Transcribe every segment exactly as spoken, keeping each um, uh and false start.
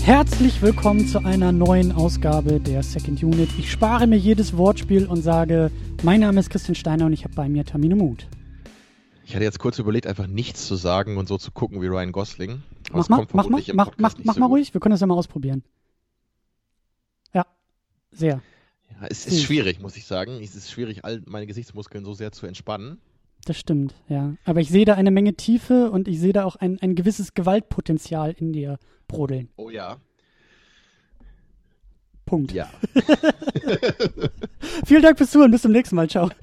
Herzlich willkommen zu einer neuen Ausgabe der Second Unit. Ich spare mir jedes Wortspiel und sage, mein Name ist Christian Steiner und ich habe bei mir Tamino Mut. Ich hatte jetzt kurz überlegt, einfach nichts zu sagen und so zu gucken wie Ryan Gosling. Aber mach mal, mach mal, mach, mach, mach so mal ruhig, wir können das ja mal ausprobieren. Ja, sehr. Ja, es ist schwierig, muss ich sagen. Es ist schwierig, all meine Gesichtsmuskeln so sehr zu entspannen. Das stimmt, ja. Aber ich sehe da eine Menge Tiefe und ich sehe da auch ein, ein gewisses Gewaltpotenzial in dir brodeln. Oh ja. Punkt. Ja. Vielen Dank fürs Zuhören, bis zum nächsten Mal, ciao.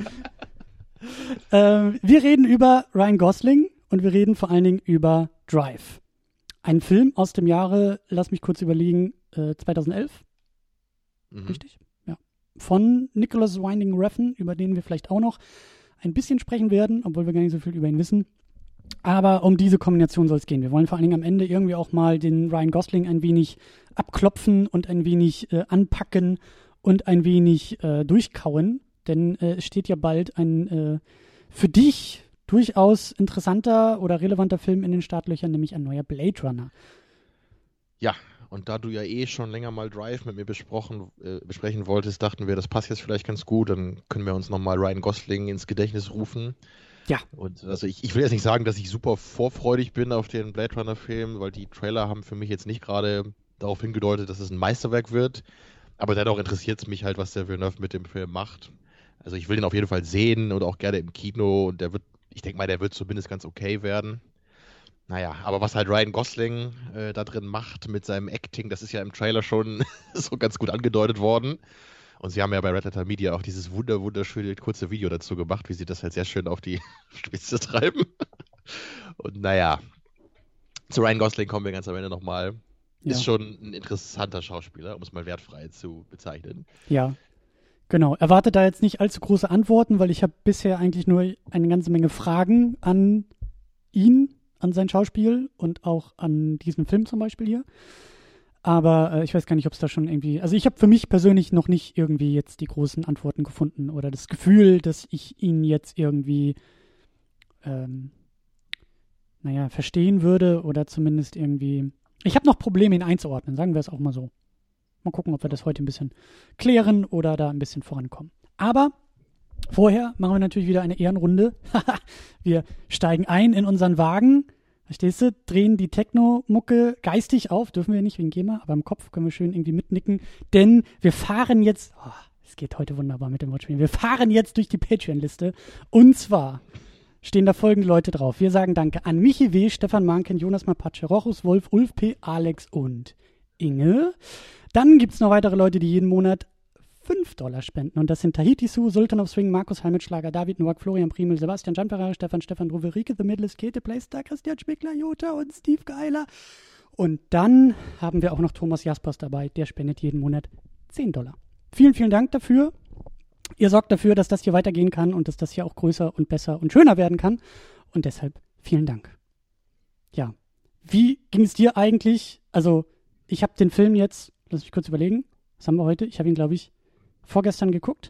ähm, wir reden über Ryan Gosling und wir reden vor allen Dingen über Drive. Ein Film aus dem Jahre, lass mich kurz überlegen, äh, zweitausendelf? Mhm. Richtig? Ja. Von Nicholas Winding Refn, über den wir vielleicht auch noch ein bisschen sprechen werden, obwohl wir gar nicht so viel über ihn wissen. Aber um diese Kombination soll es gehen. Wir wollen vor allen Dingen am Ende irgendwie auch mal den Ryan Gosling ein wenig abklopfen und ein wenig äh, anpacken und ein wenig äh, durchkauen. Denn äh, es steht ja bald ein äh, für dich durchaus interessanter oder relevanter Film in den Startlöchern, nämlich ein neuer Blade Runner. Ja, und da du ja eh schon länger mal Drive mit mir besprochen, äh, besprechen wolltest, dachten wir, das passt jetzt vielleicht ganz gut. Dann können wir uns nochmal Ryan Gosling ins Gedächtnis rufen. Ja. Und also ich, ich will jetzt nicht sagen, dass ich super vorfreudig bin auf den Blade Runner-Film, weil die Trailer haben für mich jetzt nicht gerade darauf hingedeutet, dass es ein Meisterwerk wird. Aber dennoch interessiert es mich halt, was der Villeneuve mit dem Film macht. Also ich will den auf jeden Fall sehen und auch gerne im Kino. Und der wird, ich denke mal, der wird zumindest ganz okay werden. Naja, aber was halt Ryan Gosling äh, da drin macht mit seinem Acting, das ist ja im Trailer schon so ganz gut angedeutet worden. Und sie haben ja bei Red Letter Media auch dieses wunder, wunderschöne kurze Video dazu gemacht, wie sie das halt sehr schön auf die Spitze treiben. Und naja, zu Ryan Gosling kommen wir ganz am Ende nochmal. Ja. Ist schon ein interessanter Schauspieler, um es mal wertfrei zu bezeichnen. Ja, genau. Erwartet da jetzt nicht allzu große Antworten, weil ich habe bisher eigentlich nur eine ganze Menge Fragen an ihn, an sein Schauspiel und auch an diesen Film zum Beispiel hier. Aber äh, ich weiß gar nicht, ob es da schon irgendwie... Also ich habe für mich persönlich noch nicht irgendwie jetzt die großen Antworten gefunden oder das Gefühl, dass ich ihn jetzt irgendwie, ähm, naja, verstehen würde oder zumindest irgendwie... Ich habe noch Probleme, ihn einzuordnen, sagen wir es auch mal so. Mal gucken, ob wir das heute ein bisschen klären oder da ein bisschen vorankommen. Aber vorher machen wir natürlich wieder eine Ehrenrunde. Wir steigen ein in unseren Wagen. Verstehst du? Drehen die Techno-Mucke geistig auf. Dürfen wir nicht wegen GEMA, aber im Kopf können wir schön irgendwie mitnicken. Denn wir fahren jetzt, oh, es geht heute wunderbar mit dem Wortspielen. Wir fahren jetzt durch die Patreon-Liste. Und zwar stehen da folgende Leute drauf. Wir sagen Danke an Michi W., Stefan Manken, Jonas Mapace, Rochus Wolf, Ulf P., Alex und Inge. Dann gibt es noch weitere Leute, die jeden Monat fünf Dollar spenden. Und das sind Tahiti Su, Sultan of Swing, Markus Heimitschlager, David Nowak, Florian Primel, Sebastian Gianferrari, Stefan, Stefan Druwe, Rike, The Middlest, Kete, Playstar, Christian Spickler, Jota und Steve Geiler. Und dann haben wir auch noch Thomas Jaspers dabei, der spendet jeden Monat zehn Dollar. Vielen, vielen Dank dafür. Ihr sorgt dafür, dass das hier weitergehen kann und dass das hier auch größer und besser und schöner werden kann. Und deshalb vielen Dank. Ja, wie ging es dir eigentlich? Also, ich habe den Film jetzt, lass mich kurz überlegen, was haben wir heute? Ich habe ihn, glaube ich, vorgestern geguckt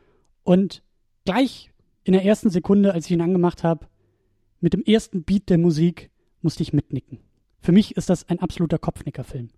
und gleich in der ersten Sekunde, als ich ihn angemacht habe, mit dem ersten Beat der Musik, musste ich mitnicken. Für mich ist das ein absoluter Kopfnicker-Film.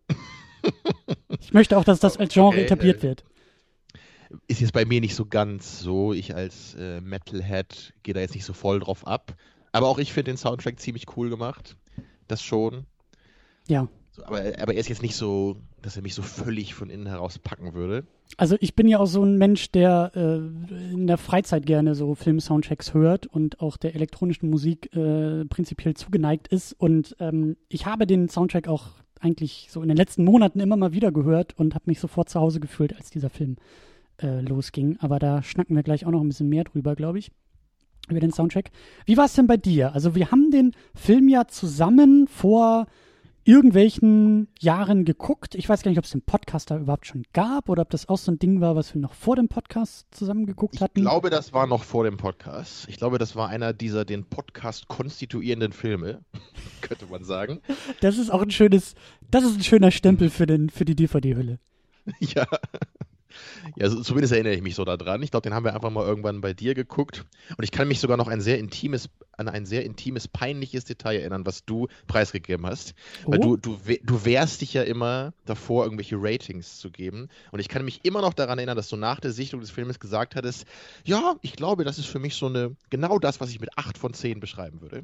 Ich möchte auch, dass das als Genre okay, etabliert äh, wird. Ist jetzt bei mir nicht so ganz so. Ich als äh, Metalhead gehe da jetzt nicht so voll drauf ab. Aber auch ich finde den Soundtrack ziemlich cool gemacht. Das schon. Ja. So, aber, aber er ist jetzt nicht so, dass er mich so völlig von innen heraus packen würde. Also ich bin ja auch so ein Mensch, der äh, in der Freizeit gerne so Film-Soundtracks hört und auch der elektronischen Musik äh, prinzipiell zugeneigt ist. Und ähm, ich habe den Soundtrack auch eigentlich so in den letzten Monaten immer mal wieder gehört und habe mich sofort zu Hause gefühlt, als dieser Film äh, losging. Aber da schnacken wir gleich auch noch ein bisschen mehr drüber, glaube ich, über den Soundtrack. Wie war es denn bei dir? Also wir haben den Film ja zusammen vor irgendwelchen Jahren geguckt. Ich weiß gar nicht, ob es den Podcast da überhaupt schon gab oder ob das auch so ein Ding war, was wir noch vor dem Podcast zusammen geguckt hatten. Ich glaube, das war noch vor dem Podcast. Ich glaube, das war einer dieser den Podcast konstituierenden Filme, könnte man sagen. Das ist auch ein schönes, das ist ein schöner Stempel für, den, für die D V D-Hülle. Ja. Ja, so, zumindest erinnere ich mich so daran. Ich glaube, den haben wir einfach mal irgendwann bei dir geguckt. Und ich kann mich sogar noch ein sehr intimes an ein sehr intimes, peinliches Detail erinnern, was du preisgegeben hast. Oh. Weil du, du, we- du wehrst dich ja immer davor, irgendwelche Ratings zu geben. Und ich kann mich immer noch daran erinnern, dass du nach der Sichtung des Filmes gesagt hattest, ja, ich glaube, das ist für mich so eine, genau das, was ich mit acht von zehn beschreiben würde.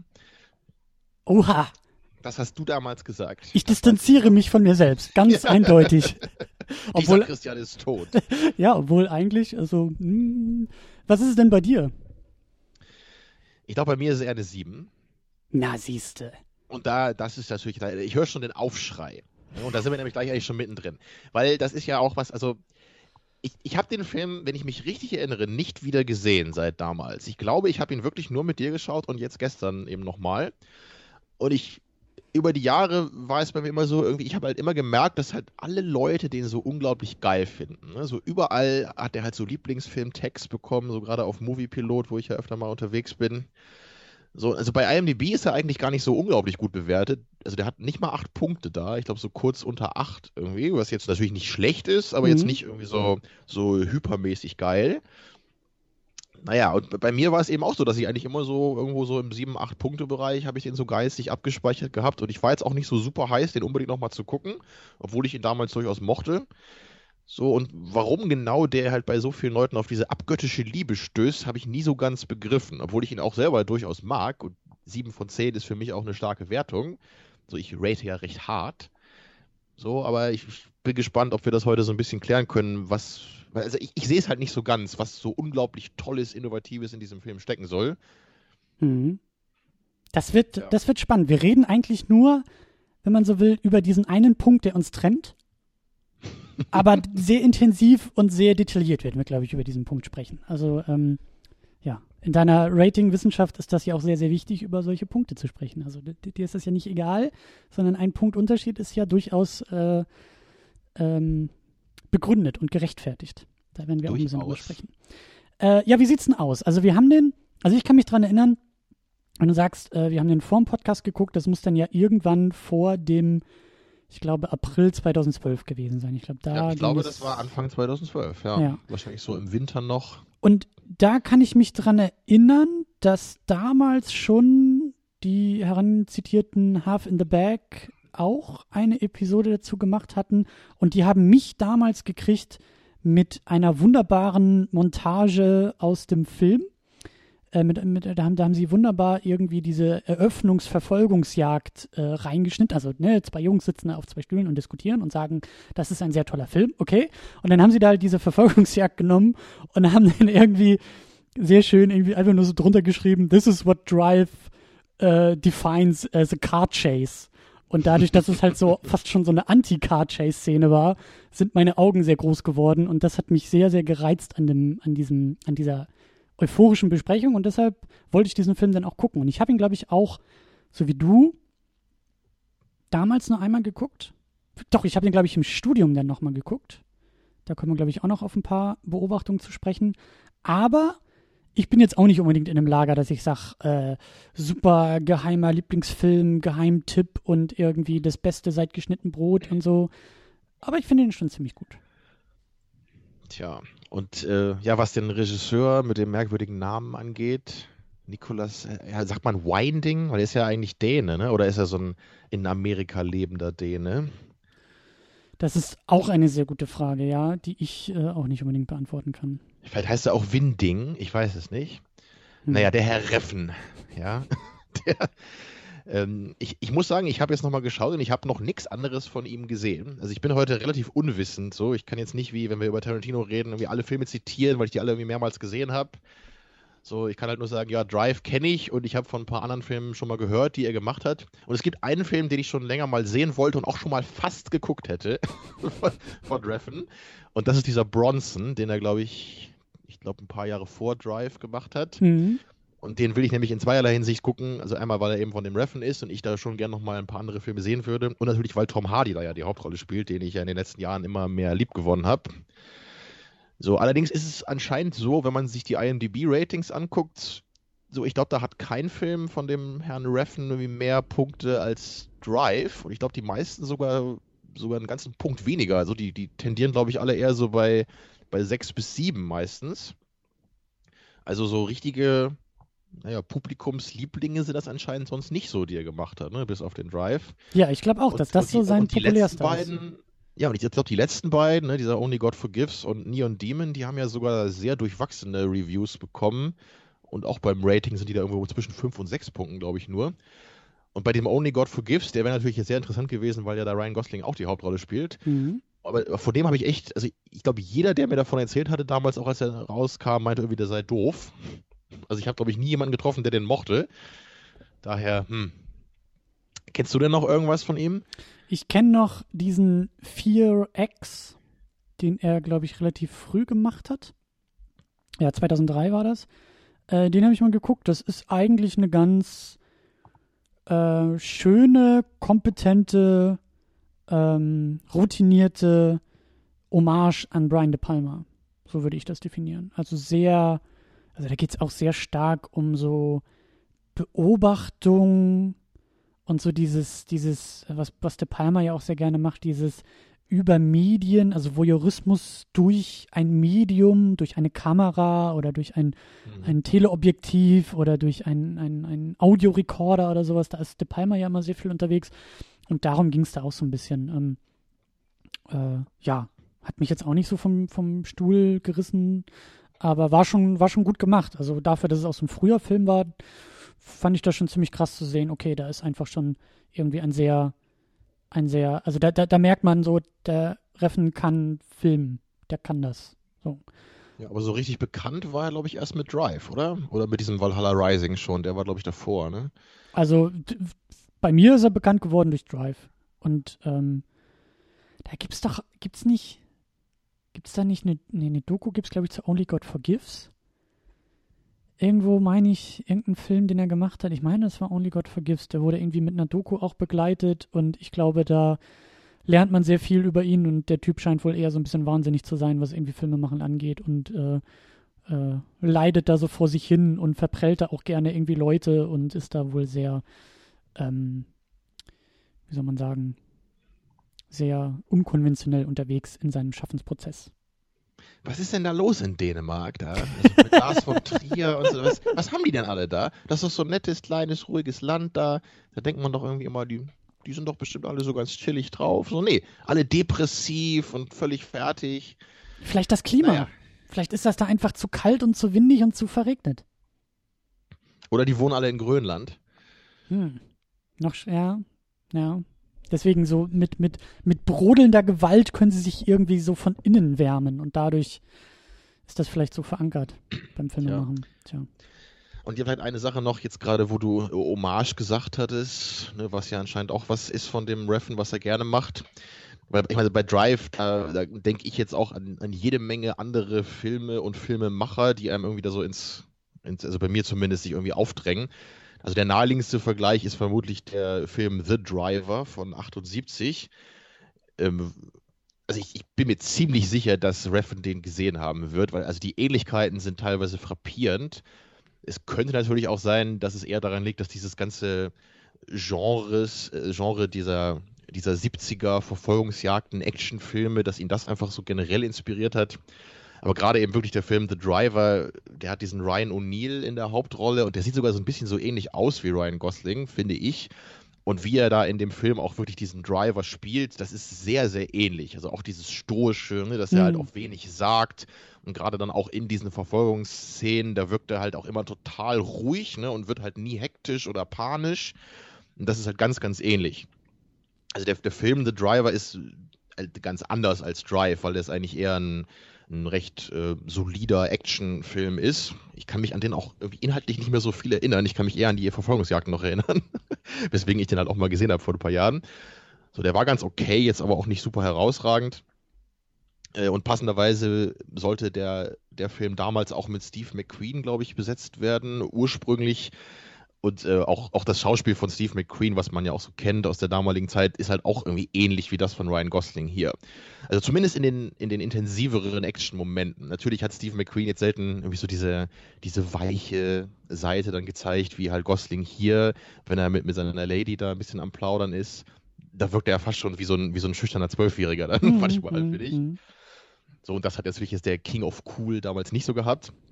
Oha, Das hast du damals gesagt. ich Das distanziere mich von mir selbst, ganz Ja. eindeutig. Dieser Obwohl, Christian ist tot. ja, obwohl eigentlich, also, hm, was ist es denn bei dir? Ich glaube, bei mir ist es eher eine sieben. Na, siehste. Und da, das ist natürlich, ich höre schon den Aufschrei. Ja, und da sind wir nämlich gleich eigentlich schon mittendrin. Weil das ist ja auch was, also ich, ich habe den Film, wenn ich mich richtig erinnere, nicht wieder gesehen seit damals. Ich glaube, ich habe ihn wirklich nur mit dir geschaut und jetzt gestern eben nochmal. Und ich, über die Jahre war es bei mir immer so, irgendwie, ich habe halt immer gemerkt, dass halt alle Leute den so unglaublich geil finden. Ne? So überall hat er halt so Lieblingsfilm-Tags bekommen, so gerade auf Moviepilot, wo ich ja öfter mal unterwegs bin. So, also bei IMDb ist er eigentlich gar nicht so unglaublich gut bewertet. Also der hat nicht mal acht Punkte da. Ich glaube so kurz unter acht irgendwie, was jetzt natürlich nicht schlecht ist, aber Mhm. jetzt nicht irgendwie so, so hypermäßig geil. Naja, und bei mir war es eben auch so, dass ich eigentlich immer so irgendwo so im sieben acht Punkte Bereich habe ich den so geistig abgespeichert gehabt und ich war jetzt auch nicht so super heiß, den unbedingt nochmal zu gucken, obwohl ich ihn damals durchaus mochte. So, und warum genau der halt bei so vielen Leuten auf diese abgöttische Liebe stößt, habe ich nie so ganz begriffen, obwohl ich ihn auch selber durchaus mag und sieben von zehn ist für mich auch eine starke Wertung. So, ich rate ja recht hart. So, aber ich, ich bin gespannt, ob wir das heute so ein bisschen klären können, was, weil, also ich, ich sehe es halt nicht so ganz, was so unglaublich Tolles, Innovatives in diesem Film stecken soll. Mhm. Das wird, Ja. das wird spannend. Wir reden eigentlich nur, wenn man so will, über diesen einen Punkt, der uns trennt. Aber sehr intensiv und sehr detailliert werden wir, glaube ich, über diesen Punkt sprechen. Also, ähm, ja, in deiner Rating-Wissenschaft ist das ja auch sehr, sehr wichtig, über solche Punkte zu sprechen. Also, d- dir ist das ja nicht egal, sondern ein Punktunterschied ist ja durchaus äh, ähm, begründet und gerechtfertigt. Da werden wir auch ein bisschen drüber Durchaus. sprechen. Äh, ja, wie sieht's denn aus? Also, wir haben den, also ich kann mich dran erinnern, wenn du sagst, äh, wir haben den vor dem Podcast geguckt, das muss dann ja irgendwann vor dem, ich glaube, April zweitausendzwölf gewesen sein. Ich glaube, da Ja, ich ging glaube, es- das war Anfang zweitausendzwölf, ja. Ja. Wahrscheinlich so im Winter noch. Und da kann ich mich dran erinnern, dass damals schon die heranzitierten Half in the Bag auch eine Episode dazu gemacht hatten. Und die haben mich damals gekriegt mit einer wunderbaren Montage aus dem Film. Äh, mit, mit, da, haben, da haben sie wunderbar irgendwie diese Eröffnungsverfolgungsjagd äh, reingeschnitten. Also ne, zwei Jungs sitzen da auf zwei Stühlen und diskutieren und sagen, das ist ein sehr toller Film, okay. Und dann haben sie da halt diese Verfolgungsjagd genommen und haben dann irgendwie sehr schön irgendwie einfach nur so drunter geschrieben, this is what Drive äh, defines as a car chase. Und dadurch, dass es halt so fast schon so eine Anti-Car-Chase-Szene war, sind meine Augen sehr groß geworden und das hat mich sehr, sehr gereizt an dem, an diesem, an dieser euphorischen Besprechung und deshalb wollte ich diesen Film dann auch gucken. Und ich habe ihn, glaube ich, auch, so wie du, damals nur einmal geguckt. Doch, ich habe ihn, glaube ich, im Studium dann nochmal geguckt. Da kommen wir, glaube ich, auch noch auf ein paar Beobachtungen zu sprechen. Aber ich bin jetzt auch nicht unbedingt in einem Lager, dass ich sage, äh, super geheimer Lieblingsfilm, Geheimtipp und irgendwie das Beste seit geschnitten Brot und so. Aber ich finde ihn schon ziemlich gut. Tja, und äh, ja, was den Regisseur mit dem merkwürdigen Namen angeht, Nicolas, äh, ja, sagt man Winding? Weil er ist ja eigentlich Däne, ne? Oder ist er so ein in Amerika lebender Däne? Das ist auch eine sehr gute Frage, ja, die ich äh, auch nicht unbedingt beantworten kann. Vielleicht heißt er auch Winding, ich weiß es nicht. Hm. Naja, der Herr Reffen, ja. Der, ähm, ich, ich muss sagen, ich habe jetzt nochmal geschaut und ich habe noch nichts anderes von ihm gesehen. Also ich bin heute relativ unwissend so. Ich kann jetzt nicht, wie wenn wir über Tarantino reden, irgendwie alle Filme zitieren, weil ich die alle irgendwie mehrmals gesehen habe. So, ich kann halt nur sagen, ja, Drive kenne ich und ich habe von ein paar anderen Filmen schon mal gehört, die er gemacht hat. Und es gibt einen Film, den ich schon länger mal sehen wollte und auch schon mal fast geguckt hätte von, von Reffen. Und das ist dieser Bronson, den er, glaube ich, ich glaube, ein paar Jahre vor Drive gemacht hat. Mhm. Und den will ich nämlich in zweierlei Hinsicht gucken. Also einmal, weil er eben von dem Reffen ist und ich da schon gerne noch mal ein paar andere Filme sehen würde. Und natürlich, weil Tom Hardy da ja die Hauptrolle spielt, den ich ja in den letzten Jahren immer mehr lieb gewonnen habe. So, allerdings ist es anscheinend so, wenn man sich die IMDb-Ratings anguckt, so, ich glaube, da hat kein Film von dem Herrn Reffen irgendwie mehr Punkte als Drive. Und ich glaube, die meisten sogar, sogar einen ganzen Punkt weniger. Also die, die tendieren, glaube ich, alle eher so bei, bei sechs bis sieben meistens. Also so richtige naja, Publikumslieblinge sind das anscheinend sonst nicht so, die er gemacht hat, ne? Bis auf den Drive. Ja, ich glaube auch, Und, dass das und so die, sein und die letzten populärster ist. beiden, ja, und ich glaube, die letzten beiden, ne, dieser Only God Forgives und Neon Demon, die haben ja sogar sehr durchwachsene Reviews bekommen. Und auch beim Rating sind die da irgendwo zwischen fünf und sechs Punkten, glaube ich, nur. Und bei dem Only God Forgives, der wäre natürlich jetzt sehr interessant gewesen, weil ja da Ryan Gosling auch die Hauptrolle spielt. Mhm. Aber von dem habe ich echt, also ich glaube, jeder, der mir davon erzählt hatte, damals auch als er rauskam, meinte irgendwie, der sei doof. Also ich habe, glaube ich, nie jemanden getroffen, der den mochte. Daher, hm. Kennst du denn noch irgendwas von ihm? Ich kenne noch diesen Fear X, den er, glaube ich, relativ früh gemacht hat. Ja, zweitausenddrei war das. Äh, den habe ich mal geguckt. Das ist eigentlich eine ganz äh, schöne, kompetente, ähm, routinierte Hommage an Brian De Palma. So würde ich das definieren. Also sehr, also da geht es auch sehr stark um so Beobachtung und so dieses, dieses, was, was De Palma ja auch sehr gerne macht, dieses über Medien, also Voyeurismus durch ein Medium, durch eine Kamera oder durch ein, Mhm. ein Teleobjektiv oder durch ein, ein, ein Audiorekorder oder sowas. Da ist De Palma ja immer sehr viel unterwegs. Und darum ging es da auch so ein bisschen. Ähm, äh, ja, hat mich jetzt auch nicht so vom, vom Stuhl gerissen, aber war schon, war schon gut gemacht. Also dafür, dass es aus so einem früher Film war, fand ich das schon ziemlich krass zu sehen. Okay, da ist einfach schon irgendwie ein sehr, ein sehr, also da, da, da merkt man so, der Reffen kann filmen, der kann das. So. Ja, aber so richtig bekannt war er, glaube ich, erst mit Drive, oder? Oder mit diesem Valhalla Rising schon, der war, glaube ich, davor, ne? Also d- bei mir ist er bekannt geworden durch Drive. Und ähm, da gibt's doch, gibt's nicht, gibt's da nicht eine, nee, eine Doku, gibt's glaube ich zu Only God Forgives? Irgendwo meine ich, irgendeinen Film, den er gemacht hat. Ich meine, das war Only God Forgives. Der wurde irgendwie mit einer Doku auch begleitet und ich glaube, da lernt man sehr viel über ihn und der Typ scheint wohl eher so ein bisschen wahnsinnig zu sein, was irgendwie Filmemachen angeht und äh, äh, leidet da so vor sich hin und verprellt da auch gerne irgendwie Leute und ist da wohl sehr, ähm, wie soll man sagen, sehr unkonventionell unterwegs in seinem Schaffensprozess. Was ist denn da los in Dänemark da? Also mit Lars von Trier und so. Was, was haben die denn alle da? Das ist so ein nettes, kleines, ruhiges Land da. Da denkt man doch irgendwie immer, die, die sind doch bestimmt alle so ganz chillig drauf. So, nee, alle depressiv und völlig fertig. Vielleicht das Klima. Naja. Vielleicht ist das da einfach zu kalt und zu windig und zu verregnet. Oder die wohnen alle in Grönland. Hm. Noch, sch- ja, ja. Deswegen so mit, mit, mit brodelnder Gewalt können sie sich irgendwie so von innen wärmen und dadurch ist das vielleicht so verankert beim Filmemachen. Tja. Und hier vielleicht eine Sache noch, jetzt gerade, wo du Hommage gesagt hattest, ne, was ja anscheinend auch was ist von dem Reffen, was er gerne macht. Weil ich meine, bei Drive, da, da denke ich jetzt auch an, an jede Menge andere Filme und Filmemacher, die einem irgendwie da so ins, ins, also bei mir zumindest, sich irgendwie aufdrängen. Also der naheliegendste Vergleich ist vermutlich der Film The Driver von achtundsiebzig. Ähm, also ich, ich bin mir ziemlich sicher, dass Reffen den gesehen haben wird, weil also die Ähnlichkeiten sind teilweise frappierend. Es könnte natürlich auch sein, dass es eher daran liegt, dass dieses ganze Genres, äh, Genre dieser, dieser siebziger Verfolgungsjagden, Actionfilme, dass ihn das einfach so generell inspiriert hat. Aber gerade eben wirklich der Film The Driver, der hat diesen Ryan O'Neal in der Hauptrolle und der sieht sogar so ein bisschen so ähnlich aus wie Ryan Gosling, finde ich. Und wie er da in dem Film auch wirklich diesen Driver spielt, das ist sehr, sehr ähnlich. Also auch dieses Stoische, ne, dass er Mhm. halt auch wenig sagt. Und gerade dann auch in diesen Verfolgungsszenen, da wirkt er halt auch immer total ruhig, ne, und wird halt nie hektisch oder panisch. Und das ist halt ganz, ganz ähnlich. Also der, der Film The Driver ist halt ganz anders als Drive, weil das eigentlich eher ein, ein recht äh, solider Actionfilm ist. Ich kann mich an den auch irgendwie inhaltlich nicht mehr so viel erinnern. Ich kann mich eher an die Verfolgungsjagd noch erinnern. Weswegen ich den halt auch mal gesehen habe vor ein paar Jahren. So, der war ganz okay, jetzt aber auch nicht super herausragend. Äh, und passenderweise sollte der, der Film damals auch mit Steve McQueen, glaube ich, besetzt werden. Ursprünglich. Und äh, auch, auch das Schauspiel von Steve McQueen, was man ja auch so kennt aus der damaligen Zeit, ist halt auch irgendwie ähnlich wie das von Ryan Gosling hier. Also zumindest in den, in den intensiveren Action-Momenten. Natürlich hat Steve McQueen jetzt selten irgendwie so diese, diese weiche Seite dann gezeigt, wie halt Gosling hier, wenn er mit, mit seiner Lady da ein bisschen am Plaudern ist. Da wirkt er ja fast schon wie so ein, wie so ein schüchterner Zwölfjähriger dann Mhm, manchmal, mhm, finde ich. mhm. So, und das hat jetzt wirklich jetzt der King of Cool damals nicht so gehabt.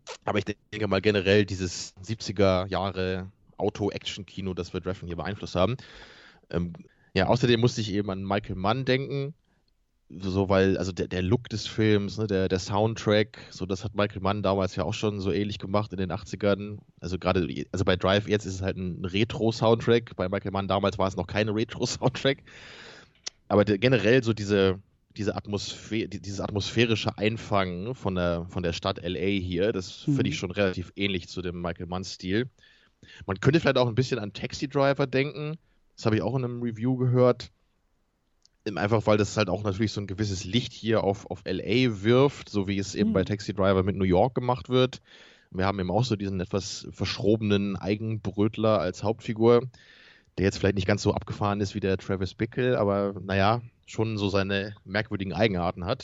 Aber ich denke mal generell dieses siebziger Jahre Auto-Action-Kino, das wird Refn hier beeinflusst haben. Ähm, ja, außerdem musste ich eben an Michael Mann denken. So, weil, also der, der Look des Films, ne, der, der Soundtrack, so das hat Michael Mann damals ja auch schon so ähnlich gemacht in den achtzigern. Also gerade, also bei Drive jetzt ist es halt ein Retro-Soundtrack, bei Michael Mann damals war es noch keine Retro-Soundtrack. Aber der, generell so diese, diese Atmosphäre, dieses atmosphärische Einfangen von der, von der Stadt L A hier, das Mhm. finde ich schon relativ ähnlich zu dem Michael Mann-Stil. Man könnte vielleicht auch ein bisschen an Taxi Driver denken. Das habe ich auch in einem Review gehört. Einfach weil das halt auch natürlich so ein gewisses Licht hier auf, auf L A wirft, so wie es eben Mhm. bei Taxi Driver mit New York gemacht wird. Wir haben eben auch so diesen etwas verschrobenen Eigenbrötler als Hauptfigur, der jetzt vielleicht nicht ganz so abgefahren ist wie der Travis Bickle, aber naja, schon so seine merkwürdigen Eigenarten hat.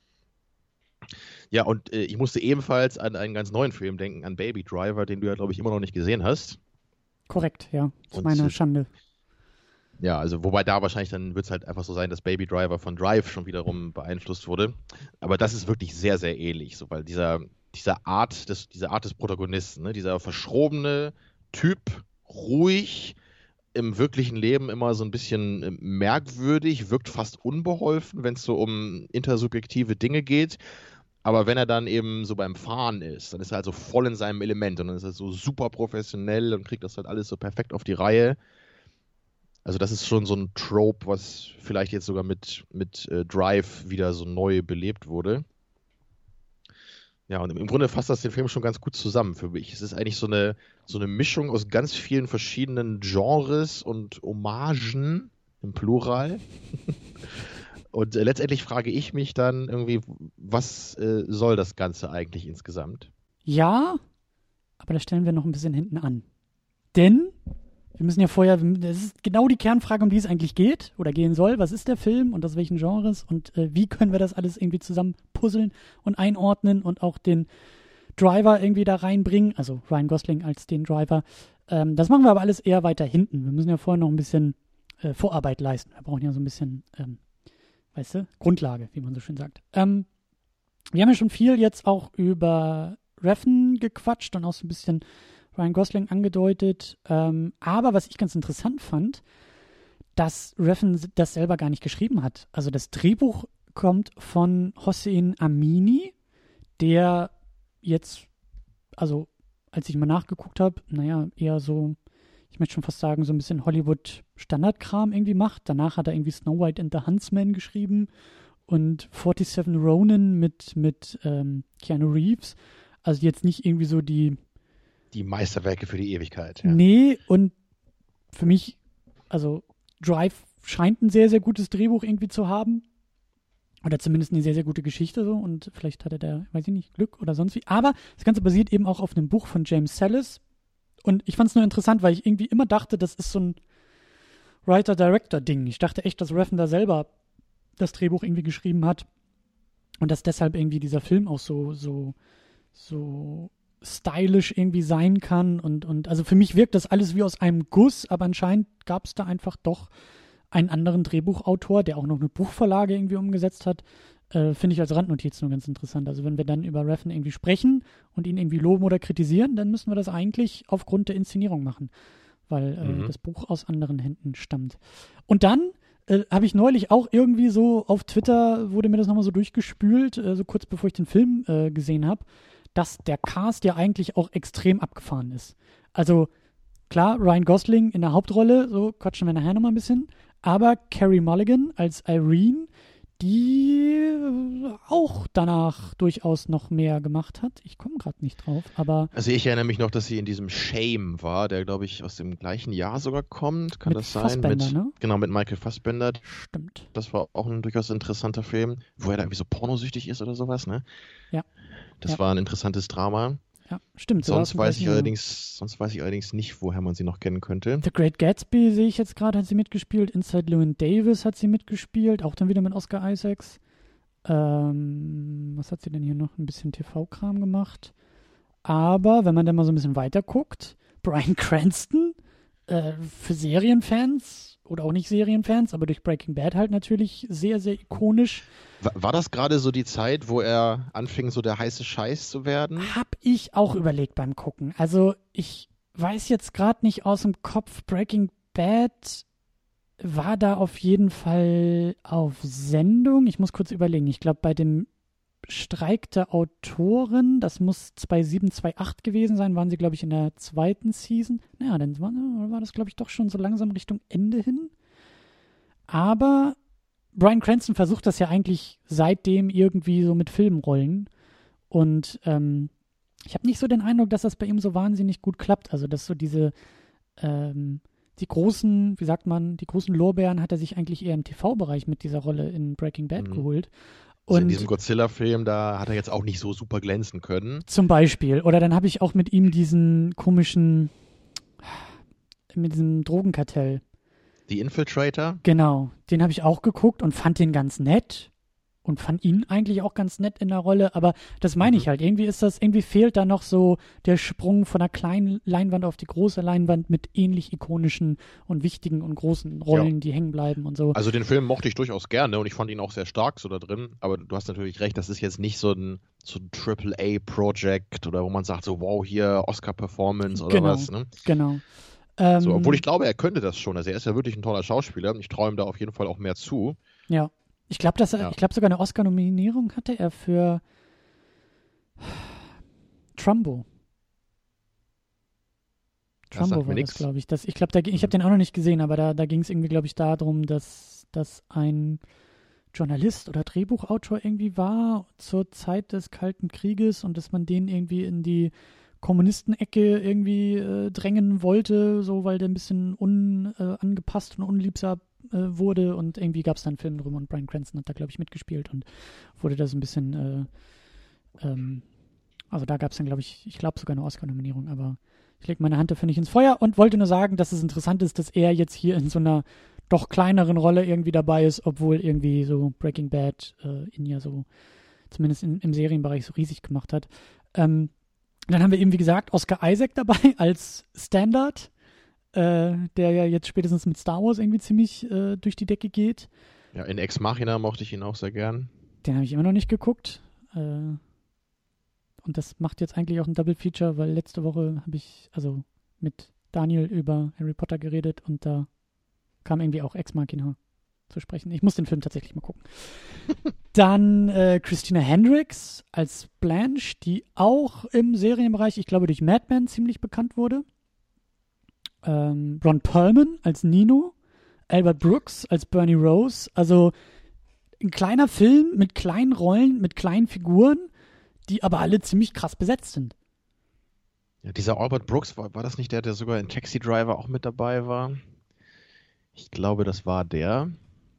Ja, und äh, ich musste ebenfalls an einen ganz neuen Film denken, an Baby Driver, den du ja, glaube ich, immer noch nicht gesehen hast. Korrekt, ja. Das ist Und meine äh, Schande. ja, also wobei da wahrscheinlich dann wird es halt einfach so sein, dass Baby Driver von Drive schon wiederum beeinflusst wurde. Aber das ist wirklich sehr, sehr ähnlich, so, weil dieser, dieser Art des, diese Art des Protagonisten, ne, dieser verschrobene Typ, ruhig, im wirklichen Leben immer so ein bisschen äh, merkwürdig, wirkt fast unbeholfen, wenn es so um intersubjektive Dinge geht. Aber wenn er dann eben so beim Fahren ist, dann ist er halt so voll in seinem Element und dann ist er so super professionell und kriegt das halt alles so perfekt auf die Reihe. Also das ist schon so ein Trope, was vielleicht jetzt sogar mit, mit äh, Drive wieder so neu belebt wurde. Ja, und im Grunde fasst das den Film schon ganz gut zusammen für mich. Es ist eigentlich so eine, so eine Mischung aus ganz vielen verschiedenen Genres und Hommagen im Plural. Und äh, letztendlich frage ich mich dann irgendwie, was äh, soll das Ganze eigentlich insgesamt? Ja, aber da stellen wir noch ein bisschen hinten an. Denn wir müssen ja vorher, das ist genau die Kernfrage, um die es eigentlich geht oder gehen soll. Was ist der Film und aus welchen Genres und äh, wie können wir das alles irgendwie zusammen puzzeln und einordnen und auch den Driver irgendwie da reinbringen, also Ryan Gosling als den Driver. Ähm, das machen wir aber alles eher weiter hinten. Wir müssen ja vorher noch ein bisschen äh, Vorarbeit leisten. Wir brauchen ja so ein bisschen, ähm, weißt du, Grundlage, wie man so schön sagt. Ähm, wir haben ja schon viel jetzt auch über Refn gequatscht und auch so ein bisschen Ryan Gosling angedeutet. Ähm, aber was ich ganz interessant fand, dass Refn das selber gar nicht geschrieben hat. Also das Drehbuch kommt von Hossein Amini, der jetzt, also als ich mal nachgeguckt habe, naja, eher so, ich möchte schon fast sagen, so ein bisschen Hollywood-Standardkram irgendwie macht. Danach hat er irgendwie Snow White and the Huntsman geschrieben und forty-seven Ronin mit, mit ähm, Keanu Reeves. Also jetzt nicht irgendwie so die Die Meisterwerke für die Ewigkeit. Ja. Nee, und für mich, also Drive scheint ein sehr, sehr gutes Drehbuch irgendwie zu haben. Oder zumindest eine sehr, sehr gute Geschichte so. Und vielleicht hatte der, weiß ich nicht, Glück oder sonst wie. Aber das Ganze basiert eben auch auf einem Buch von James Sallis. Und ich fand es nur interessant, weil ich irgendwie immer dachte, das ist so ein Writer-Director-Ding. Ich dachte echt, dass Refn da selber das Drehbuch irgendwie geschrieben hat. Und dass deshalb irgendwie dieser Film auch so, so, so stylisch irgendwie sein kann. Und, und also für mich wirkt das alles wie aus einem Guss, aber anscheinend gab es da einfach doch einen anderen Drehbuchautor, der auch noch eine Buchvorlage irgendwie umgesetzt hat. Äh, finde ich als Randnotiz nur ganz interessant. Also wenn wir dann über Refn irgendwie sprechen und ihn irgendwie loben oder kritisieren, dann müssen wir das eigentlich aufgrund der Inszenierung machen, weil äh, Mhm. das Buch aus anderen Händen stammt. Und dann äh, habe ich neulich auch irgendwie so auf Twitter, wurde mir das nochmal so durchgespült, äh, so kurz bevor ich den Film äh, gesehen habe, dass der Cast ja eigentlich auch extrem abgefahren ist. Also klar, Ryan Gosling in der Hauptrolle, so quatschen wir nachher nochmal ein bisschen, aber Carey Mulligan als Irene, die auch danach durchaus noch mehr gemacht hat. Ich komme gerade nicht drauf, aber Also ich erinnere mich noch, dass sie in diesem Shame war, der glaube ich aus dem gleichen Jahr sogar kommt. Kann mit das sein? Fassbender, mit, ne? Genau, mit Michael Fassbender. Stimmt. Das war auch ein durchaus interessanter Film, wo er da irgendwie so pornosüchtig ist oder sowas, ne? Ja. Das Ja. war ein interessantes Drama. Ja, stimmt. so war es Sonst im weiß ich gleichen Jahr. allerdings, sonst weiß ich allerdings nicht, woher man sie noch kennen könnte. The Great Gatsby sehe ich jetzt gerade, hat sie mitgespielt. Inside Llewyn Davis hat sie mitgespielt, auch dann wieder mit Oscar Isaacs. Ähm, was hat sie denn hier noch? Ein bisschen T V-Kram gemacht. Aber wenn man dann mal so ein bisschen weiter guckt, Bryan Cranston, äh, für Serienfans oder auch nicht Serienfans, aber durch Breaking Bad halt natürlich sehr, sehr ikonisch. War, war das gerade so die Zeit, wo er anfing, so der heiße Scheiß zu werden? Hab ich auch überlegt beim Gucken. Also ich weiß jetzt gerade nicht aus dem Kopf, Breaking Bad war da auf jeden Fall auf Sendung. Ich muss kurz überlegen. Ich glaube, bei dem Streik der Autoren, das muss zweitausendsieben, zweitausendacht gewesen sein, waren sie, glaube ich, in der zweiten Season. Naja, dann war, war das, glaube ich, doch schon so langsam Richtung Ende hin. Aber Bryan Cranston versucht das ja eigentlich seitdem irgendwie so mit Filmrollen. Und ähm, ich habe nicht so den Eindruck, dass das bei ihm so wahnsinnig gut klappt. Also, dass so diese ähm, die großen, wie sagt man, die großen Lorbeeren hat er sich eigentlich eher im T V-Bereich mit dieser Rolle in Breaking Bad mhm. geholt. Und also in diesem Godzilla-Film, da hat er jetzt auch nicht so super glänzen können. Zum Beispiel. Oder dann habe ich auch mit ihm diesen komischen, mit diesem Drogenkartell. The Infiltrator? Genau. Den habe ich auch geguckt und fand den ganz nett. Und fand ihn eigentlich auch ganz nett in der Rolle, aber das meine ich halt. Irgendwie ist das, irgendwie fehlt da noch so der Sprung von einer kleinen Leinwand auf die große Leinwand mit ähnlich ikonischen und wichtigen und großen Rollen, ja. die hängen bleiben und so. Also den Film mochte ich durchaus gerne und ich fand ihn auch sehr stark so da drin, aber du hast natürlich recht, das ist jetzt nicht so ein, so ein Triple A Project oder wo man sagt so, wow, hier Oscar-Performance oder genau, was. Ne? Genau. So, obwohl ich glaube, er könnte das schon. Also er ist ja wirklich ein toller Schauspieler und ich traue ihm da auf jeden Fall auch mehr zu. Ja. Ich glaube, dass er, ja. ich glaube sogar eine Oscar-Nominierung hatte er für Trumbo. Trumbo war das, glaube ich. Das, ich glaube, ich habe den auch noch nicht gesehen, aber da, da ging es irgendwie, glaube ich, darum, dass, dass ein Journalist oder Drehbuchautor irgendwie war zur Zeit des Kalten Krieges und dass man den irgendwie in die Kommunistenecke irgendwie äh, drängen wollte, so weil der ein bisschen unangepasst äh, und unliebsam äh, wurde und irgendwie gab es da einen Film drüber und Bryan Cranston hat da, glaube ich, mitgespielt und wurde da so ein bisschen äh, ähm, also da gab es dann, glaube ich, ich glaube sogar eine Oscar-Nominierung, aber ich lege meine Hand dafür nicht ins Feuer und wollte nur sagen, dass es interessant ist, dass er jetzt hier in so einer doch kleineren Rolle irgendwie dabei ist, obwohl irgendwie so Breaking Bad äh, ihn ja so zumindest in, im Serienbereich so riesig gemacht hat. Ähm, Dann haben wir eben, wie gesagt, Oscar Isaac dabei als Standard, äh, der ja jetzt spätestens mit Star Wars irgendwie ziemlich äh, durch die Decke geht. Ja, in Ex Machina mochte ich ihn auch sehr gern. Den habe ich immer noch nicht geguckt. Äh, und das macht jetzt eigentlich auch ein Double Feature, weil letzte Woche habe ich also mit Daniel über Harry Potter geredet und da kam irgendwie auch Ex Machina zu sprechen. Ich muss den Film tatsächlich mal gucken. Dann äh, Christina Hendricks als Blanche, die auch im Serienbereich, ich glaube durch Mad Men ziemlich bekannt wurde. Ähm, Ron Perlman als Nino. Albert Brooks als Bernie Rose. Also ein kleiner Film mit kleinen Rollen, mit kleinen Figuren, die aber alle ziemlich krass besetzt sind. Ja, dieser Albert Brooks, war, war das nicht der, der sogar in Taxi Driver auch mit dabei war? Ich glaube, das war der.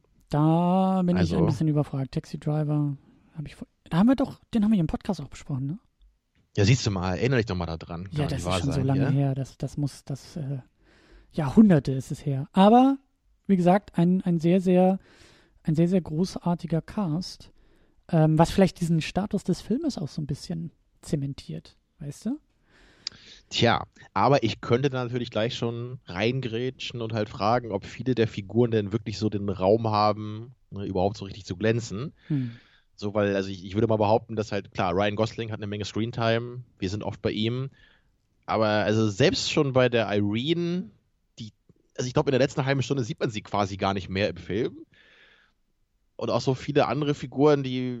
Da bin also, ich ein bisschen überfragt. Taxi Driver, habe ich vor, da haben wir doch, den haben wir im Podcast auch besprochen, ne? Ja, siehst du mal, erinnere dich doch mal da dran. Ja, das ist schon sein, so lange ja? her, das, das muss, das, äh, Jahrhunderte ist es her. Aber, wie gesagt, ein, ein sehr, sehr, ein sehr, sehr großartiger Cast, ähm, was vielleicht diesen Status des Filmes auch so ein bisschen zementiert, weißt du? Tja, aber ich könnte da natürlich gleich schon reingrätschen und halt fragen, ob viele der Figuren denn wirklich so den Raum haben, ne, überhaupt so richtig zu glänzen. Hm. So, weil, also ich, ich würde mal behaupten, dass halt, klar, Ryan Gosling hat eine Menge Screentime, wir sind oft bei ihm, aber also selbst schon bei der Irene, die, also ich glaube, in der letzten halben Stunde sieht man sie quasi gar nicht mehr im Film. Und auch so viele andere Figuren, die...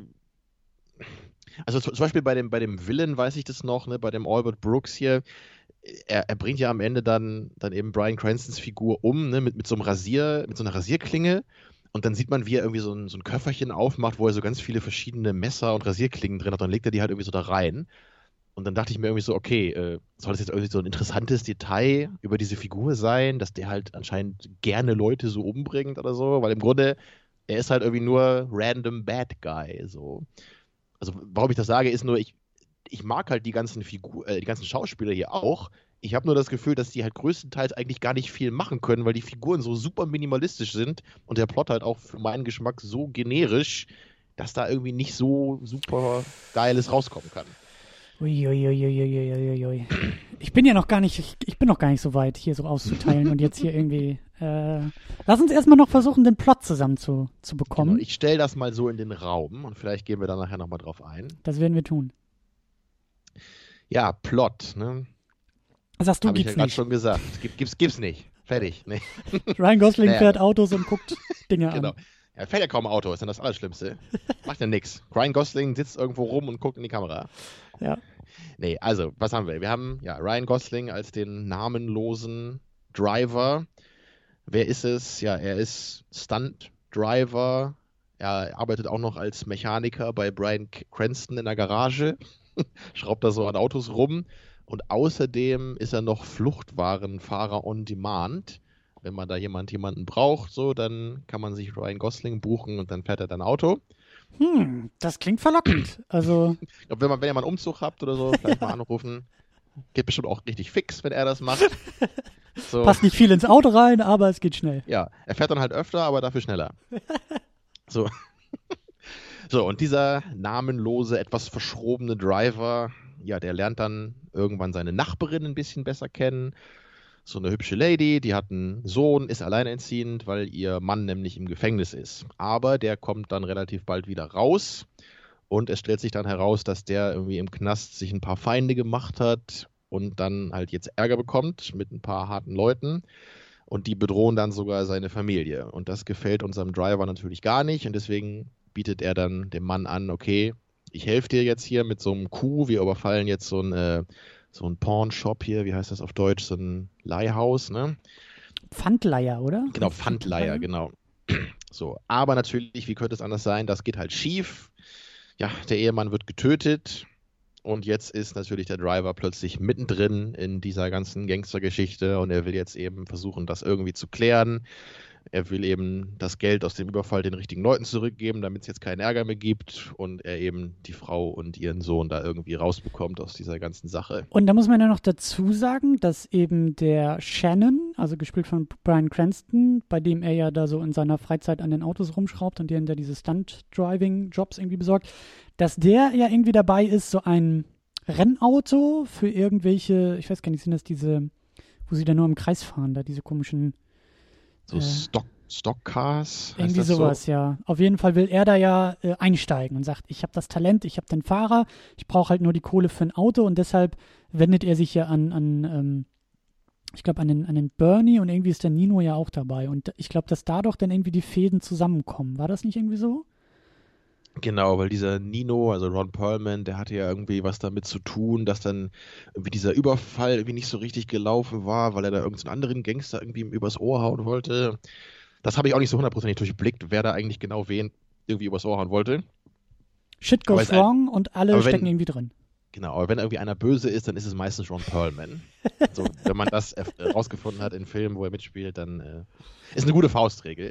Also zum Beispiel bei dem, bei dem Villain weiß ich das noch, ne, bei dem Albert Brooks hier, er, er bringt ja am Ende dann, dann eben Bryan Cranstons Figur um, ne, mit, mit so einem Rasier, mit so einer Rasierklinge und dann sieht man, wie er irgendwie so ein, so ein Köfferchen aufmacht, wo er so ganz viele verschiedene Messer und Rasierklingen drin hat, dann legt er die halt irgendwie so da rein und dann dachte ich mir irgendwie so, okay, äh, soll das jetzt irgendwie so ein interessantes Detail über diese Figur sein, dass der halt anscheinend gerne Leute so umbringt oder so, weil im Grunde, er ist halt irgendwie nur random bad guy, so. Also warum ich das sage, ist nur, ich, ich mag halt die ganzen Figur, äh, die ganzen Schauspieler hier auch. Ich habe nur das Gefühl, dass die halt größtenteils eigentlich gar nicht viel machen können, weil die Figuren so super minimalistisch sind und der Plot halt auch für meinen Geschmack so generisch, dass da irgendwie nicht so super Geiles rauskommen kann. Uiuiuiuiuiui. Ich bin ja noch gar nicht, ich, ich bin noch gar nicht so weit, hier so auszuteilen und jetzt hier irgendwie Äh, lass uns erstmal noch versuchen, den Plot zusammen zu, zu bekommen. Genau, ich stelle das mal so in den Raum und vielleicht gehen wir da nachher nochmal drauf ein. Das werden wir tun. Ja, Plot, ne? Sagst du, Hab ich gibt's ja gerade nicht. schon gesagt. Gib, gibt's, gibt's nicht. Fertig. Nee. Ryan Gosling Naja. fährt Autos und guckt Dinge Genau. an. Er fährt ja kaum Auto, ist dann das Allerschlimmste. Macht ja nix. Ryan Gosling sitzt irgendwo rum und guckt in die Kamera. Ja. Nee, also, was haben wir? Wir haben ja Ryan Gosling als den namenlosen Driver. Wer ist es? Ja, er ist Stunt-Driver. Er arbeitet auch noch als Mechaniker bei Bryan Cranston in der Garage. Schraubt da so an Autos rum. Und außerdem ist er noch Fluchtwarenfahrer on Demand. Wenn man da jemand jemanden braucht, so, dann kann man sich Ryan Gosling buchen und dann fährt er dann Auto. Hm, das klingt verlockend. Also, Ich glaub, wenn, man, wenn ihr mal einen Umzug habt oder so, vielleicht mal anrufen. Geht bestimmt auch richtig fix, wenn er das macht. So. passt nicht viel ins Auto rein, aber es geht schnell. Ja, er fährt dann halt öfter, aber dafür schneller. So. So, und dieser namenlose, etwas verschrobene Driver, ja, der lernt dann irgendwann seine Nachbarin ein bisschen besser kennen. So eine hübsche Lady, die hat einen Sohn, ist alleinerziehend, weil ihr Mann nämlich im Gefängnis ist. Aber der kommt dann relativ bald wieder raus und es stellt sich dann heraus, dass der irgendwie im Knast sich ein paar Feinde gemacht hat und dann halt jetzt Ärger bekommt mit ein paar harten Leuten und die bedrohen dann sogar seine Familie. Und das gefällt unserem Driver natürlich gar nicht und deswegen bietet er dann dem Mann an, okay, ich helfe dir jetzt hier mit so einem Coup, wir überfallen jetzt so ein, äh, so ein Pawn-Shop hier, wie heißt das auf Deutsch, so ein Leihhaus, ne? Pfandleiher, oder? Genau, Pfandleiher, genau. So, aber natürlich, wie könnte es anders sein, das geht halt schief. Ja, der Ehemann wird getötet und jetzt ist natürlich der Driver plötzlich mittendrin in dieser ganzen Gangstergeschichte und er will jetzt eben versuchen, das irgendwie zu klären. Er will eben das Geld aus dem Überfall den richtigen Leuten zurückgeben, damit es jetzt keinen Ärger mehr gibt und er eben die Frau und ihren Sohn da irgendwie rausbekommt aus dieser ganzen Sache. Und da muss man ja noch dazu sagen, dass eben der Shannon, also gespielt von Bryan Cranston, bei dem er ja da so in seiner Freizeit an den Autos rumschraubt und denen da diese Stunt-Driving-Jobs irgendwie besorgt, dass der ja irgendwie dabei ist, so ein Rennauto für irgendwelche, ich weiß gar nicht, sind das diese, wo sie da nur im Kreis fahren, da diese komischen So Äh, Stock, Stockcars? heißt irgendwie das sowas, so? ja. Auf jeden Fall will er da ja äh, einsteigen und sagt, ich habe das Talent, ich habe den Fahrer, ich brauche halt nur die Kohle für ein Auto und deshalb wendet er sich ja an, an ähm, ich glaube, an den, an den Bernie und irgendwie ist der Nino ja auch dabei und ich glaube, dass dadurch dann irgendwie die Fäden zusammenkommen. War das nicht irgendwie so? Genau, weil dieser Nino, also Ron Perlman, der hatte ja irgendwie was damit zu tun, dass dann irgendwie dieser Überfall irgendwie nicht so richtig gelaufen war, weil er da irgendeinen anderen Gangster irgendwie übers Ohr hauen wollte. Das habe ich auch nicht so hundertprozentig durchblickt, wer da eigentlich genau wen irgendwie übers Ohr hauen wollte. Shit Aber goes es ein- wrong und alle aber wenn- stecken irgendwie drin. Genau, aber wenn irgendwie einer böse ist, dann ist es meistens Ron Perlman. So, wenn man das äh, rausgefunden hat in Filmen, wo er mitspielt, dann äh, ist eine gute Faustregel.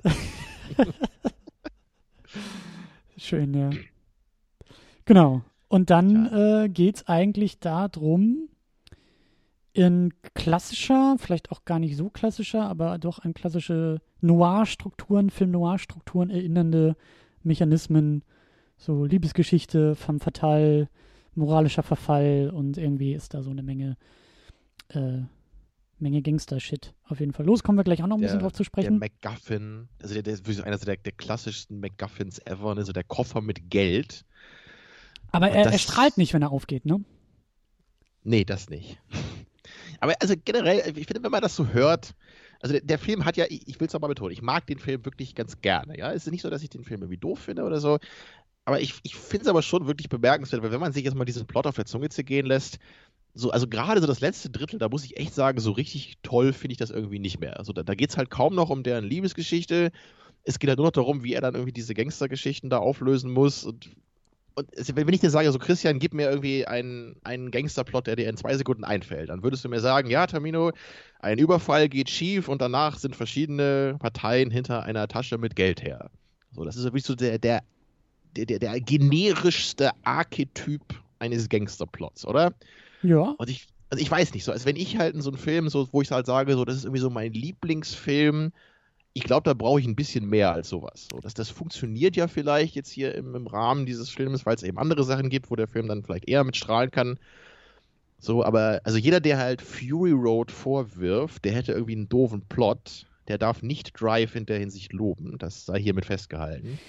Schön, ja. Genau. Und dann äh, geht es eigentlich darum, in klassischer, vielleicht auch gar nicht so klassischer, aber doch an klassische Noir-Strukturen, Film-Noir-Strukturen erinnernde Mechanismen, so Liebesgeschichte, femme fatale, moralischer Verfall und irgendwie ist da so eine Menge, äh, Menge Gangster-Shit auf jeden Fall. Los, kommen wir gleich auch noch ein bisschen drauf zu Der sprechen. MacGuffin, also der, der ist wirklich so einer der, der klassischsten MacGuffins ever, ne? So der Koffer mit Geld. Aber und er, das- er strahlt nicht, wenn er aufgeht, ne? Nee, das nicht. Aber also generell, ich finde, wenn man das so hört, also der, der Film hat ja, ich, ich will es nochmal betonen, ich mag den Film wirklich ganz gerne. Ja, es ist nicht so, dass ich den Film irgendwie doof finde oder so, aber ich, ich finde es aber schon wirklich bemerkenswert, weil wenn man sich jetzt mal diesen Plot auf der Zunge zergehen lässt, so, also gerade so das letzte Drittel, da muss ich echt sagen, so richtig toll finde ich das irgendwie nicht mehr. Also da, da geht es halt kaum noch um deren Liebesgeschichte. Es geht halt nur noch darum, wie er dann irgendwie diese Gangstergeschichten da auflösen muss. Und, und es- wenn ich dir sage, so Christian, gib mir irgendwie einen, einen Gangsterplot, der dir in zwei Sekunden einfällt, dann würdest du mir sagen, ja, Tamino, ein Überfall geht schief und danach sind verschiedene Parteien hinter einer Tasche mit Geld her. So, das ist wirklich so der, der, der, der, der generischste Archetyp eines Gangsterplots, oder? Ja. Und ich, also ich weiß nicht, so, als wenn ich halt in so einen Film, so, wo ich halt sage, so, das ist irgendwie so mein Lieblingsfilm, ich glaube, da brauche ich ein bisschen mehr als sowas. So, das, das funktioniert ja vielleicht jetzt hier im, im Rahmen dieses Films, weil es eben andere Sachen gibt, wo der Film dann vielleicht eher mitstrahlen kann. So, aber also jeder, der halt Fury Road vorwirft, der hätte irgendwie einen doofen Plot, der darf nicht Drive in der Hinsicht loben. Das sei hiermit festgehalten.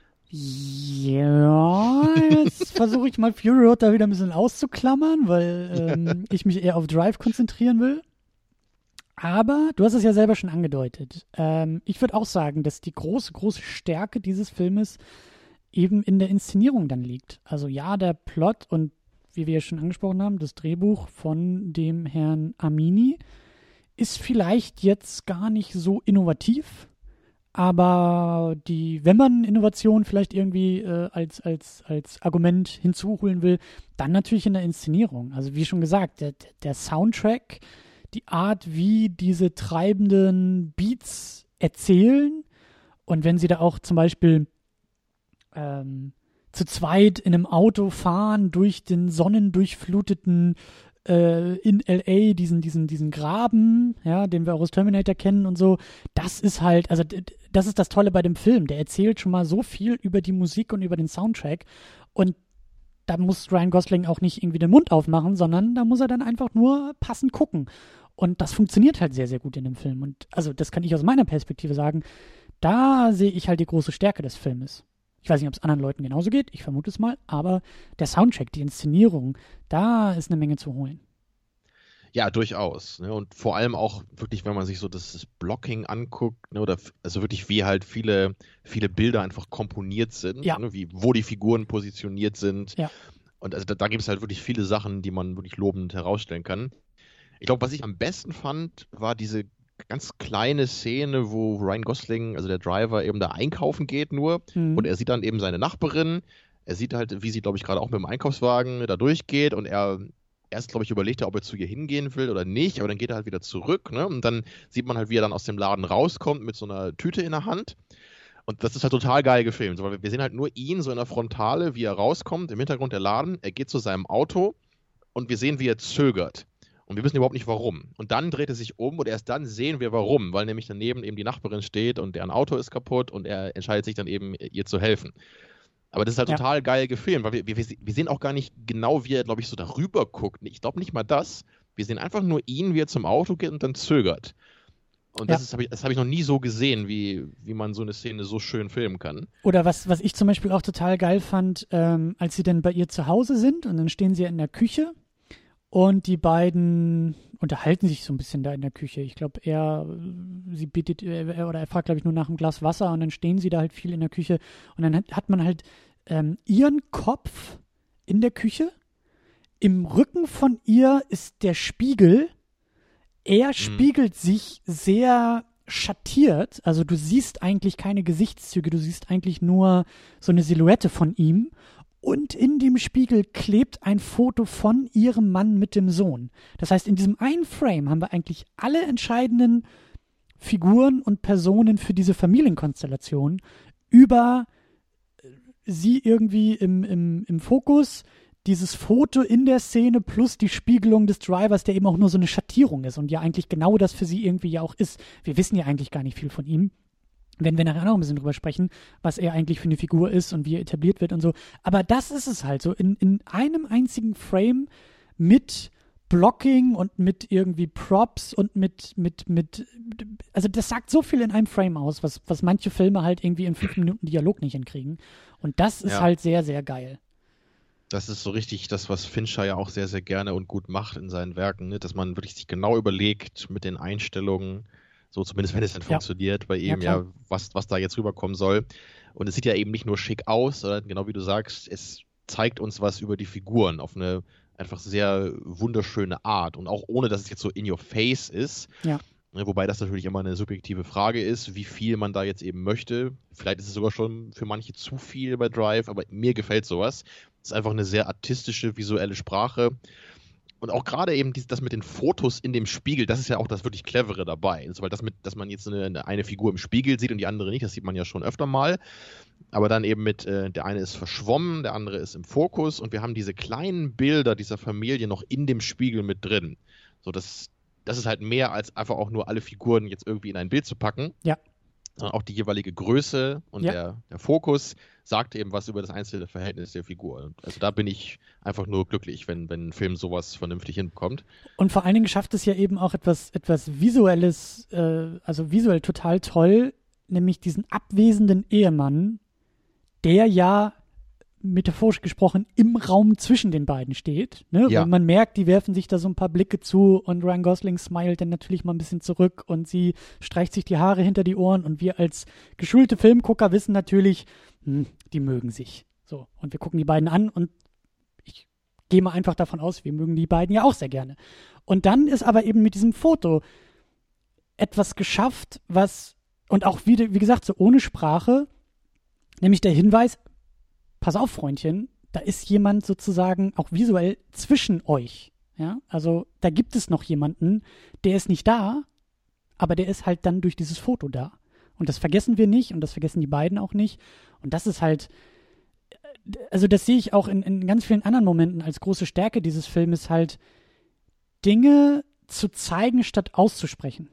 Ja, jetzt versuche ich mal Fury Road da wieder ein bisschen auszuklammern, weil ähm, ich mich eher auf Drive konzentrieren will. Aber du hast es ja selber schon angedeutet. Ähm, ich würde auch sagen, dass die große, große Stärke dieses Filmes eben in der Inszenierung dann liegt. Also ja, der Plot und wie wir ja schon angesprochen haben, das Drehbuch von dem Herrn Amini ist vielleicht jetzt gar nicht so innovativ. Aber die, wenn man Innovation vielleicht irgendwie äh, als, als, als Argument hinzuholen will, dann natürlich in der Inszenierung. Also wie schon gesagt, der, der Soundtrack, die Art, wie diese treibenden Beats erzählen und wenn sie da auch zum Beispiel ähm, zu zweit in einem Auto fahren durch den sonnendurchfluteten äh, in L A, diesen, diesen, diesen Graben, ja, den wir auch aus Terminator kennen und so, das ist halt, also das ist das Tolle bei dem Film. Der erzählt schon mal so viel über die Musik und über den Soundtrack und da muss Ryan Gosling auch nicht irgendwie den Mund aufmachen, sondern da muss er dann einfach nur passend gucken. Und das funktioniert halt sehr, sehr gut in dem Film. Und also das kann ich aus meiner Perspektive sagen, da sehe ich halt die große Stärke des Filmes. Ich weiß nicht, ob es anderen Leuten genauso geht, ich vermute es mal, aber der Soundtrack, die Inszenierung, da ist eine Menge zu holen. Ja, durchaus. Ne? Und vor allem auch wirklich, wenn man sich so das, das Blocking anguckt, ne? Oder also wirklich wie halt viele, viele Bilder einfach komponiert sind, ja. ne? Wie, wo die Figuren positioniert sind. Ja. Und also da, da gibt es halt wirklich viele Sachen, die man wirklich lobend herausstellen kann. Ich glaube, was ich am besten fand, war diese ganz kleine Szene, wo Ryan Gosling, also der Driver, eben da einkaufen geht nur mhm. und er sieht dann eben seine Nachbarin. Er sieht halt, wie sie, glaube ich, gerade auch mit dem Einkaufswagen da durchgeht und er erst, glaube ich, überlegt er, ob er zu ihr hingehen will oder nicht, aber dann geht er halt wieder zurück, ne? Und dann sieht man halt, wie er dann aus dem Laden rauskommt mit so einer Tüte in der Hand. Und das ist halt total geil gefilmt, weil wir sehen halt nur ihn so in der Frontale, wie er rauskommt, im Hintergrund der Laden, er geht zu seinem Auto und wir sehen, wie er zögert. Und wir wissen überhaupt nicht, warum. Und dann dreht er sich um und erst dann sehen wir, warum. Weil nämlich daneben eben die Nachbarin steht und deren Auto ist kaputt und er entscheidet sich dann eben, ihr zu helfen. Aber das ist halt ja. total geil gefilmt, weil wir, wir, wir sehen auch gar nicht genau, wie er, glaube ich, so darüber guckt. Ich glaube nicht mal das. Wir sehen einfach nur ihn, wie er zum Auto geht und dann zögert. Und das, ja. habe ich, das hab ich noch nie so gesehen, wie, wie man so eine Szene so schön filmen kann. Oder was, was ich zum Beispiel auch total geil fand, ähm, als sie dann bei ihr zu Hause sind und dann stehen sie in der Küche. Und die beiden unterhalten sich so ein bisschen da in der Küche. Ich glaube, er, sie bittet, er, oder er fragt, glaube ich, nur nach einem Glas Wasser und dann stehen sie da halt viel in der Küche. Und dann hat, hat man halt ähm, ihren Kopf in der Küche. Im Rücken von ihr ist der Spiegel. Er mhm. spiegelt sich sehr schattiert. Also du siehst eigentlich keine Gesichtszüge, du siehst eigentlich nur so eine Silhouette von ihm. Und in dem Spiegel klebt ein Foto von ihrem Mann mit dem Sohn. Das heißt, in diesem einen Frame haben wir eigentlich alle entscheidenden Figuren und Personen für diese Familienkonstellation über sie irgendwie im, im, im Fokus, dieses Foto in der Szene plus die Spiegelung des Drivers, der eben auch nur so eine Schattierung ist und ja eigentlich genau das für sie irgendwie ja auch ist. Wir wissen ja eigentlich gar nicht viel von ihm. Wenn wir nachher noch ein bisschen drüber sprechen, was er eigentlich für eine Figur ist und wie er etabliert wird und so. Aber das ist es halt so. In, in einem einzigen Frame mit Blocking und mit irgendwie Props und mit, mit, mit, also das sagt so viel in einem Frame aus, was, was manche Filme halt irgendwie in fünf Minuten Dialog nicht hinkriegen. Und das ist ja. halt sehr, sehr geil. Das ist so richtig das, was Fincher ja auch sehr, sehr gerne und gut macht in seinen Werken, ne? Dass man wirklich sich genau überlegt mit den Einstellungen, so zumindest wenn es dann ja. funktioniert bei ihm, ja, ja, was, was da jetzt rüberkommen soll. Und es sieht ja eben nicht nur schick aus, sondern genau wie du sagst, es zeigt uns was über die Figuren auf eine einfach sehr wunderschöne Art. Und auch ohne, dass es jetzt so in your face ist. Ja. Wobei das natürlich immer eine subjektive Frage ist, wie viel man da jetzt eben möchte. Vielleicht ist es sogar schon für manche zu viel bei Drive, aber mir gefällt sowas. Es ist einfach eine sehr artistische, visuelle Sprache. Und auch gerade eben das mit den Fotos in dem Spiegel, das ist ja auch das wirklich Clevere dabei. Also, weil das mit, dass man jetzt eine, eine Figur im Spiegel sieht und die andere nicht, das sieht man ja schon öfter mal. Aber dann eben mit, äh, der eine ist verschwommen, der andere ist im Fokus und wir haben diese kleinen Bilder dieser Familie noch in dem Spiegel mit drin. So, das, das ist halt mehr als einfach auch nur alle Figuren jetzt irgendwie in ein Bild zu packen. Ja. sondern auch die jeweilige Größe und Ja. der, der Fokus sagt eben was über das einzelne Verhältnis der Figur. Also da bin ich einfach nur glücklich, wenn, wenn ein Film sowas vernünftig hinbekommt. Und vor allen Dingen schafft es ja eben auch etwas, etwas Visuelles, äh, also visuell total toll, nämlich diesen abwesenden Ehemann, der ja metaphorisch gesprochen im Raum zwischen den beiden steht. Ne? Ja. Weil man merkt, die werfen sich da so ein paar Blicke zu und Ryan Gosling smilet dann natürlich mal ein bisschen zurück und sie streicht sich die Haare hinter die Ohren und wir als geschulte Filmgucker wissen natürlich, hm, die mögen sich. So, und wir gucken die beiden an und ich gehe mal einfach davon aus, wir mögen die beiden ja auch sehr gerne. Und dann ist aber eben mit diesem Foto etwas geschafft, was, und auch wie, wie gesagt, so ohne Sprache, nämlich der Hinweis, pass auf, Freundchen, da ist jemand sozusagen auch visuell zwischen euch. Ja, also da gibt es noch jemanden, der ist nicht da, aber der ist halt dann durch dieses Foto da. Und das vergessen wir nicht und das vergessen die beiden auch nicht. Und das ist halt, also das sehe ich auch in, in ganz vielen anderen Momenten als große Stärke dieses Filmes halt, Dinge zu zeigen, statt auszusprechen.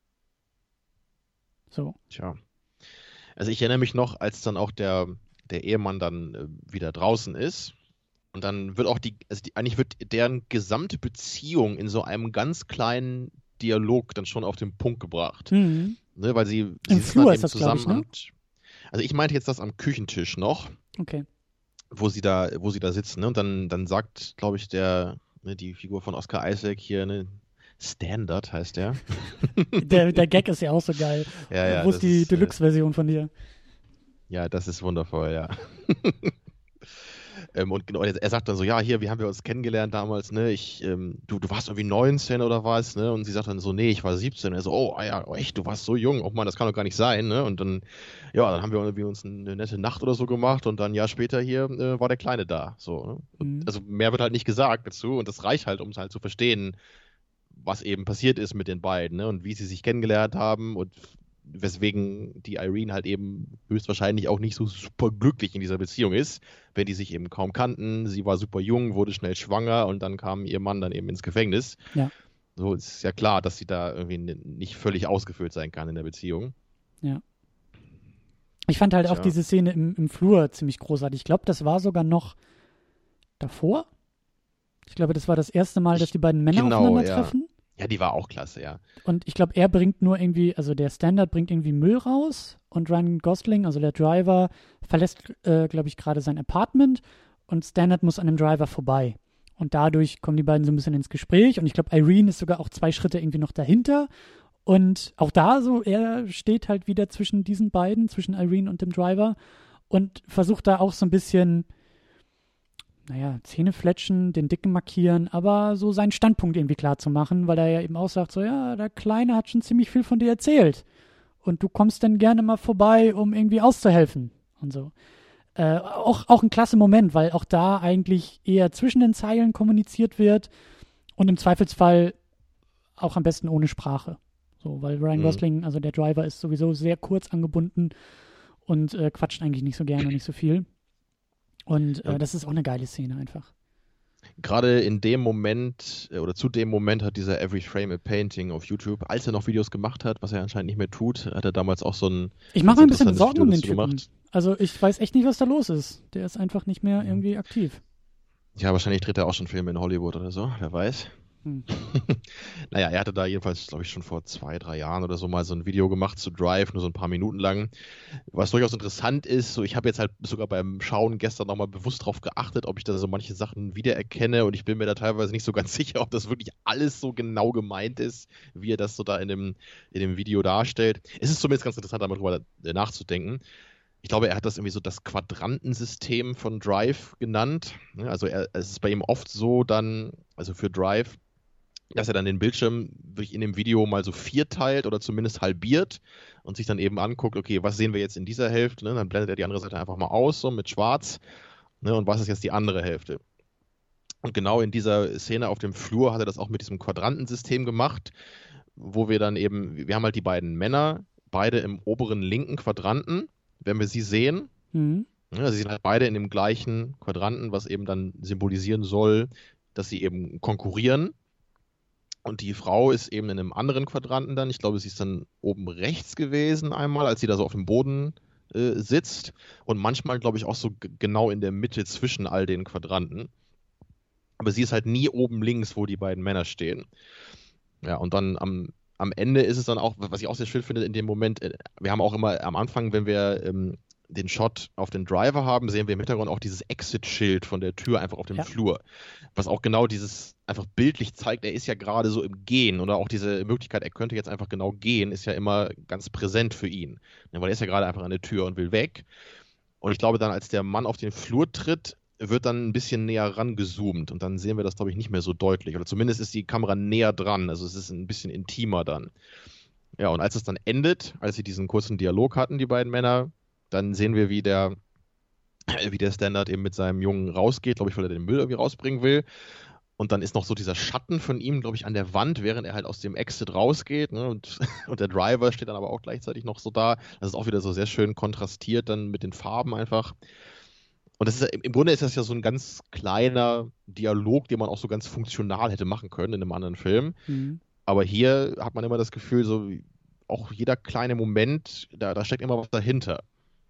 So. Tja. Also ich erinnere mich noch, als dann auch der, der Ehemann dann äh, wieder draußen ist und dann wird auch die, also die, eigentlich wird deren gesamte Beziehung in so einem ganz kleinen Dialog dann schon auf den Punkt gebracht. Mhm. Ne, weil sie, Im sie Flur dann ist das, glaub ich, ne? am, also ich meinte jetzt das am Küchentisch noch, Okay. wo sie da, wo sie da sitzen, ne? Und dann, dann sagt, glaube ich, der, ne, die Figur von Oscar Isaac hier, ne, Standard heißt der. Der, der Gag ist ja auch so geil. Ja, ja, Wo ist das die ist, äh, Deluxe-Version von dir? Ja, das ist wundervoll, ja. ähm, und genau, er, er sagt dann so, ja, hier, wie haben wir uns kennengelernt damals, ne? Ich, ähm, du, du warst irgendwie neunzehn oder was, ne? Und sie sagt dann so, nee, ich war siebzehn. Und er so, oh, ah ja, oh, echt, du warst so jung. Oh Mann, das kann doch gar nicht sein, ne? Und dann, ja, dann haben wir irgendwie uns eine nette Nacht oder so gemacht und dann ein Jahr später hier äh, war der Kleine da. So, ne? Und, Mhm. also mehr wird halt nicht gesagt dazu und das reicht halt, um es halt zu verstehen, was eben passiert ist mit den beiden, ne? Und wie sie sich kennengelernt haben und weswegen die Irene halt eben höchstwahrscheinlich auch nicht so super glücklich in dieser Beziehung ist, wenn die sich eben kaum kannten. Sie war super jung, wurde schnell schwanger und dann kam ihr Mann dann eben ins Gefängnis. Ja. So ist ja klar, dass sie da irgendwie nicht völlig ausgefüllt sein kann in der Beziehung. Ja. Ich fand halt Tja. auch diese Szene im, im Flur ziemlich großartig. Ich glaube, das war sogar noch davor. Ich glaube, das war das erste Mal, dass die beiden Männer Genau, aufeinandertreffen. Ja, die war auch klasse, ja. Und ich glaube, er bringt nur irgendwie, also der Standard bringt irgendwie Müll raus und Ryan Gosling, also der Driver, verlässt, äh, glaube ich, gerade sein Apartment und Standard muss an dem Driver vorbei. Und dadurch kommen die beiden so ein bisschen ins Gespräch und ich glaube, Irene ist sogar auch zwei Schritte irgendwie noch dahinter. Und auch da so, er steht halt wieder zwischen diesen beiden, zwischen Irene und dem Driver und versucht da auch so ein bisschen, naja, Zähne fletschen, den Dicken markieren, aber so seinen Standpunkt irgendwie klar zu machen, weil er ja eben auch sagt, so, ja, der Kleine hat schon ziemlich viel von dir erzählt und du kommst dann gerne mal vorbei, um irgendwie auszuhelfen und so. Äh, auch, auch ein klasse Moment, weil auch da eigentlich eher zwischen den Zeilen kommuniziert wird und im Zweifelsfall auch am besten ohne Sprache. So, weil Ryan Mhm. Gosling, also der Driver, ist sowieso sehr kurz angebunden und äh, quatscht eigentlich nicht so gerne und nicht so viel. Und äh, Ja. das ist auch eine geile Szene einfach. Gerade in dem Moment äh, oder zu dem Moment hat dieser Every Frame a Painting auf YouTube, als er noch Videos gemacht hat, was er anscheinend nicht mehr tut, hat er damals auch so ein Ich mache mir ein bisschen interessantes Sorgen Video um den dazu Typen. gemacht. Also ich weiß echt nicht, was da los ist. Der ist einfach nicht mehr Ja. irgendwie aktiv. Ja, wahrscheinlich dreht er auch schon Filme in Hollywood oder so, wer weiß. Hm. Naja, er hatte da jedenfalls, glaube ich, schon vor zwei, drei Jahren oder so mal so ein Video gemacht zu Drive, nur so ein paar Minuten lang. Was durchaus interessant ist, so ich habe jetzt halt sogar beim Schauen gestern nochmal bewusst drauf geachtet, ob ich da so manche Sachen wiedererkenne und ich bin mir da teilweise nicht so ganz sicher, ob das wirklich alles so genau gemeint ist, wie er das so da in dem, in dem Video darstellt. Es ist zumindest ganz interessant, darüber nachzudenken. Ich glaube, er hat das irgendwie so das Quadrantensystem von Drive genannt. Also er, es ist bei ihm oft so dann, also für Drive, dass er dann den Bildschirm wirklich in dem Video mal so vierteilt oder zumindest halbiert und sich dann eben anguckt, okay, was sehen wir jetzt in dieser Hälfte? Ne? Dann blendet er die andere Seite einfach mal aus, so mit schwarz. Ne? Und was ist jetzt die andere Hälfte? Und genau in dieser Szene auf dem Flur hat er das auch mit diesem Quadrantensystem gemacht, wo wir dann eben, wir haben halt die beiden Männer, beide im oberen linken Quadranten, wenn wir sie sehen. Mhm. Ja, sie sind halt beide in dem gleichen Quadranten, was eben dann symbolisieren soll, dass sie eben konkurrieren. Und die Frau ist eben in einem anderen Quadranten dann. Ich glaube, sie ist dann oben rechts gewesen einmal, als sie da so auf dem Boden äh, sitzt. Und manchmal, glaube ich, auch so g- genau in der Mitte zwischen all den Quadranten. Aber sie ist halt nie oben links, wo die beiden Männer stehen. Ja, und dann am, am Ende ist es dann auch, was ich auch sehr schön finde in dem Moment, äh, wir haben auch immer am Anfang, wenn wir ähm, den Shot auf den Driver haben, sehen wir im Hintergrund auch dieses Exit-Schild von der Tür einfach auf dem Ja. Flur. Was auch genau dieses einfach bildlich zeigt, er ist ja gerade so im Gehen oder auch diese Möglichkeit, er könnte jetzt einfach genau gehen, ist ja immer ganz präsent für ihn. Ja, weil er ist ja gerade einfach an der Tür und will weg. Und ich glaube dann, als der Mann auf den Flur tritt, wird dann ein bisschen näher rangezoomt und dann sehen wir das, glaube ich, nicht mehr so deutlich. Oder zumindest ist die Kamera näher dran, also es ist ein bisschen intimer dann. Ja, und als es dann endet, als sie diesen kurzen Dialog hatten, die beiden Männer, dann sehen wir, wie der, wie der Standard eben mit seinem Jungen rausgeht, glaube ich, weil er den Müll irgendwie rausbringen will. Und dann ist noch so dieser Schatten von ihm, glaube ich, an der Wand, während er halt aus dem Exit rausgeht. Ne? Und, und der Driver steht dann aber auch gleichzeitig noch so da. Das ist auch wieder so sehr schön kontrastiert dann mit den Farben einfach. Und das ist, im Grunde ist das ja so ein ganz kleiner Dialog, den man auch so ganz funktional hätte machen können in einem anderen Film. Mhm. Aber hier hat man immer das Gefühl, so auch jeder kleine Moment, da, da steckt immer was dahinter.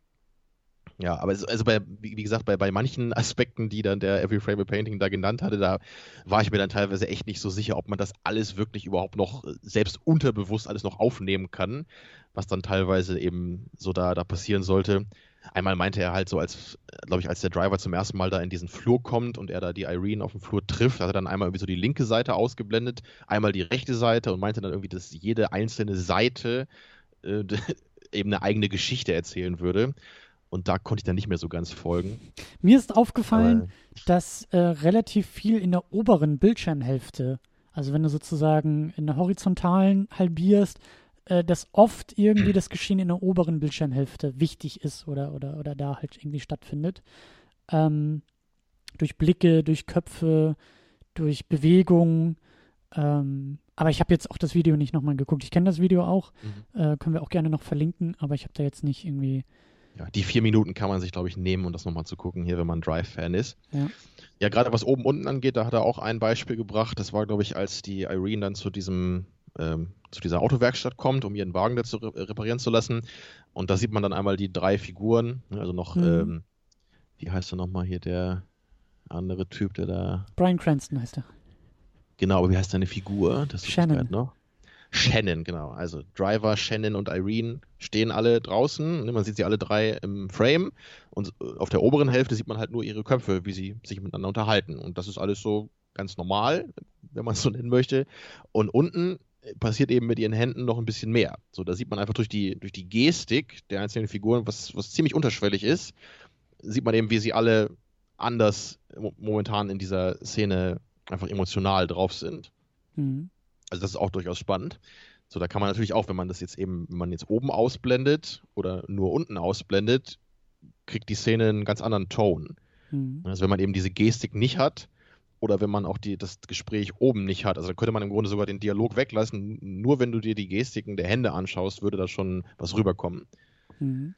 Ja, aber es, also bei, wie wie gesagt, bei, bei manchen Aspekten, die dann der Every Frame a Painting da genannt hatte, da war ich mir dann teilweise echt nicht so sicher, ob man das alles wirklich überhaupt noch äh, selbst unterbewusst alles noch aufnehmen kann, was dann teilweise eben so da, da passieren sollte. Einmal meinte er halt so, als, glaube ich, als der Driver zum ersten Mal da in diesen Flur kommt und er da die Irene auf dem Flur trifft, hat er dann einmal irgendwie so die linke Seite ausgeblendet, einmal die rechte Seite und meinte dann irgendwie, dass jede einzelne Seite äh, eben eine eigene Geschichte erzählen würde. Und da konnte ich dann nicht mehr so ganz folgen. Mir ist aufgefallen, Aber dass äh, relativ viel in der oberen Bildschirmhälfte, also wenn du sozusagen in der horizontalen halbierst, äh, dass oft irgendwie das Geschehen in der oberen Bildschirmhälfte wichtig ist oder, oder, oder da halt irgendwie stattfindet. Ähm, durch Blicke, durch Köpfe, durch Bewegung. Ähm, aber ich habe jetzt auch das Video nicht nochmal geguckt. Ich kenne das Video auch, mhm. äh, können wir auch gerne noch verlinken, aber ich habe da jetzt nicht irgendwie... Ja, die vier Minuten kann man sich, glaube ich, nehmen, um das nochmal zu gucken, hier, wenn man Drive-Fan ist. Ja. Ja, gerade was oben unten angeht, da hat er auch ein Beispiel gebracht. Das war, glaube ich, als die Irene dann zu diesem, ähm, zu dieser Autowerkstatt kommt, um ihren Wagen da zu re- reparieren zu lassen. Und da sieht man dann einmal die drei Figuren, ne, also noch, Mhm. ähm, wie heißt er nochmal hier, der andere Typ, der da, Bryan Cranston heißt er. genau, aber wie heißt seine Figur? Das Shannon. noch. Shannon, genau. Also Driver, Shannon und Irene stehen alle draußen. Man sieht sie alle drei im Frame. Und auf der oberen Hälfte sieht man halt nur ihre Köpfe, wie sie sich miteinander unterhalten. Und das ist alles so ganz normal, wenn man es so nennen möchte. Und unten passiert eben mit ihren Händen noch ein bisschen mehr. So, da sieht man einfach durch die, durch die Gestik der einzelnen Figuren, was, was ziemlich unterschwellig ist, sieht man eben, wie sie alle anders mo- momentan in dieser Szene einfach emotional drauf sind. Mhm. Also das ist auch durchaus spannend. So, da kann man natürlich auch, wenn man das jetzt eben, wenn man jetzt oben ausblendet oder nur unten ausblendet, kriegt die Szene einen ganz anderen Ton. Mhm. Also wenn man eben diese Gestik nicht hat oder wenn man auch die, das Gespräch oben nicht hat, also dann könnte man im Grunde sogar den Dialog weglassen. Nur wenn du dir die Gestiken der Hände anschaust, würde da schon was rüberkommen. Mhm.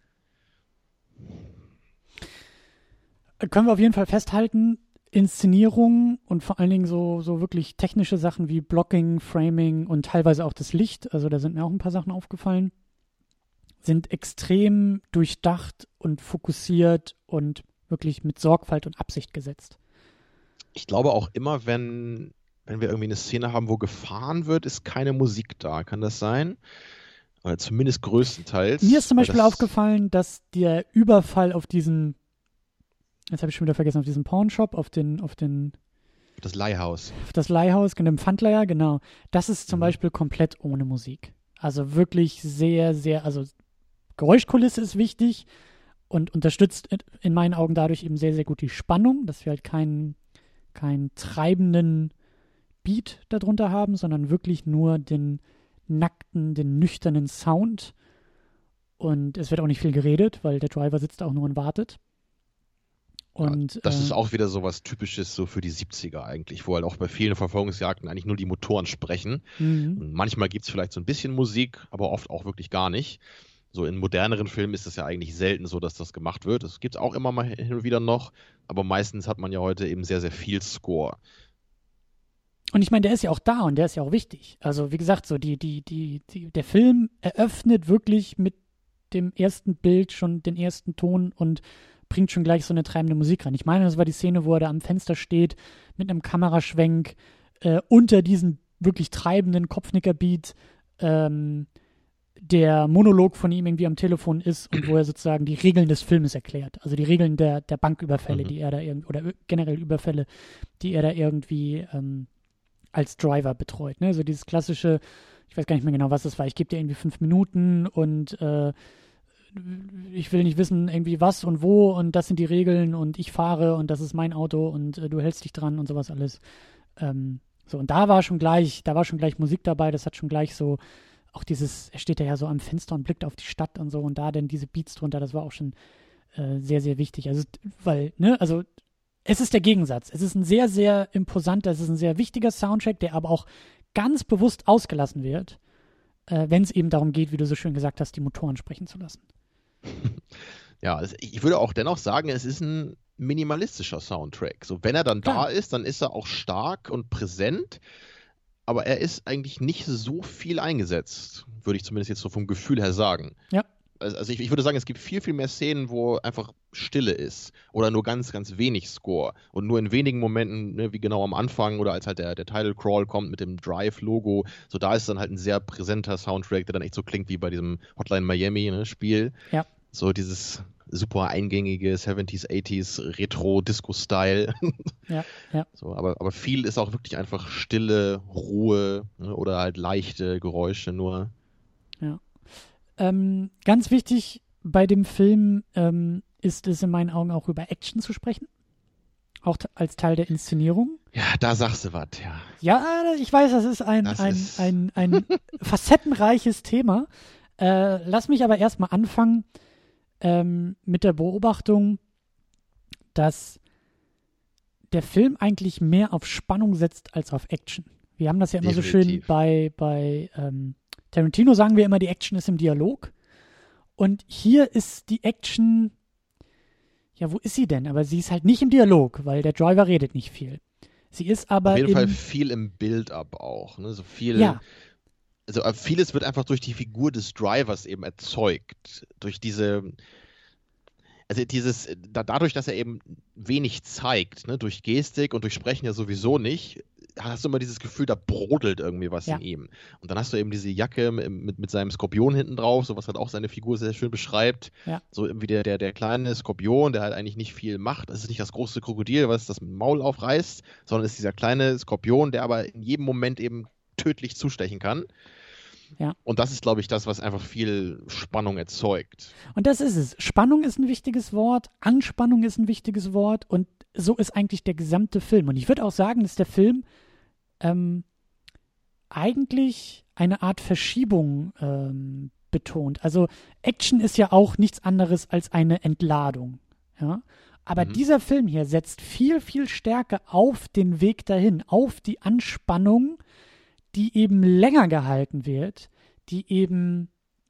Können wir auf jeden Fall festhalten, Inszenierung und vor allen Dingen so, so wirklich technische Sachen wie Blocking, Framing und teilweise auch das Licht, also da sind mir auch ein paar Sachen aufgefallen, sind extrem durchdacht und fokussiert und wirklich mit Sorgfalt und Absicht gesetzt. Ich glaube auch immer, wenn, wenn wir irgendwie eine Szene haben, wo gefahren wird, ist keine Musik da. Kann das sein? Oder zumindest größtenteils. Mir ist zum Weil Beispiel das- aufgefallen, dass der Überfall auf diesen, jetzt habe ich schon wieder vergessen, auf diesen Pawnshop, auf den, auf den, Das Leihhaus. auf das Leihhaus, genau, dem Pfandleiher, genau. Das ist zum Mhm. Beispiel komplett ohne Musik. Also wirklich sehr, sehr, also Geräuschkulisse ist wichtig und unterstützt in- in meinen Augen dadurch eben sehr, sehr gut die Spannung, dass wir halt keinen, keinen treibenden Beat darunter haben, sondern wirklich nur den nackten, den nüchternen Sound. Und es wird auch nicht viel geredet, weil der Driver sitzt auch nur und wartet. Und, Ja, das äh, ist auch wieder so was Typisches so für die siebziger eigentlich, wo halt auch bei vielen Verfolgungsjagden eigentlich nur die Motoren sprechen. mhm. Und manchmal gibt es vielleicht so ein bisschen Musik, aber oft auch wirklich gar nicht. So in moderneren Filmen ist es ja eigentlich selten so, dass das gemacht wird. Es gibt es auch immer mal hin und wieder noch, aber meistens hat man ja heute eben sehr, sehr viel Score. Und ich meine, der ist ja auch da und der ist ja auch wichtig. Also wie gesagt, so die, die, die, die, der Film eröffnet wirklich mit dem ersten Bild schon den ersten Ton und bringt schon gleich so eine treibende Musik rein. Ich meine, das war die Szene, wo er da am Fenster steht mit einem Kameraschwenk äh, unter diesen wirklich treibenden Kopfnicker-Beat, ähm, der Monolog von ihm irgendwie am Telefon ist und wo er sozusagen die Regeln des Filmes erklärt. Also die Regeln der, der Banküberfälle, mhm. die er da irgendwie, oder generell Überfälle, die er da irgendwie ähm, als Driver betreut. Ne? Also dieses klassische, ich weiß gar nicht mehr genau, was das war, ich gebe dir irgendwie fünf Minuten und äh, ich will nicht wissen, irgendwie was und wo und das sind die Regeln und ich fahre und das ist mein Auto und äh, du hältst dich dran und sowas alles. Ähm, so, und da war schon gleich, da war schon gleich Musik dabei, das hat schon gleich so, auch dieses, er steht da ja so am Fenster und blickt auf die Stadt und so und da denn diese Beats drunter, das war auch schon äh, sehr, sehr wichtig. Also, weil, ne, also es ist der Gegensatz. Es ist ein sehr, sehr imposanter, es ist ein sehr wichtiger Soundtrack, der aber auch ganz bewusst ausgelassen wird, äh, wenn es eben darum geht, wie du so schön gesagt hast, die Motoren sprechen zu lassen. Ja, es, ich würde auch dennoch sagen, es ist ein minimalistischer Soundtrack. So, wenn er dann Klar. da ist, dann ist er auch stark und präsent, aber er ist eigentlich nicht so viel eingesetzt, würde ich zumindest jetzt so vom Gefühl her sagen. Ja. Also ich, ich würde sagen, es gibt viel, viel mehr Szenen, wo einfach Stille ist oder nur ganz, ganz wenig Score und nur in wenigen Momenten, ne, wie genau am Anfang oder als halt der, der Title Crawl kommt mit dem Drive-Logo, so da ist dann halt ein sehr präsenter Soundtrack, der dann echt so klingt wie bei diesem Hotline Miami, ne, Spiel. Ja. So dieses super eingängige siebziger, achtziger Retro-Disco-Style. Ja, ja. So, aber, aber viel ist auch wirklich einfach Stille, Ruhe, ne, oder halt leichte Geräusche nur. Ja. Ähm, ganz wichtig bei dem Film ähm, ist es in meinen Augen auch über Action zu sprechen. Auch t- als Teil der Inszenierung. Ja, da sagst du was, ja. Ja, ich weiß, das ist ein, Das ein, ist- ein, ein facettenreiches Thema. Äh, lass mich aber erstmal anfangen ähm, mit der Beobachtung, dass der Film eigentlich mehr auf Spannung setzt als auf Action. Wir haben das ja immer so schön Definitiv. bei, bei ähm, Tarantino, sagen wir immer, die Action ist im Dialog. Und hier ist die Action, ja, wo ist sie denn? Aber sie ist halt nicht im Dialog, weil der Driver redet nicht viel. Sie ist aber Auf jeden im, Fall viel im Build-up auch, ne? So viel, ja, also äh, vieles wird einfach durch die Figur des Drivers eben erzeugt. Durch diese, also dieses, da, dadurch, dass er eben wenig zeigt, ne? Durch Gestik und durch Sprechen ja sowieso nicht, hast du immer dieses Gefühl, da brodelt irgendwie was Ja. in ihm. Und dann hast du eben diese Jacke mit, mit, mit seinem Skorpion hinten drauf, so was halt auch seine Figur sehr schön beschreibt. Ja. So irgendwie der, der, der kleine Skorpion, der halt eigentlich nicht viel macht. Das ist nicht das große Krokodil, was das Maul aufreißt, sondern es ist dieser kleine Skorpion, der aber in jedem Moment eben tödlich zustechen kann. Ja. Und das ist, glaube ich, das, was einfach viel Spannung erzeugt. Und das ist es. Spannung ist ein wichtiges Wort, Anspannung ist ein wichtiges Wort und so ist eigentlich der gesamte Film. Und ich würde auch sagen, dass der Film ähm, eigentlich eine Art Verschiebung ähm, betont. Also Action ist ja auch nichts anderes als eine Entladung. Ja? Aber Mhm. dieser Film hier setzt viel, viel stärker auf den Weg dahin, auf die Anspannung, die eben länger gehalten wird, die eben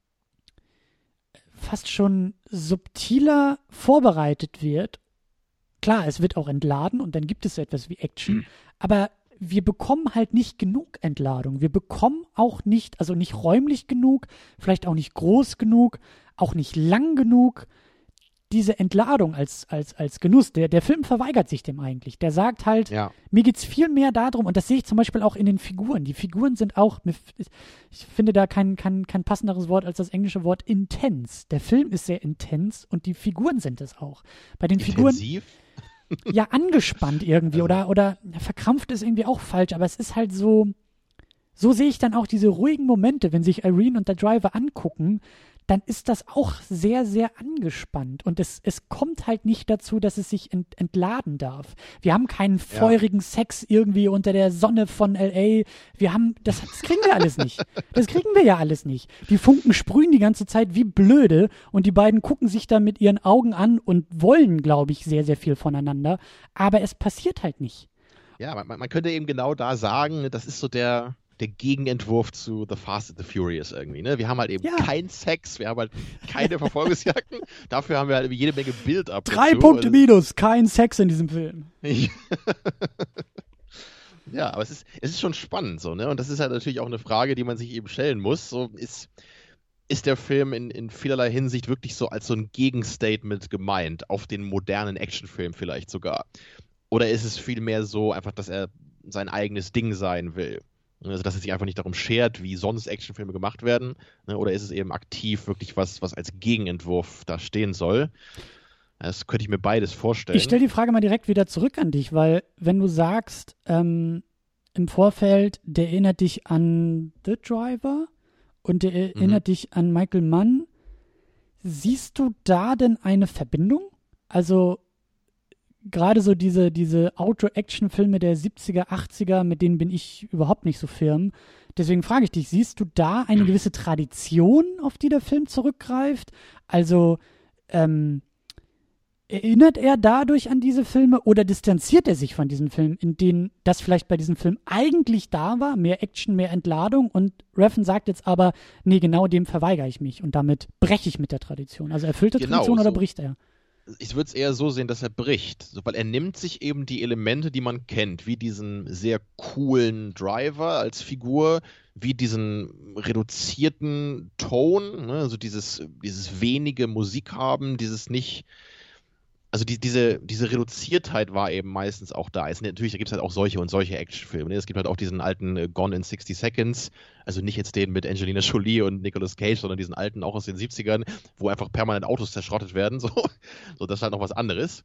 fast schon subtiler vorbereitet wird. Klar, es wird auch entladen und dann gibt es so etwas wie Action, aber wir bekommen halt nicht genug Entladung. Wir bekommen auch nicht, also nicht räumlich genug, vielleicht auch nicht groß genug, auch nicht lang genug, diese Entladung als, als, als Genuss. Der, der Film verweigert sich dem eigentlich. Der sagt halt, Ja. mir geht es viel mehr darum, und das sehe ich zum Beispiel auch in den Figuren. Die Figuren sind auch, ich finde da kein, kein, kein passenderes Wort als das englische Wort intens. Der Film ist sehr intens und die Figuren sind es auch. Bei den Figuren, Intensiv? ja, angespannt irgendwie Also- oder, oder verkrampft ist irgendwie auch falsch, aber es ist halt so, so sehe ich dann auch diese ruhigen Momente, wenn sich Irene und der Driver angucken, dann ist das auch sehr, sehr angespannt. Und es, es kommt halt nicht dazu, dass es sich ent, entladen darf. Wir haben keinen feurigen Sex irgendwie unter der Sonne von L A. Wir haben, das, das kriegen wir alles nicht. Das kriegen wir ja alles nicht. Die Funken sprühen die ganze Zeit wie blöde und die beiden gucken sich da mit ihren Augen an und wollen, glaube ich, sehr, sehr viel voneinander. Aber es passiert halt nicht. Ja, man, man könnte eben genau da sagen, ne, das ist so der, der Gegenentwurf zu The Fast and the Furious irgendwie. Ne? Wir haben halt eben Ja. keinen Sex, wir haben halt keine Verfolgungsjagden, dafür haben wir halt jede Menge Build-up. Drei dazu. Punkte Also- minus, kein Sex in diesem Film. Ja, aber es ist, es ist schon spannend so, ne? Und das ist halt natürlich auch eine Frage, die man sich eben stellen muss. So, ist, ist der Film in, in vielerlei Hinsicht wirklich so als so ein Gegenstatement gemeint, auf den modernen Actionfilm vielleicht sogar? Oder ist es vielmehr so einfach, dass er sein eigenes Ding sein will? Also, dass er sich einfach nicht darum schert, wie sonst Actionfilme gemacht werden. Ne? Oder ist es eben aktiv wirklich was, was als Gegenentwurf da stehen soll? Das könnte ich mir beides vorstellen. Ich stelle die Frage mal direkt wieder zurück an dich, weil wenn du sagst, ähm, im Vorfeld, der erinnert dich an The Driver und der erinnert mhm. dich an Michael Mann, siehst du da denn eine Verbindung? Also gerade so diese, diese Auto-Action-Filme der siebziger, achtziger, mit denen bin ich überhaupt nicht so firm. Deswegen frage ich dich, siehst du da eine gewisse Tradition, auf die der Film zurückgreift? Also, ähm, erinnert er dadurch an diese Filme oder distanziert er sich von diesen Filmen, in denen das vielleicht bei diesem Film eigentlich da war, mehr Action, mehr Entladung und Refn sagt jetzt aber, nee, genau dem verweigere ich mich und damit breche ich mit der Tradition. Also erfüllt er genau, Tradition oder so. bricht er? Ich würde es eher so sehen, dass er bricht, weil er nimmt sich eben die Elemente, die man kennt, wie diesen sehr coolen Driver als Figur, wie diesen reduzierten Ton, ne, also dieses, dieses wenige Musik haben, dieses nicht. Also die, diese, diese Reduziertheit war eben meistens auch da. Es, natürlich, da gibt es halt auch solche und solche Actionfilme. Ne? Es gibt halt auch diesen alten äh, Gone in sixty Seconds, also nicht jetzt den mit Angelina Jolie und Nicolas Cage, sondern diesen alten auch aus den siebzigern, wo einfach permanent Autos zerschrottet werden. So, so das ist halt noch was anderes.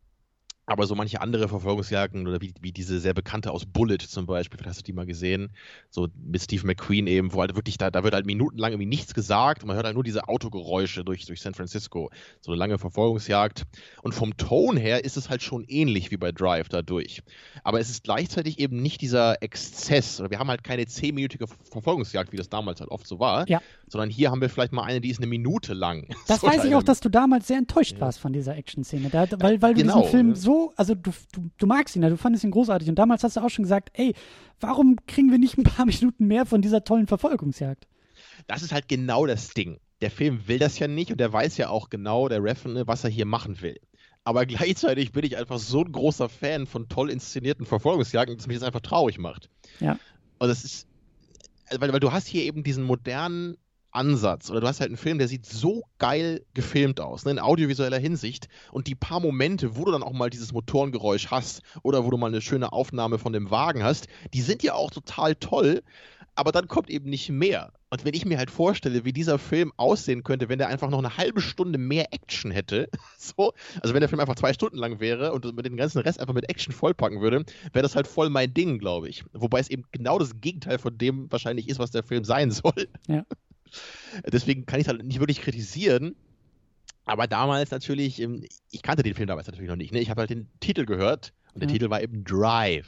Aber so manche andere Verfolgungsjagden oder wie, wie diese sehr bekannte aus Bullet zum Beispiel, vielleicht hast du die mal gesehen, so mit Steve McQueen eben, wo halt wirklich, da, da wird halt minutenlang irgendwie nichts gesagt und man hört halt nur diese Autogeräusche durch, durch San Francisco. So eine lange Verfolgungsjagd. Und vom Ton her ist es halt schon ähnlich wie bei Drive dadurch. Aber es ist gleichzeitig eben nicht dieser Exzess. Oder wir haben halt keine zehnminütige Verfolgungsjagd, wie das damals halt oft so war, ja. sondern hier haben wir vielleicht mal eine, die ist eine Minute lang. Das so weiß ich auch, dass du damals sehr enttäuscht ja. warst von dieser Action-Szene. Da, weil, weil du genau, diesen Film ne? so also du, du, du magst ihn, ja, du fandest ihn großartig. Und damals hast du auch schon gesagt, ey, warum kriegen wir nicht ein paar Minuten mehr von dieser tollen Verfolgungsjagd? Das ist halt genau das Ding. Der Film will das ja nicht und der weiß ja auch genau, der Refn, was er hier machen will. Aber gleichzeitig bin ich einfach so ein großer Fan von toll inszenierten Verfolgungsjagden, dass mich das einfach traurig macht. Ja. Und das ist, weil, weil du hast hier eben diesen modernen Ansatz, oder du hast halt einen Film, der sieht so geil gefilmt aus, ne, in audiovisueller Hinsicht, und die paar Momente, wo du dann auch mal dieses Motorengeräusch hast oder wo du mal eine schöne Aufnahme von dem Wagen hast, die sind ja auch total toll, aber dann kommt eben nicht mehr. Und wenn ich mir halt vorstelle, wie dieser Film aussehen könnte, wenn der einfach noch eine halbe Stunde mehr Action hätte, so, also wenn der Film einfach zwei Stunden lang wäre und mit den ganzen Rest einfach mit Action vollpacken würde, wäre das halt voll mein Ding, glaube ich. Wobei es eben genau das Gegenteil von dem wahrscheinlich ist, was der Film sein soll. Ja. Deswegen kann ich es halt nicht wirklich kritisieren. Aber damals natürlich, ich kannte den Film damals natürlich noch nicht. Ne? Ich habe halt den Titel gehört und der ja. Titel war eben Drive.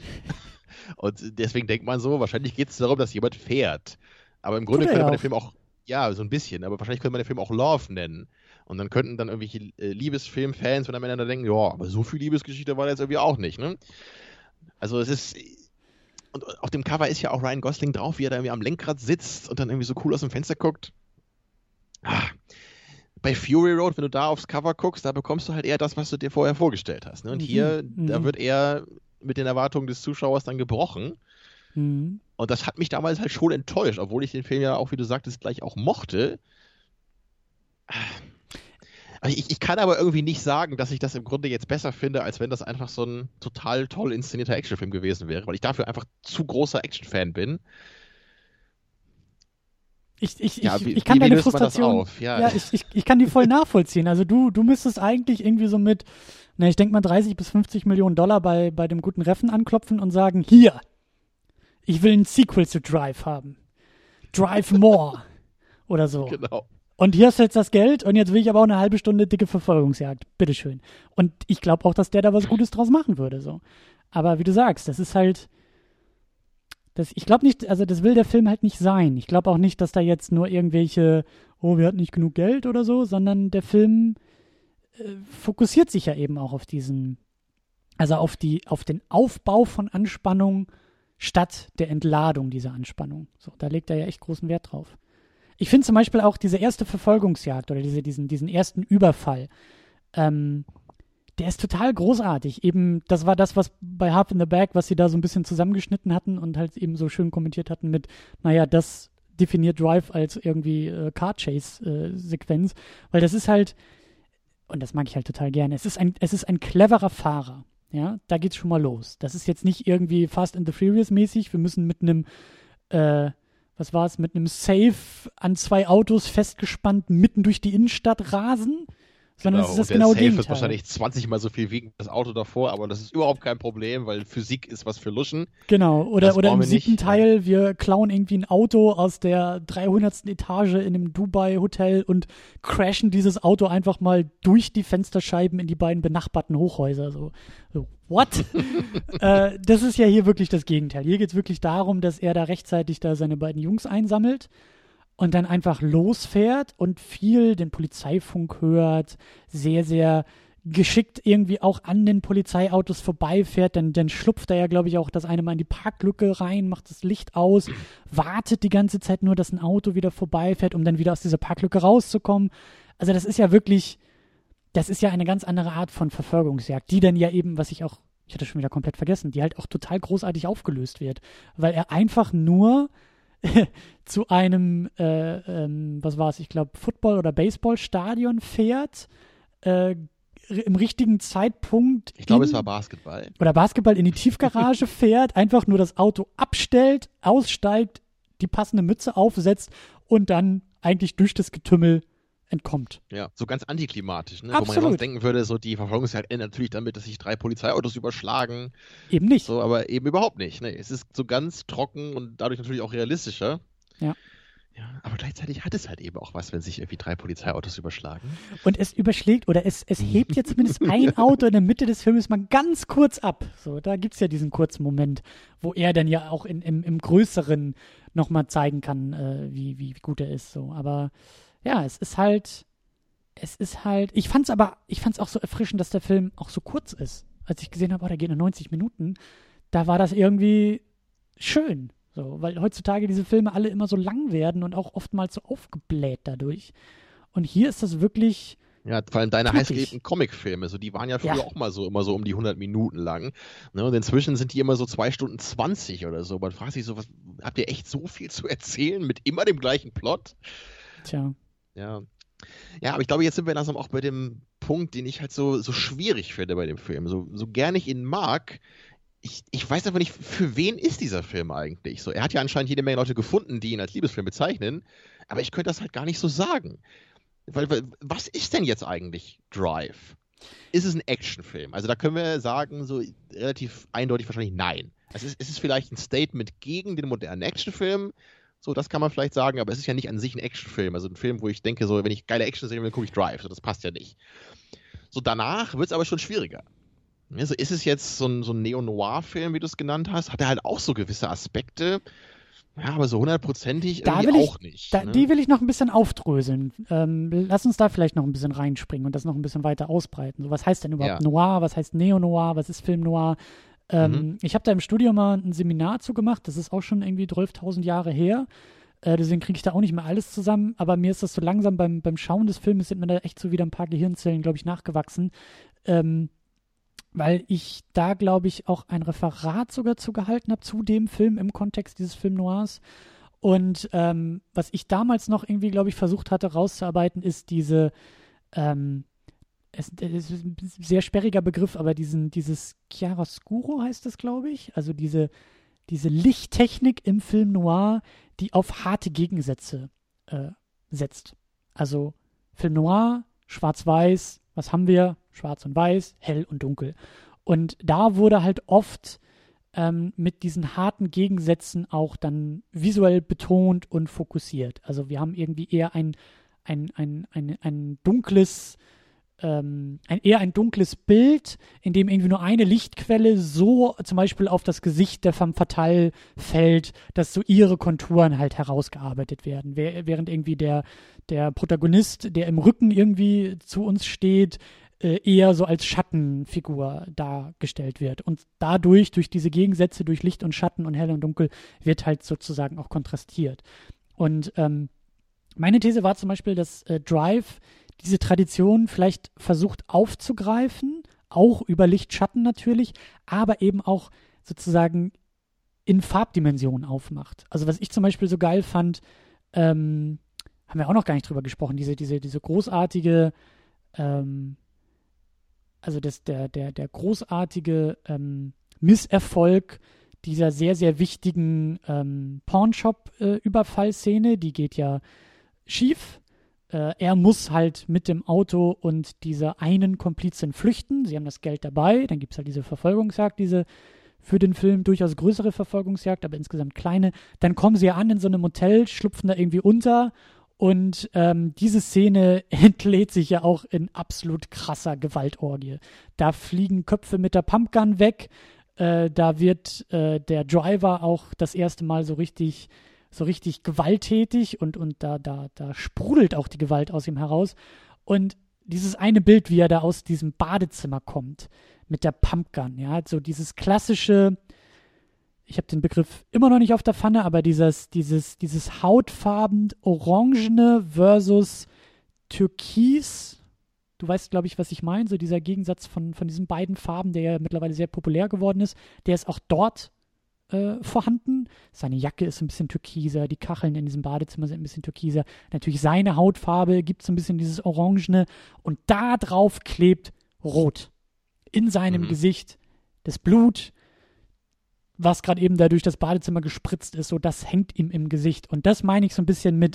Und deswegen denkt man so, wahrscheinlich geht es darum, dass jemand fährt. Aber im Grunde könnte man den Film auch, ja, so ein bisschen, aber wahrscheinlich könnte man den Film auch Love nennen. Und dann könnten dann irgendwelche äh, Liebesfilm-Fans von miteinander denken, ja, aber so viel Liebesgeschichte war jetzt irgendwie auch nicht. Ne? Also es ist. Und auf dem Cover ist ja auch Ryan Gosling drauf, wie er da irgendwie am Lenkrad sitzt und dann irgendwie so cool aus dem Fenster guckt. Ah, bei Fury Road, wenn du da aufs Cover guckst, da bekommst du halt eher das, was du dir vorher vorgestellt hast. Ne? Und mhm. hier, mhm. da wird eher mit den Erwartungen des Zuschauers dann gebrochen. Mhm. Und das hat mich damals halt schon enttäuscht, obwohl ich den Film ja auch, wie du sagtest, gleich auch mochte. Ich, ich kann aber irgendwie nicht sagen, dass ich das im Grunde jetzt besser finde, als wenn das einfach so ein total toll inszenierter Actionfilm gewesen wäre, weil ich dafür einfach zu großer Actionfan bin. Ich, ich, ja, ich, wie, ich kann wie deine löst man das Frustration, auf? Ja, ja ich, ich, ich kann die voll nachvollziehen. Also du, du müsstest eigentlich irgendwie so mit, na, ich denke mal dreißig bis fünfzig Millionen Dollar bei, bei dem guten Refn anklopfen und sagen, hier, ich will ein Sequel zu Drive haben. Drive More oder so. Genau. Und hier hast du jetzt das Geld und jetzt will ich aber auch eine halbe Stunde dicke Verfolgungsjagd. Bitteschön. Und ich glaube auch, dass der da was Gutes draus machen würde. So. Aber wie du sagst, das ist halt, das, ich glaube nicht, also das will der Film halt nicht sein. Ich glaube auch nicht, dass da jetzt nur irgendwelche, oh, wir hatten nicht genug Geld oder so, sondern der Film äh, fokussiert sich ja eben auch auf diesen, also auf die, auf den Aufbau von Anspannung statt der Entladung dieser Anspannung. So, da legt er ja echt großen Wert drauf. Ich finde zum Beispiel auch diese erste Verfolgungsjagd oder diese, diesen, diesen ersten Überfall, ähm, der ist total großartig. Eben, das war das, was bei Half in the Bag, was sie da so ein bisschen zusammengeschnitten hatten und halt eben so schön kommentiert hatten mit, naja, das definiert Drive als irgendwie äh, Car-Chase-Sequenz, weil das ist halt, und das mag ich halt total gerne, es ist ein, es ist ein cleverer Fahrer. Ja, da geht's schon mal los. Das ist jetzt nicht irgendwie Fast and the Furious mäßig. Wir müssen mit einem, äh, was war es, mit einem Safe an zwei Autos festgespannt mitten durch die Innenstadt rasen, sondern Genau, es ist das der genaue Safe Gegenteil. ist wahrscheinlich zwanzig Mal so viel wiegen wie das Auto davor, aber das ist überhaupt kein Problem, weil Physik ist was für Luschen. Genau, oder, Das oder im brauchen wir siebten nicht. Teil, wir klauen irgendwie ein Auto aus der dreihundertsten Etage in einem Dubai-Hotel und crashen dieses Auto einfach mal durch die Fensterscheiben in die beiden benachbarten Hochhäuser. So, so what? äh, das ist ja hier wirklich das Gegenteil. Hier geht es wirklich darum, dass er da rechtzeitig da seine beiden Jungs einsammelt und dann einfach losfährt und viel den Polizeifunk hört, sehr, sehr geschickt irgendwie auch an den Polizeiautos vorbeifährt, dann, dann schlupft er ja, glaube ich, auch das eine Mal in die Parklücke rein, macht das Licht aus, wartet die ganze Zeit nur, dass ein Auto wieder vorbeifährt, um dann wieder aus dieser Parklücke rauszukommen. Also das ist ja wirklich, das ist ja eine ganz andere Art von Verfolgungsjagd, die dann ja eben, was ich auch, ich hatte schon wieder komplett vergessen, die halt auch total großartig aufgelöst wird, weil er einfach nur zu einem, äh, ähm, was war es, ich glaube, Football- oder Baseballstadion fährt, äh, im richtigen Zeitpunkt Ich glaube, in, es war Basketball. oder Basketball in die Tiefgarage fährt, einfach nur das Auto abstellt, aussteigt, die passende Mütze aufsetzt und dann eigentlich durch das Getümmel entkommt. Ja, so ganz antiklimatisch, ne? Wo man ja Absolut. sonst denken würde, so die Verfolgungsjagd endet natürlich damit, dass sich drei Polizeiautos überschlagen. Eben nicht. So, aber eben überhaupt nicht. Ne? Es ist so ganz trocken und dadurch natürlich auch realistischer. Ja. Ja, aber gleichzeitig hat es halt eben auch was, wenn sich irgendwie drei Polizeiautos überschlagen. Und es überschlägt oder es, es hebt ja zumindest ein Auto in der Mitte des Films mal ganz kurz ab. So, da gibt es ja diesen kurzen Moment, wo er dann ja auch in, im, im Größeren nochmal zeigen kann, äh, wie, wie, wie gut er ist. So. Aber ja, es ist halt, es ist halt, ich fand's aber, ich fand's auch so erfrischend, dass der Film auch so kurz ist. Als ich gesehen habe, oh, der geht nur neunzig Minuten, da war das irgendwie schön. So, weil heutzutage diese Filme alle immer so lang werden und auch oftmals so aufgebläht dadurch. Und hier ist das wirklich. Ja, vor allem deine knackig. heißgeliebten Comicfilme, so die waren ja früher Ja. auch mal so immer so um die hundert Minuten lang. Ne? Und inzwischen sind die immer so zwei Stunden zwanzig oder so. Man fragt sich so, was, habt ihr echt so viel zu erzählen mit immer dem gleichen Plot? Tja. Ja. Ja, aber ich glaube, jetzt sind wir langsam auch bei dem Punkt, den ich halt so, so schwierig finde bei dem Film. So, so gern ich ihn mag, ich, ich weiß einfach nicht, für wen ist dieser Film eigentlich? So, er hat ja anscheinend jede Menge Leute gefunden, die ihn als Liebesfilm bezeichnen, aber ich könnte das halt gar nicht so sagen. Weil, weil was ist denn jetzt eigentlich Drive? Ist es ein Actionfilm? Also da können wir sagen, so relativ eindeutig wahrscheinlich nein. Also es ist, es ist vielleicht ein Statement gegen den modernen Actionfilm, so, das kann man vielleicht sagen, aber es ist ja nicht an sich ein Actionfilm. Also ein Film, wo ich denke, so, wenn ich geile Action sehe, dann gucke ich Drive. So, das passt ja nicht. So, danach wird es aber schon schwieriger. Also ist es jetzt so ein, so ein Neo-Noir-Film, wie du es genannt hast? Hat er halt auch so gewisse Aspekte? Ja, aber so hundertprozentig Da irgendwie will ich- auch nicht. Da, ne? Die will ich noch ein bisschen aufdröseln. Ähm, lass uns da vielleicht noch ein bisschen reinspringen und das noch ein bisschen weiter ausbreiten. So, was heißt denn überhaupt Ja. Noir? Was heißt Neo-Noir? Was ist Film Noir? Ähm, Mhm. Ich habe da im Studium mal ein Seminar zu gemacht. Das ist auch schon irgendwie zwölftausend Jahre her. Äh, deswegen kriege ich da auch nicht mehr alles zusammen. Aber mir ist das so langsam beim, beim Schauen des Filmes sind mir da echt so wieder ein paar Gehirnzellen, glaube ich, nachgewachsen. Ähm, weil ich da, glaube ich, auch ein Referat sogar zu gehalten habe zu dem Film im Kontext dieses Film Noirs. Und ähm, was ich damals noch irgendwie, glaube ich, versucht hatte rauszuarbeiten, ist diese, ähm, es, es ist ein sehr sperriger Begriff, aber diesen, dieses Chiaroscuro heißt das, glaube ich. Also diese, diese Lichttechnik im Film Noir, die auf harte Gegensätze äh, setzt. Also Film Noir, schwarz-weiß, was haben wir? Schwarz und weiß, hell und dunkel. Und da wurde halt oft ähm, mit diesen harten Gegensätzen auch dann visuell betont und fokussiert. Also wir haben irgendwie eher ein, ein, ein, ein, ein dunkles, ähm, ein, eher ein dunkles Bild, in dem irgendwie nur eine Lichtquelle so zum Beispiel auf das Gesicht der femme fatale fällt, dass so ihre Konturen halt herausgearbeitet werden. Während irgendwie der, der Protagonist, der im Rücken irgendwie zu uns steht, eher so als Schattenfigur dargestellt wird. Und dadurch, durch diese Gegensätze, durch Licht und Schatten und hell und dunkel, wird halt sozusagen auch kontrastiert. Und ähm, meine These war zum Beispiel, dass äh, Drive diese Tradition vielleicht versucht aufzugreifen, auch über Licht-Schatten natürlich, aber eben auch sozusagen in Farbdimensionen aufmacht. Also was ich zum Beispiel so geil fand, ähm, haben wir auch noch gar nicht drüber gesprochen, diese, diese, diese großartige, ähm, also das, der, der, der großartige ähm, Misserfolg dieser sehr, sehr wichtigen ähm, Pawnshop-Überfallszene, die geht ja schief. Äh, er muss halt mit dem Auto und dieser einen Komplizin flüchten. Sie haben das Geld dabei. Dann gibt es halt diese Verfolgungsjagd, diese für den Film durchaus größere Verfolgungsjagd, aber insgesamt kleine. Dann kommen sie an in so einem Hotel, schlupfen da irgendwie unter und ähm, diese Szene entlädt sich ja auch in absolut krasser Gewaltorgie. Da fliegen Köpfe mit der Pumpgun weg. Äh, da wird äh, der Driver auch das erste Mal so richtig so richtig gewalttätig und, und da, da, da sprudelt auch die Gewalt aus ihm heraus. Und dieses eine Bild, wie er da aus diesem Badezimmer kommt, mit der Pumpgun, ja, so dieses klassische, ich habe den Begriff immer noch nicht auf der Pfanne, aber dieses, dieses, dieses hautfarben orangene versus Türkis, du weißt, glaube ich, was ich meine, so dieser Gegensatz von, von diesen beiden Farben, der ja mittlerweile sehr populär geworden ist, der ist auch dort Äh, vorhanden. Seine Jacke ist ein bisschen türkiser, die Kacheln in diesem Badezimmer sind ein bisschen türkiser. Natürlich seine Hautfarbe gibt es so ein bisschen dieses Orangene und da drauf klebt Rot. In seinem Mhm. Gesicht das Blut, was gerade eben da durch das Badezimmer gespritzt ist, so das hängt ihm im Gesicht. Und das meine ich so ein bisschen mit,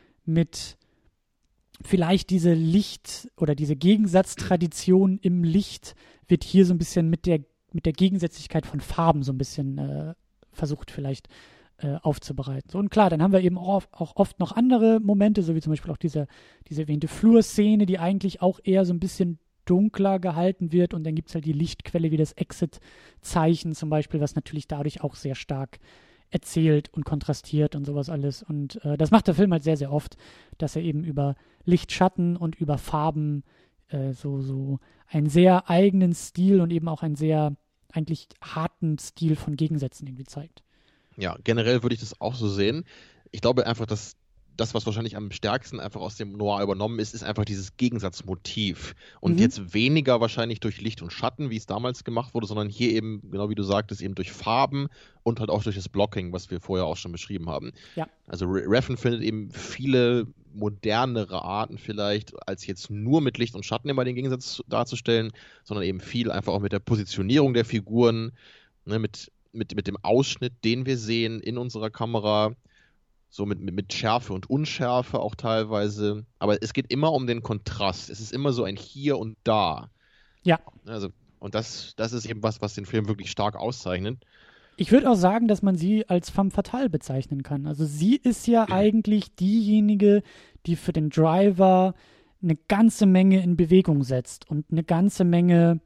mit vielleicht diese Licht- oder diese Gegensatztradition im Licht wird hier so ein bisschen mit der, mit der Gegensätzlichkeit von Farben so ein bisschen äh, versucht vielleicht äh, aufzubereiten. So, und klar, dann haben wir eben auch, auch oft noch andere Momente, so wie zum Beispiel auch diese, diese erwähnte Flurszene, die eigentlich auch eher so ein bisschen dunkler gehalten wird und dann gibt es halt die Lichtquelle wie das Exit-Zeichen zum Beispiel, was natürlich dadurch auch sehr stark erzählt und kontrastiert und sowas alles. Und äh, das macht der Film halt sehr, sehr oft, dass er eben über Licht-Schatten und über Farben äh, so, so einen sehr eigenen Stil und eben auch einen sehr eigentlich harten Stil von Gegensätzen irgendwie zeigt. Ja, generell würde ich das auch so sehen. Ich glaube einfach, dass das, was wahrscheinlich am stärksten einfach aus dem Noir übernommen ist, ist einfach dieses Gegensatzmotiv. Und Mhm. jetzt weniger wahrscheinlich durch Licht und Schatten, wie es damals gemacht wurde, sondern hier eben, genau wie du sagtest, eben durch Farben und halt auch durch das Blocking, was wir vorher auch schon beschrieben haben. Ja. Also Re- Refn findet eben viele modernere Arten vielleicht, als jetzt nur mit Licht und Schatten immer den Gegensatz darzustellen, sondern eben viel einfach auch mit der Positionierung der Figuren, ne, mit, mit, mit dem Ausschnitt, den wir sehen in unserer Kamera, so mit, mit, mit Schärfe und Unschärfe auch teilweise. Aber es geht immer um den Kontrast. Es ist immer so ein Hier und Da. Ja. Also, und das, das ist eben was, was den Film wirklich stark auszeichnet. Ich würde auch sagen, dass man sie als femme fatale bezeichnen kann. Also sie ist ja eigentlich diejenige, die für den Driver eine ganze Menge in Bewegung setzt und eine ganze Menge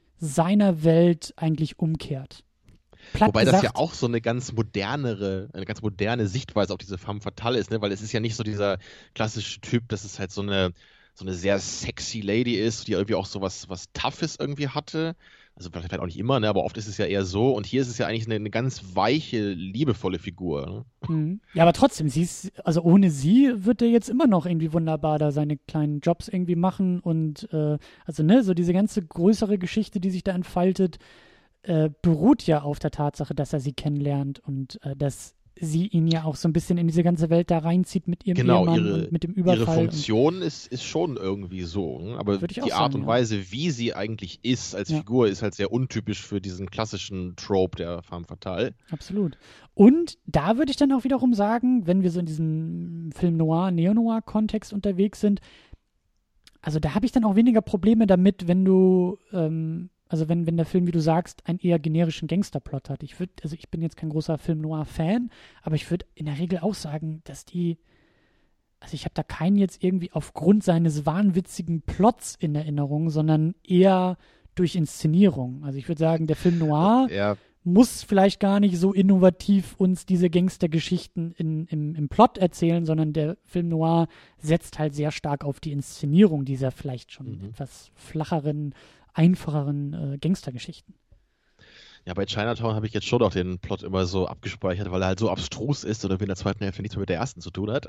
seiner Welt eigentlich umkehrt. Platt Wobei gesagt, das ja auch so eine ganz modernere, eine ganz moderne Sichtweise auf diese femme fatale ist, ne? Weil es ist ja nicht so dieser klassische Typ, dass es halt so eine, so eine sehr sexy Lady ist, die irgendwie auch so was, was Toughes irgendwie hatte. Also vielleicht auch nicht immer, ne? Aber oft ist es ja eher so. Und hier ist es ja eigentlich eine, eine ganz weiche, liebevolle Figur. Ne? Mhm. Ja, aber trotzdem, sie ist, also ohne sie wird er jetzt immer noch irgendwie wunderbar da seine kleinen Jobs irgendwie machen und äh, also ne, so diese ganze größere Geschichte, die sich da entfaltet, äh, beruht ja auf der Tatsache, dass er sie kennenlernt und äh, dass sie ihn ja auch so ein bisschen in diese ganze Welt da reinzieht mit ihrem Genau, Ehemann ihre, und mit dem Überfall. ihre Funktion ist, ist schon irgendwie so. Ne? Aber Würde ich auch die Art sagen, und ja. Weise, wie sie eigentlich ist als Ja. Figur, ist halt sehr untypisch für diesen klassischen Trope der femme fatale. Absolut. Und da würde ich dann auch wiederum sagen, wenn wir so in diesem Film Noir, Neo-Noir-Kontext unterwegs sind, also da habe ich dann auch weniger Probleme damit, wenn du, ähm, also wenn, wenn der Film, wie du sagst, einen eher generischen Gangsterplot hat. Ich würde, also ich bin jetzt kein großer Film-Noir-Fan, aber ich würde in der Regel auch sagen, dass die, also ich habe da keinen jetzt irgendwie aufgrund seines wahnwitzigen Plots in Erinnerung, sondern eher durch Inszenierung. Also ich würde sagen, der Film Noir Ja, muss vielleicht gar nicht so innovativ uns diese Gangstergeschichten in, im, im Plot erzählen, sondern der Film Noir setzt halt sehr stark auf die Inszenierung dieser vielleicht schon Mhm. etwas flacheren, einfacheren äh, Gangstergeschichten. Ja, bei Chinatown habe ich jetzt schon auch den Plot immer so abgespeichert, weil er halt so abstrus ist und irgendwie in der zweiten Hälfte nichts mehr mit der ersten zu tun hat.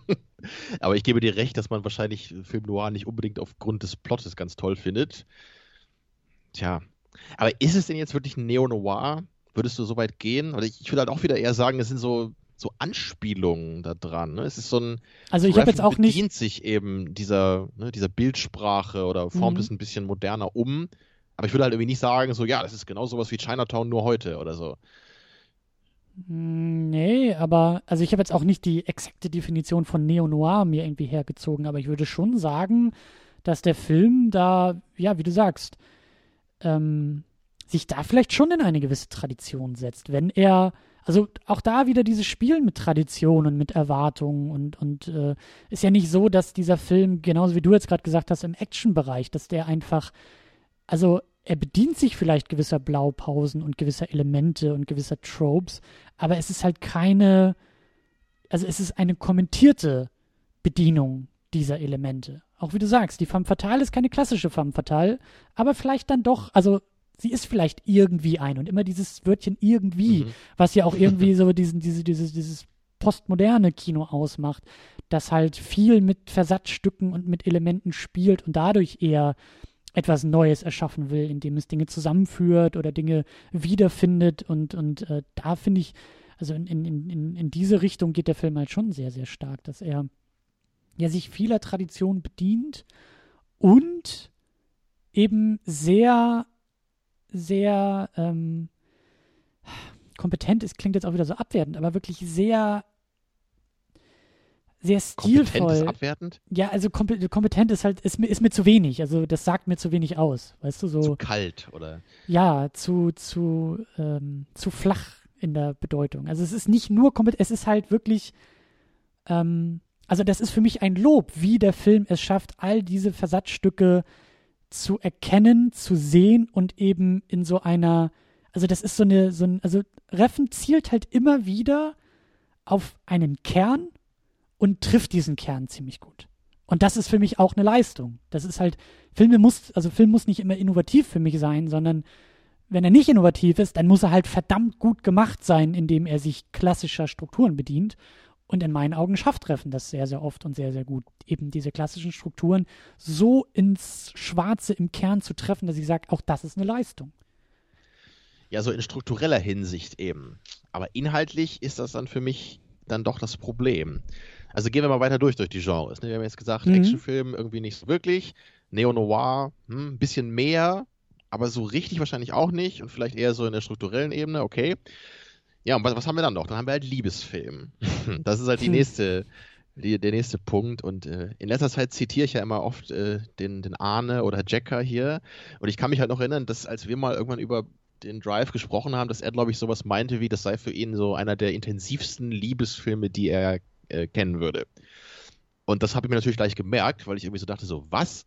Aber ich gebe dir recht, dass man wahrscheinlich Film Noir nicht unbedingt aufgrund des Plottes ganz toll findet. Tja. Aber ist es denn jetzt wirklich ein Neo-Noir? Würdest du so weit gehen? Oder ich, ich würde halt auch wieder eher sagen, es sind so, so Anspielungen da dran. Ne? Es ist so ein. Also ich habe jetzt auch nicht. bedient sich eben dieser, ne, dieser Bildsprache oder formt Mhm. es ein bisschen moderner um. Aber ich würde halt irgendwie nicht sagen, so, ja, das ist genau sowas wie Chinatown, nur heute oder so. Mm, Nee, aber also ich habe jetzt auch nicht die exakte Definition von Neo-Noir mir irgendwie hergezogen, aber ich würde schon sagen, dass der Film da, ja, wie du sagst, ähm, sich da vielleicht schon in eine gewisse Tradition setzt, wenn er, also auch da wieder dieses Spielen mit Traditionen, mit Erwartungen und, und äh, ist ja nicht so, dass dieser Film, genauso wie du jetzt gerade gesagt hast, im Action-Bereich, dass der einfach, also er bedient sich vielleicht gewisser Blaupausen und gewisser Elemente und gewisser Tropes, aber es ist halt keine, also es ist eine kommentierte Bedienung dieser Elemente. Auch wie du sagst, die Femme Fatale ist keine klassische Femme Fatale, aber vielleicht dann doch, also sie ist vielleicht irgendwie ein und immer dieses Wörtchen irgendwie, Mhm. was ja auch irgendwie so diesen, diese, dieses, dieses postmoderne Kino ausmacht, das halt viel mit Versatzstücken und mit Elementen spielt und dadurch eher etwas Neues erschaffen will, indem es Dinge zusammenführt oder Dinge wiederfindet und, und äh, da finde ich, also in, in, in, in diese Richtung geht der Film halt schon sehr, sehr stark, dass er ja sich vieler Traditionen bedient und eben sehr, sehr ähm, kompetent ist, klingt jetzt auch wieder so abwertend, aber wirklich sehr, sehr Kompetent ist stilvoll. abwertend, Ja, also kompe- kompetent ist halt, ist, mir- ist mir zu wenig. Also das sagt mir zu wenig aus. Weißt du, zu so, kalt oder. ja, zu, zu, ähm, zu flach in der Bedeutung. Also es ist nicht nur kompetent, es ist halt wirklich, ähm, also das ist für mich ein Lob, wie der Film es schafft, all diese Versatzstücke zu erkennen, zu sehen und eben in so einer, also das ist so eine, so ein, also Reffen zielt halt immer wieder auf einen Kern und trifft diesen Kern ziemlich gut. Und das ist für mich auch eine Leistung. Das ist halt, Filme muss, also Film muss nicht immer innovativ für mich sein, sondern wenn er nicht innovativ ist, dann muss er halt verdammt gut gemacht sein, indem er sich klassischer Strukturen bedient. Und in meinen Augen schafft Treffen das sehr, sehr oft und sehr, sehr gut, eben diese klassischen Strukturen so ins Schwarze im Kern zu treffen, dass ich sage, auch das ist eine Leistung. Ja, so in struktureller Hinsicht eben. Aber inhaltlich ist das dann für mich dann doch das Problem. Also gehen wir mal weiter durch durch die Genres. Ne? Wir haben jetzt gesagt, Mhm. Actionfilm irgendwie nicht so wirklich, Neo-Noir, hm, ein bisschen mehr, aber so richtig wahrscheinlich auch nicht und vielleicht eher so in der strukturellen Ebene, okay. Ja, und was, was haben wir dann noch? Dann haben wir halt Liebesfilm. Das ist halt die Hm. nächste, die, der nächste Punkt. Und äh, in letzter Zeit zitiere ich ja immer oft äh, den, den Arne oder Jacker hier. Und ich kann mich halt noch erinnern, dass als wir mal irgendwann über den Drive gesprochen haben, dass er, glaube ich, sowas meinte, wie das sei für ihn so einer der intensivsten Liebesfilme, die er äh, kennen würde. Und das habe ich mir natürlich gleich gemerkt, weil ich irgendwie so dachte, so, was?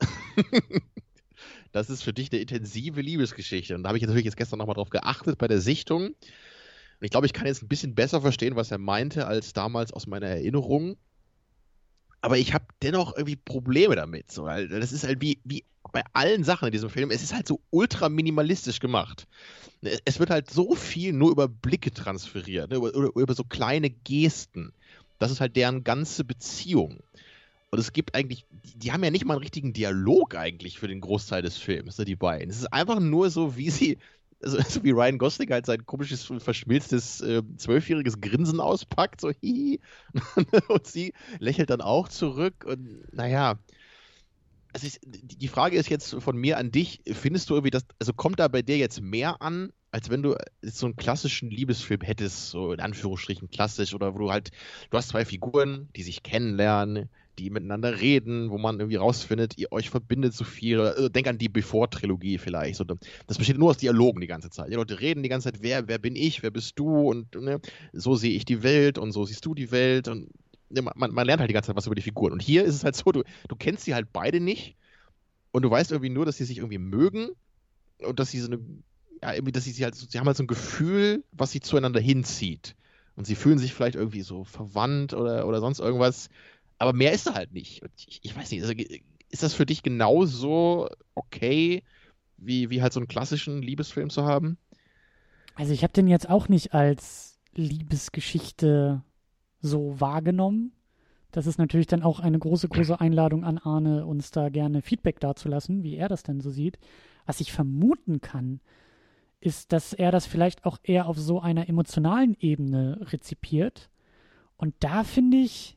Das ist für dich eine intensive Liebesgeschichte. Und da habe ich natürlich jetzt gestern nochmal drauf geachtet bei der Sichtung. Und ich glaube, ich kann jetzt ein bisschen besser verstehen, was er meinte, als damals aus meiner Erinnerung. Aber ich habe dennoch irgendwie Probleme damit. So, weil das ist halt wie, wie bei allen Sachen in diesem Film, es ist halt so ultra minimalistisch gemacht. Es wird halt so viel nur über Blicke transferiert, ne, über, über, über so kleine Gesten. Das ist halt deren ganze Beziehung. Und es gibt eigentlich, die, die haben ja nicht mal einen richtigen Dialog eigentlich für den Großteil des Films, ne, die beiden. Es ist einfach nur so, wie sie, also so wie Ryan Gosling halt sein komisches, verschmilztes äh, zwölfjähriges Grinsen auspackt, so hihi. Und sie lächelt dann auch zurück. Und naja, also ich, die Frage ist jetzt von mir an dich, findest du irgendwie das, also kommt da bei dir jetzt mehr an, als wenn du jetzt so einen klassischen Liebesfilm hättest, so in Anführungsstrichen klassisch, oder wo du halt, du hast zwei Figuren, die sich kennenlernen, die miteinander reden, wo man irgendwie rausfindet, ihr euch verbindet so viel. Oder, äh, denk an die Before-Trilogie vielleicht. So, das besteht nur aus Dialogen die ganze Zeit. Die Leute reden die ganze Zeit, wer, wer bin ich, wer bist du und ne, so sehe ich die Welt und so siehst du die Welt und ne, man, man lernt halt die ganze Zeit was über die Figuren. Und hier ist es halt so, du, du kennst sie halt beide nicht und du weißt irgendwie nur, dass sie sich irgendwie mögen und dass sie so eine, ja, irgendwie, dass sie, sie halt, sie haben halt so ein Gefühl, was sie zueinander hinzieht. Und sie fühlen sich vielleicht irgendwie so verwandt oder, oder sonst irgendwas. Aber mehr ist da halt nicht. Und ich, ich weiß nicht, also, ist das für dich genauso okay, wie, wie halt so einen klassischen Liebesfilm zu haben? Also ich habe den jetzt auch nicht als Liebesgeschichte so wahrgenommen. Das ist natürlich dann auch eine große, große Einladung an Arne, uns da gerne Feedback dazulassen, wie er das denn so sieht. was ich vermuten kann, ist, dass er das vielleicht auch eher auf so einer emotionalen Ebene rezipiert. Und da finde ich,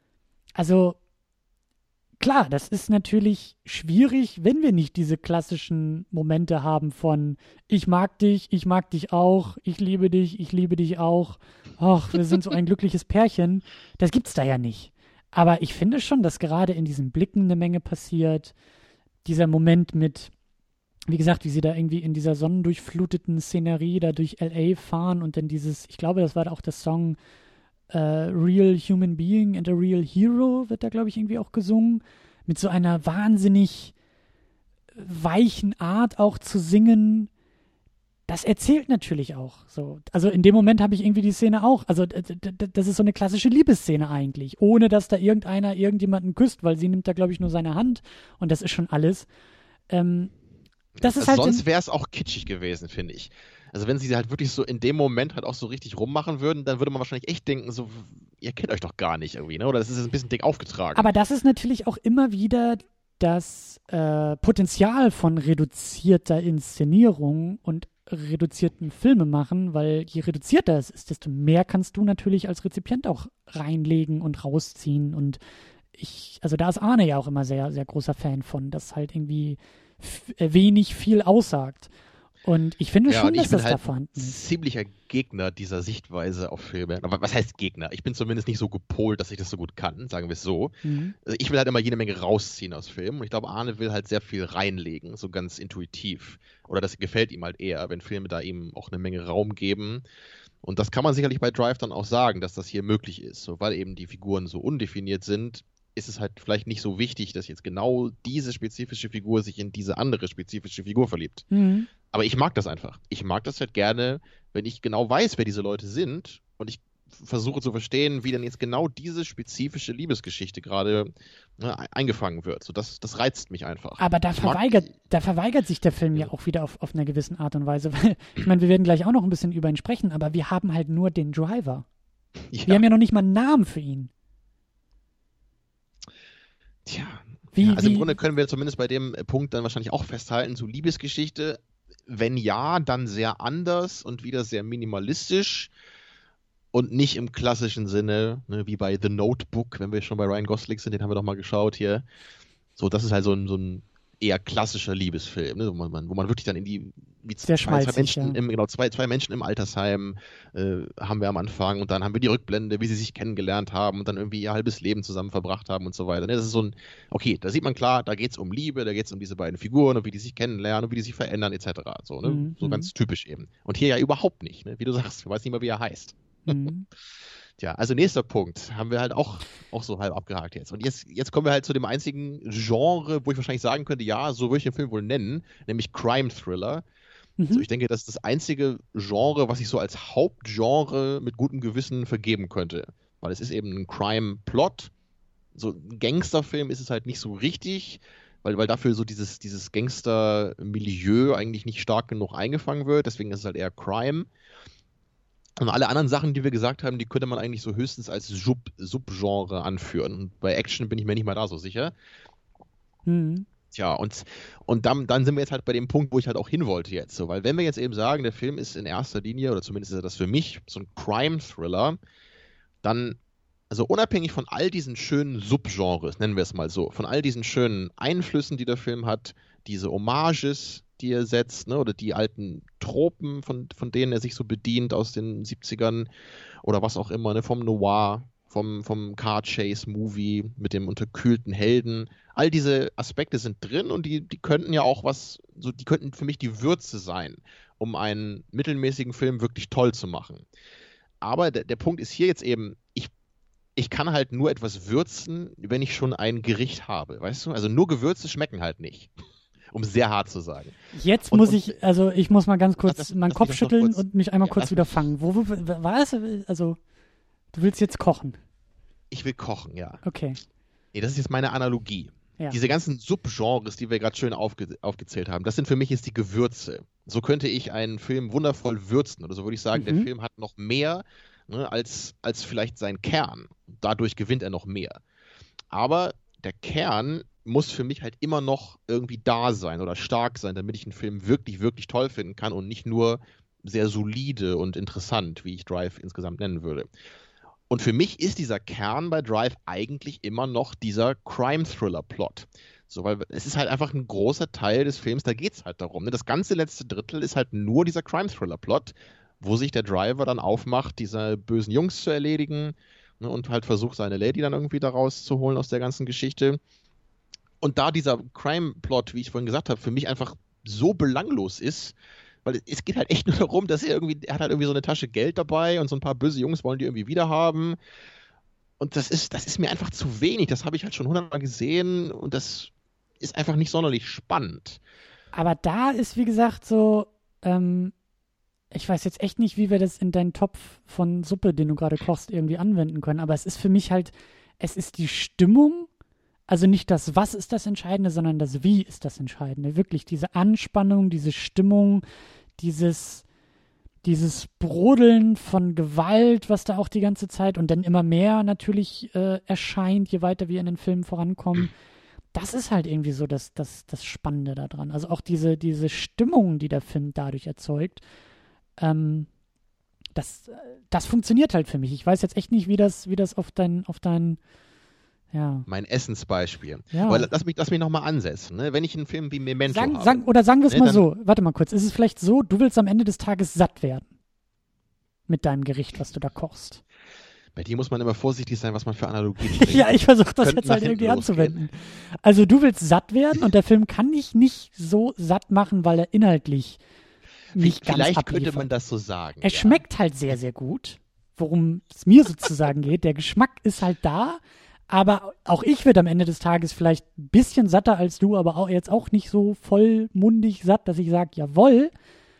also klar, das ist natürlich schwierig, wenn wir nicht diese klassischen Momente haben von ich mag dich, ich mag dich auch, ich liebe dich, ich liebe dich auch, ach, wir sind so ein glückliches Pärchen. Das gibt's da ja nicht. Aber ich finde schon, dass gerade in diesen Blicken eine Menge passiert. Dieser Moment mit, wie gesagt, wie sie da irgendwie in dieser sonnendurchfluteten Szenerie da durch L A fahren und dann dieses, ich glaube, das war da auch der Song Uh, Real Human Being and a Real Hero wird da, glaube ich, irgendwie auch gesungen. Mit so einer wahnsinnig weichen Art auch zu singen. Das erzählt natürlich auch so. Also in dem Moment habe ich irgendwie die Szene auch. Also d- d- d- das ist so eine klassische Liebesszene eigentlich. Ohne, dass da irgendeiner irgendjemanden küsst, weil sie nimmt da, glaube ich, nur seine Hand. Und das ist schon alles. Ähm, das ist Also halt sonst wäre es auch kitschig gewesen, finde ich. Also wenn sie halt wirklich so in dem Moment halt auch so richtig rummachen würden, dann würde man wahrscheinlich echt denken, so, ihr kennt euch doch gar nicht irgendwie, ne? Oder das ist ein bisschen dick aufgetragen. Aber das ist natürlich auch immer wieder das äh, Potenzial von reduzierter Inszenierung und reduzierten Filme machen, weil je reduzierter es ist, desto mehr kannst du natürlich als Rezipient auch reinlegen und rausziehen. Und ich, also da ist Arne ja auch immer sehr, sehr großer Fan von, dass halt irgendwie f- wenig viel aussagt. Und ich finde Ja, schon, und ich dass bin das halt da vorhanden ist. ziemlicher Gegner dieser Sichtweise auf Filme. Aber was heißt Gegner? Ich bin zumindest nicht so gepolt, dass ich das so gut kann, sagen wir es so. Mhm. Also ich will halt immer jede Menge rausziehen aus Filmen und ich glaube, Arne will halt sehr viel reinlegen, so ganz intuitiv. Oder das gefällt ihm halt eher, wenn Filme da ihm auch eine Menge Raum geben. Und das kann man sicherlich bei Drive dann auch sagen, dass das hier möglich ist. So, weil eben die Figuren so undefiniert sind, ist es halt vielleicht nicht so wichtig, dass jetzt genau diese spezifische Figur sich in diese andere spezifische Figur verliebt. Mhm. Aber ich mag das einfach. Ich mag das halt gerne, wenn ich genau weiß, wer diese Leute sind und ich versuche zu verstehen, wie denn jetzt genau diese spezifische Liebesgeschichte gerade ne, eingefangen wird. So, das, das reizt mich einfach. Aber da Ich mag- verweigert, da verweigert sich der Film ja, Ja. auch wieder auf, auf einer gewissen Art und Weise. Weil, ich meine, wir werden gleich auch noch ein bisschen über ihn sprechen, aber wir haben halt nur den Driver. Wir Ja, haben ja noch nicht mal einen Namen für ihn. tja. Wie, Ja, also wie, im Grunde können wir zumindest bei dem Punkt dann wahrscheinlich auch festhalten, so Liebesgeschichte, wenn ja, dann sehr anders und wieder sehr minimalistisch und nicht im klassischen Sinne, ne, wie bei The Notebook, wenn wir schon bei Ryan Gosling sind, den haben wir doch mal geschaut hier. So, das ist halt so ein, so ein eher klassischer Liebesfilm, ne, wo man, wo man wirklich dann in die, wie Sehr zwei, zwei schmalzig, Menschen, ja. im, genau, zwei, zwei Menschen im Altersheim äh, haben wir am Anfang und dann haben wir die Rückblende, wie sie sich kennengelernt haben und dann irgendwie ihr halbes Leben zusammen verbracht haben und so weiter. Ne, das ist so ein, okay, da sieht man klar, da geht es um Liebe, da geht es um diese beiden Figuren und wie die sich kennenlernen und wie die sich verändern, et cetera. So, ne? Mhm, So mhm. ganz typisch eben. Und hier ja überhaupt nicht, ne? Wie du sagst, ich weiß nicht mal, wie er heißt. Mhm. Tja, also nächster Punkt haben wir halt auch, auch so halb abgehakt jetzt. Und jetzt, jetzt kommen wir halt zu dem einzigen Genre, wo ich wahrscheinlich sagen könnte, ja, so würde ich den Film wohl nennen, nämlich Crime Thriller. Mhm. So, ich denke, das ist das einzige Genre, was ich so als Hauptgenre mit gutem Gewissen vergeben könnte. Weil es ist eben ein Crime-Plot. So ein Gangsterfilm ist es halt nicht so richtig, weil, weil dafür so dieses, dieses Gangster-Milieu eigentlich nicht stark genug eingefangen wird. Deswegen ist es halt eher Crime. Und alle anderen Sachen, die wir gesagt haben, die könnte man eigentlich so höchstens als Sub Subgenre anführen. Und bei Action bin ich mir nicht mal da so sicher. Mhm. Tja, und, und dann, dann sind wir jetzt halt bei dem Punkt, wo ich halt auch hin wollte jetzt. So, weil wenn wir jetzt eben sagen, der Film ist in erster Linie, oder zumindest ist er das für mich, so ein Crime-Thriller, dann, also unabhängig von all diesen schönen Subgenres, nennen wir es mal so, von all diesen schönen Einflüssen, die der Film hat, diese Hommages, die er setzt, ne, oder die alten Tropen, von, von denen er sich so bedient aus den siebzigern oder was auch immer, ne, vom Noir, vom, vom Car-Chase-Movie mit dem unterkühlten Helden. All diese Aspekte sind drin und die, die könnten ja auch was, so, die könnten für mich die Würze sein, um einen mittelmäßigen Film wirklich toll zu machen. Aber der, der Punkt ist hier jetzt eben, ich, ich kann halt nur etwas würzen, wenn ich schon ein Gericht habe, weißt du? Also nur Gewürze schmecken halt nicht. Um sehr hart zu sagen. Jetzt Und- muss und- ich, also ich muss mal ganz kurz Lass- meinen lass Kopf mich das noch schütteln kurz- und mich einmal Ja, kurz lass wieder mich- fangen. Wo, wo, war es? Also, du willst jetzt kochen. Ich will kochen, ja. Okay. Nee, das ist jetzt meine Analogie. Ja. Diese ganzen Subgenres, die wir gerade schön aufge aufgezählt haben, das sind für mich jetzt die Gewürze. So könnte ich einen Film wundervoll würzen. Oder so würde ich sagen, der Mhm. Film hat noch mehr, ne, als, als vielleicht sein Kern. Dadurch gewinnt er noch mehr. Aber der Kern muss für mich halt immer noch irgendwie da sein oder stark sein, damit ich einen Film wirklich, wirklich toll finden kann und nicht nur sehr solide und interessant, wie ich Drive insgesamt nennen würde. Und für mich ist dieser Kern bei Drive eigentlich immer noch dieser Crime-Thriller-Plot. So, weil es ist halt einfach ein großer Teil des Films, da geht es halt darum. Ne? Das ganze letzte Drittel ist halt nur dieser Crime-Thriller-Plot, wo sich der Driver dann aufmacht, diese bösen Jungs zu erledigen, ne, und halt versucht, seine Lady dann irgendwie da rauszuholen aus der ganzen Geschichte. Und da dieser Crime-Plot, wie ich vorhin gesagt habe, für mich einfach so belanglos ist, weil es geht halt echt nur darum, dass er irgendwie, er hat halt irgendwie so eine Tasche Geld dabei und so ein paar böse Jungs wollen die irgendwie wiederhaben. Und das ist, das ist mir einfach zu wenig. Das habe ich halt schon hundertmal gesehen und das ist einfach nicht sonderlich spannend. Aber da ist, wie gesagt, so, ähm, ich weiß jetzt echt nicht, wie wir das in deinen Topf von Suppe, den du gerade kochst, irgendwie anwenden können. Aber es ist für mich halt, es ist die Stimmung, also nicht das Was ist das Entscheidende, sondern das Wie ist das Entscheidende. Wirklich diese Anspannung, diese Stimmung, dieses, dieses Brodeln von Gewalt, was da auch die ganze Zeit und dann immer mehr natürlich äh, erscheint, je weiter wir in den Filmen vorankommen. Das ist halt irgendwie so das, das, das Spannende daran. Also auch diese, diese Stimmung, die der Film dadurch erzeugt, ähm, das, das funktioniert halt für mich. Ich weiß jetzt echt nicht, wie das, wie das auf dein, auf dein, ja. Mein Essensbeispiel. Ja. Aber lass mich, lass mich nochmal ansetzen. Ne? Wenn ich einen Film wie Memento Sagen, habe. sagen, oder sagen wir es ne, mal dann, so, warte mal kurz, ist es vielleicht so, du willst am Ende des Tages satt werden mit deinem Gericht, was du da kochst? Bei dir muss man immer vorsichtig sein, was man für Analogien bringt. Ja, ich versuche das Könnten jetzt halt nach irgendwie hinten anzuwenden. Also du willst satt werden und der Film kann dich nicht so satt machen, weil er inhaltlich nicht ganz Vielleicht abliefert. könnte man das so sagen. Er ja. schmeckt halt sehr, sehr gut, worum es mir sozusagen geht. Der Geschmack ist halt da, aber auch ich werde am Ende des Tages vielleicht ein bisschen satter als du, aber auch jetzt auch nicht so vollmundig satt, dass ich sage, jawohl,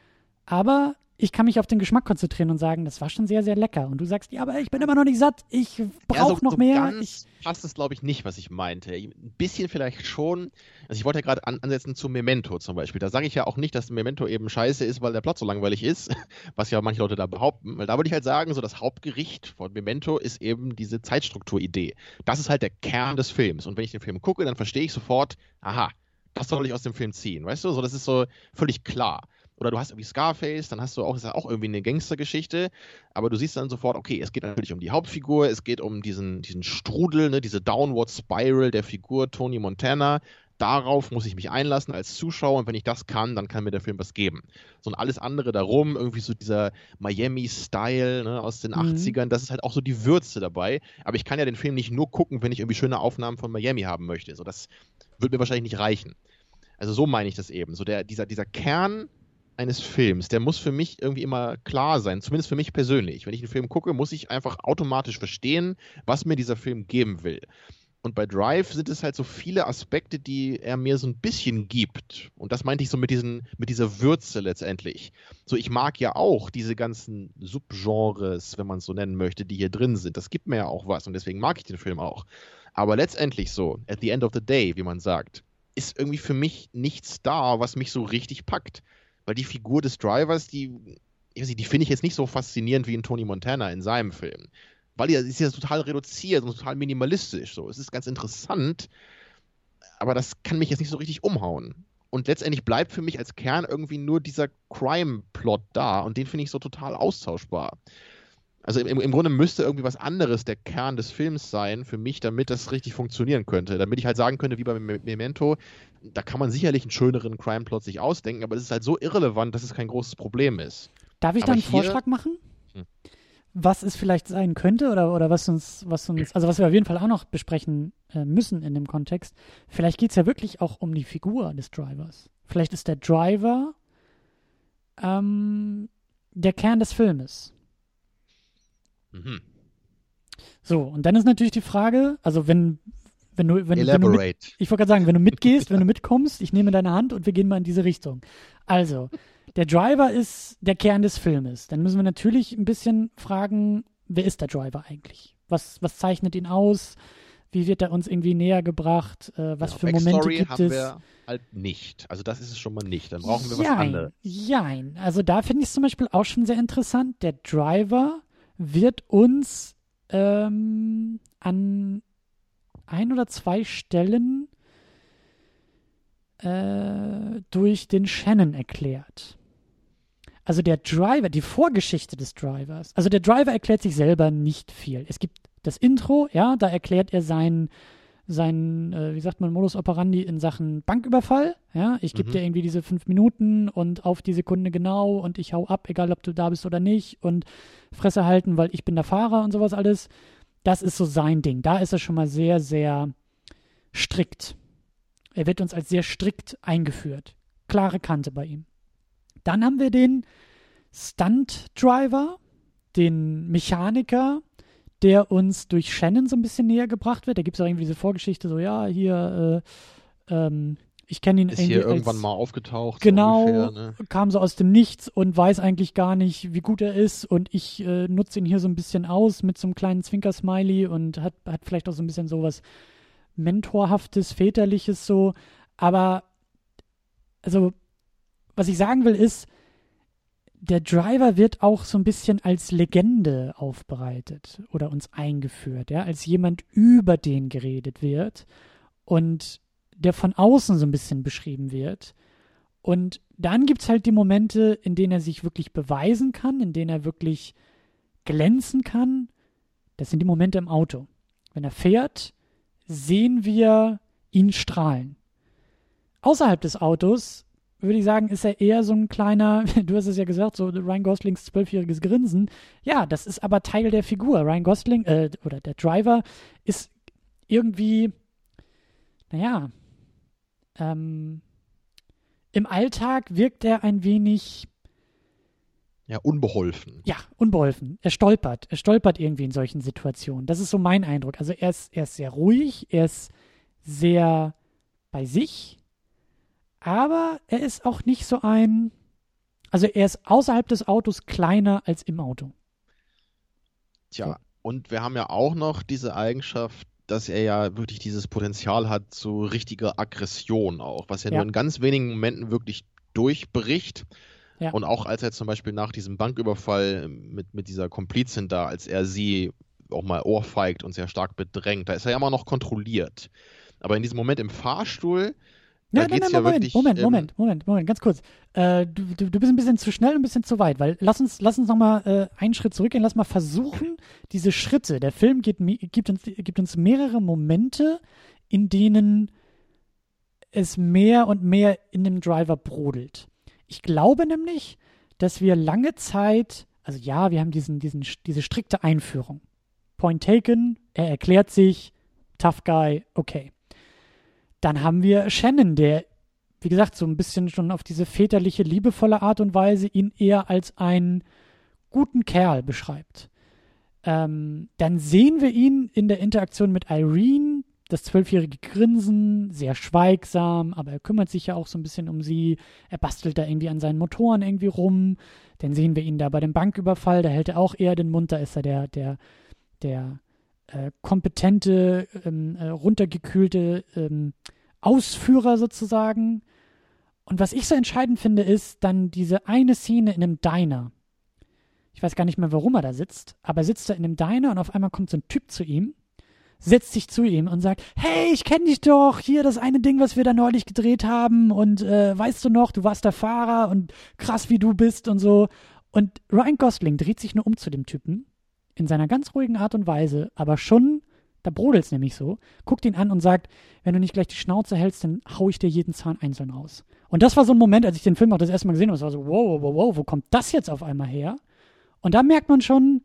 aber ich kann mich auf den Geschmack konzentrieren und sagen, das war schon sehr, sehr lecker. Und du sagst, ja, aber ich bin immer noch nicht satt, ich brauche ja, so, noch so mehr. Ganz Ich, passt es, glaube ich, nicht, was ich meinte. Ein bisschen vielleicht schon. Also ich wollte ja gerade an, ansetzen zu Memento zum Beispiel. Da sage ich ja auch nicht, dass Memento eben scheiße ist, weil der Plot so langweilig ist, was ja manche Leute da behaupten. Weil da würde ich halt sagen, so das Hauptgericht von Memento ist eben diese Zeitstrukturidee. Das ist halt der Kern des Films. Und wenn ich den Film gucke, dann verstehe ich sofort, aha, das soll ich aus dem Film ziehen. Weißt du, so das ist so völlig klar. Oder du hast irgendwie Scarface, dann hast du auch, das ist ja auch irgendwie eine Gangstergeschichte, aber du siehst dann sofort, okay, es geht natürlich um die Hauptfigur, es geht um diesen, diesen Strudel, ne, diese Downward Spiral der Figur Tony Montana. Darauf muss ich mich einlassen als Zuschauer und wenn ich das kann, dann kann mir der Film was geben. So und alles andere darum, irgendwie so dieser Miami-Style, ne, aus den Mhm. achtzigern, das ist halt auch so die Würze dabei. Aber ich kann ja den Film nicht nur gucken, wenn ich irgendwie schöne Aufnahmen von Miami haben möchte. So, das wird mir wahrscheinlich nicht reichen. Also so meine ich das eben. So der, dieser, dieser Kern eines Films, der muss für mich irgendwie immer klar sein, zumindest für mich persönlich. Wenn ich einen Film gucke, muss ich einfach automatisch verstehen, was mir dieser Film geben will. Und bei Drive sind es halt so viele Aspekte, die er mir so ein bisschen gibt. Und das meinte ich so mit, diesen, mit dieser Würze letztendlich. So, ich mag ja auch diese ganzen Subgenres, wenn man es so nennen möchte, die hier drin sind. Das gibt mir ja auch was und deswegen mag ich den Film auch. Aber letztendlich so, at the end of the day, wie man sagt, ist irgendwie für mich nichts da, was mich so richtig packt. Weil die Figur des Drivers, die, ich weiß nicht, die finde ich jetzt nicht so faszinierend wie in Tony Montana in seinem Film. Weil die ist ja total reduziert und total minimalistisch. So. Es ist ganz interessant, aber das kann mich jetzt nicht so richtig umhauen. Und letztendlich bleibt für mich als Kern irgendwie nur dieser Crime-Plot da und den finde ich so total austauschbar. Also im, im Grunde müsste irgendwie was anderes der Kern des Films sein für mich, damit das richtig funktionieren könnte. Damit ich halt sagen könnte, wie bei Memento, da kann man sicherlich einen schöneren Crime-Plot sich ausdenken, aber es ist halt so irrelevant, dass es kein großes Problem ist. Darf ich Aber da einen hier- Vorschlag machen? Hm. Was es vielleicht sein könnte oder, oder was uns, was uns, also was wir auf jeden Fall auch noch besprechen äh, müssen in dem Kontext. Vielleicht geht es ja wirklich auch um die Figur des Drivers. Vielleicht ist der Driver ähm, der Kern des Filmes. Mhm. So, und dann ist natürlich die Frage, also wenn, wenn du, wenn, wenn du mit, Elaborate. ich wollte gerade sagen, wenn du mitgehst, wenn du mitkommst, ich nehme deine Hand und wir gehen mal in diese Richtung. Also, der Driver ist der Kern des Filmes. Dann müssen wir natürlich ein bisschen fragen, wer ist der Driver eigentlich? Was, was zeichnet ihn aus? Wie wird er uns irgendwie näher gebracht? Äh, was Ja, für Backstory Momente gibt haben es? wir halt nicht. Also das ist es schon mal nicht. Dann brauchen wir was Jein, anderes. jein. Also da finde ich es zum Beispiel auch schon sehr interessant. Der Driver wird uns ähm, an ein oder zwei Stellen äh, durch den Shannon erklärt. Also der Driver, die Vorgeschichte des Drivers, also der Driver erklärt sich selber nicht viel. Es gibt das Intro, ja, da erklärt er seinen, seinen äh, wie sagt man, Modus operandi in Sachen Banküberfall. Ja, ich gebe Mhm. dir irgendwie diese fünf Minuten und auf die Sekunde genau und ich hau ab, egal ob du da bist oder nicht und Fresse halten, weil ich bin der Fahrer und sowas alles. Das ist so sein Ding. Da ist er schon mal sehr, sehr strikt. Er wird uns als sehr strikt eingeführt. Klare Kante bei ihm. Dann haben wir den Stunt-Driver, den Mechaniker, der uns durch Shannon so ein bisschen näher gebracht wird. Da gibt es auch irgendwie diese Vorgeschichte, so ja, hier, äh, ähm, ich kenne ihn Ist irgendwie hier irgendwann als, mal aufgetaucht. genau, so ungefähr, ne? kam so aus dem Nichts und weiß eigentlich gar nicht, wie gut er ist und ich äh, nutze ihn hier so ein bisschen aus mit so einem kleinen Zwinker-Smiley und hat, hat vielleicht auch so ein bisschen sowas Mentorhaftes, Väterliches so, aber also, was ich sagen will ist, der Driver wird auch so ein bisschen als Legende aufbereitet oder uns eingeführt, ja, als jemand, über den geredet wird und der von außen so ein bisschen beschrieben wird. Und dann gibt es halt die Momente, in denen er sich wirklich beweisen kann, in denen er wirklich glänzen kann. Das sind die Momente im Auto. Wenn er fährt, sehen wir ihn strahlen. Außerhalb des Autos würde ich sagen, ist er eher so ein kleiner, du hast es ja gesagt, so Ryan Goslings zwölfjähriges Grinsen. Ja, das ist aber Teil der Figur. Ryan Gosling, äh, oder der Driver, ist irgendwie, naja, ähm, im Alltag wirkt er ein wenig, Ja, unbeholfen. ja, unbeholfen. Er stolpert. Er stolpert irgendwie in solchen Situationen. Das ist so mein Eindruck. Also er ist, er ist sehr ruhig, er ist sehr bei sich, aber er ist auch nicht so ein, also er ist außerhalb des Autos kleiner als im Auto. Tja, So. und wir haben ja auch noch diese Eigenschaft, dass er ja wirklich dieses Potenzial hat zu richtiger Aggression auch, was ja, Ja. nur in ganz wenigen Momenten wirklich durchbricht. Ja. Und auch als er zum Beispiel nach diesem Banküberfall mit, mit dieser Komplizin da, als er sie auch mal ohrfeigt und sehr stark bedrängt, da ist er ja immer noch kontrolliert. Aber in diesem Moment im Fahrstuhl, da Ja, nein, geht's nein, ja Moment, wirklich, Moment, ähm, Moment, Moment, Moment, ganz kurz. Äh, du, du, du bist ein bisschen zu schnell und ein bisschen zu weit, weil lass uns, lass uns nochmal äh, einen Schritt zurückgehen, lass mal versuchen, diese Schritte, der Film gibt, gibt, uns, gibt uns mehrere Momente, in denen es mehr und mehr in dem Driver brodelt. Ich glaube nämlich, dass wir lange Zeit, also ja, wir haben diesen, diesen, diese strikte Einführung. Point taken, er erklärt sich, tough guy, okay. Dann haben wir Shannon, der, wie gesagt, so ein bisschen schon auf diese väterliche, liebevolle Art und Weise ihn eher als einen guten Kerl beschreibt. Ähm, dann sehen wir ihn in der Interaktion mit Irene, das zwölfjährige Grinsen, sehr schweigsam, aber er kümmert sich ja auch so ein bisschen um sie. Er bastelt da irgendwie an seinen Motoren irgendwie rum. Dann sehen wir ihn da bei dem Banküberfall, da hält er auch eher den Mund, da ist er der, der, der äh, kompetente, ähm, äh, runtergekühlte ähm, Ausführer sozusagen. Und was ich so entscheidend finde, ist dann diese eine Szene in einem Diner. Ich weiß gar nicht mehr, warum er da sitzt, aber er sitzt da in einem Diner und auf einmal kommt so ein Typ zu ihm, setzt sich zu ihm und sagt, hey, ich kenne dich doch, hier das eine Ding, was wir da neulich gedreht haben und äh, weißt du noch, du warst der Fahrer und krass, wie du bist und so. Und Ryan Gosling dreht sich nur um zu dem Typen, in seiner ganz ruhigen Art und Weise, aber schon, da brodelt es nämlich so, guckt ihn an und sagt, wenn du nicht gleich die Schnauze hältst, dann hau ich dir jeden Zahn einzeln raus. Und das war so ein Moment, als ich den Film auch das erste Mal gesehen habe, es war so, wow, wow, wow, wo kommt das jetzt auf einmal her? Und da merkt man schon,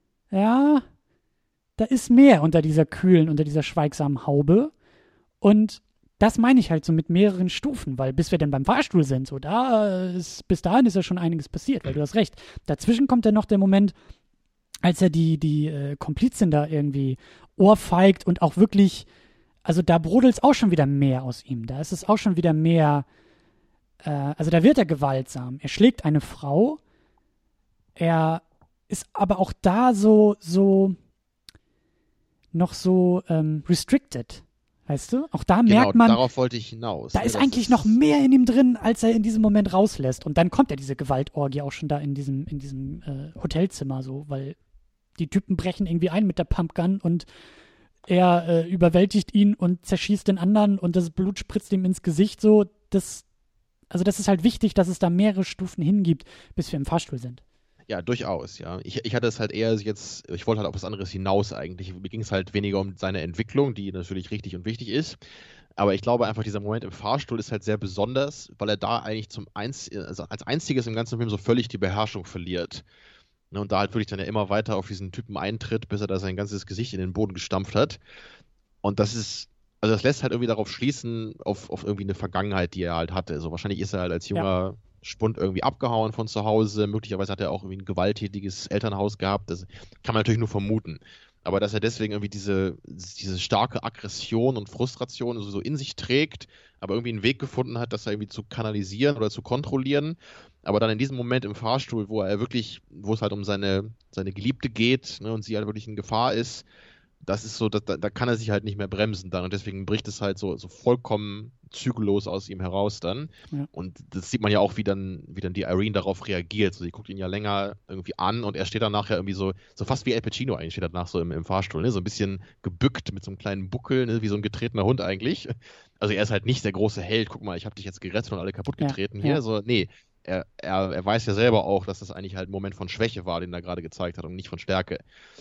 ja, da ist mehr unter dieser kühlen, unter dieser schweigsamen Haube. Und das meine ich halt so mit mehreren Stufen, weil bis wir dann beim Fahrstuhl sind, so da ist, bis dahin ist ja schon einiges passiert, weil du hast recht. Dazwischen kommt dann noch der Moment, als er die, die äh, Komplizin da irgendwie ohrfeigt und auch wirklich, also da brodelt es auch schon wieder mehr aus ihm. Da ist es auch schon wieder mehr, äh, also da wird er gewaltsam. Er schlägt eine Frau, er ist aber auch da so, so, noch so ähm, restricted, weißt du? Auch da merkt genau, man, darauf wollte ich hinaus. da ne? ist Das eigentlich noch mehr in ihm drin, als er in diesem Moment rauslässt. Und dann kommt ja diese Gewaltorgie auch schon da in diesem, in diesem äh, Hotelzimmer so, weil die Typen brechen irgendwie ein mit der Pumpgun und er äh, überwältigt ihn und zerschießt den anderen und das Blut spritzt ihm ins Gesicht so. das, also das ist halt wichtig, dass es da mehrere Stufen hingibt, bis wir im Fahrstuhl sind. Ja, durchaus, ja. Ich, ich hatte es halt eher jetzt, ich wollte halt auf was anderes hinaus eigentlich. Mir ging es halt weniger um seine Entwicklung, die natürlich richtig und wichtig ist. Aber ich glaube einfach, dieser Moment im Fahrstuhl ist halt sehr besonders, weil er da eigentlich zum Einz also als einziges im ganzen Film so völlig die Beherrschung verliert. Ne, und da halt wirklich dann ja immer weiter auf diesen Typen eintritt, bis er da sein ganzes Gesicht in den Boden gestampft hat. Und das ist, also das lässt halt irgendwie darauf schließen, auf, auf irgendwie eine Vergangenheit, die er halt hatte. So wahrscheinlich ist er halt als junger ja. Spund irgendwie abgehauen von zu Hause. Möglicherweise hat er auch irgendwie ein gewalttätiges Elternhaus gehabt. Das kann man natürlich nur vermuten. Aber dass er deswegen irgendwie diese, diese starke Aggression und Frustration so in sich trägt, aber irgendwie einen Weg gefunden hat, das irgendwie zu kanalisieren oder zu kontrollieren. Aber dann in diesem Moment im Fahrstuhl, wo er wirklich, wo es halt um seine, seine Geliebte geht, ne, und sie halt wirklich in Gefahr ist, das ist so, da, da kann er sich halt nicht mehr bremsen dann und deswegen bricht es halt so, so vollkommen zügellos aus ihm heraus dann. Ja. Und das sieht man ja auch, wie dann, wie dann die Irene darauf reagiert. So, sie guckt ihn ja länger irgendwie an und er steht dann nachher irgendwie so, so fast wie Al Pacino eigentlich steht danach so im, im Fahrstuhl, ne? So ein bisschen gebückt mit so einem kleinen Buckel, ne? Wie so ein getretener Hund eigentlich. Also er ist halt nicht der große Held, guck mal, ich habe dich jetzt gerettet und alle kaputt getreten ja, hier. Ja. So, nee, er, er, er weiß ja selber auch, dass das eigentlich halt ein Moment von Schwäche war, den er gerade gezeigt hat und nicht von Stärke.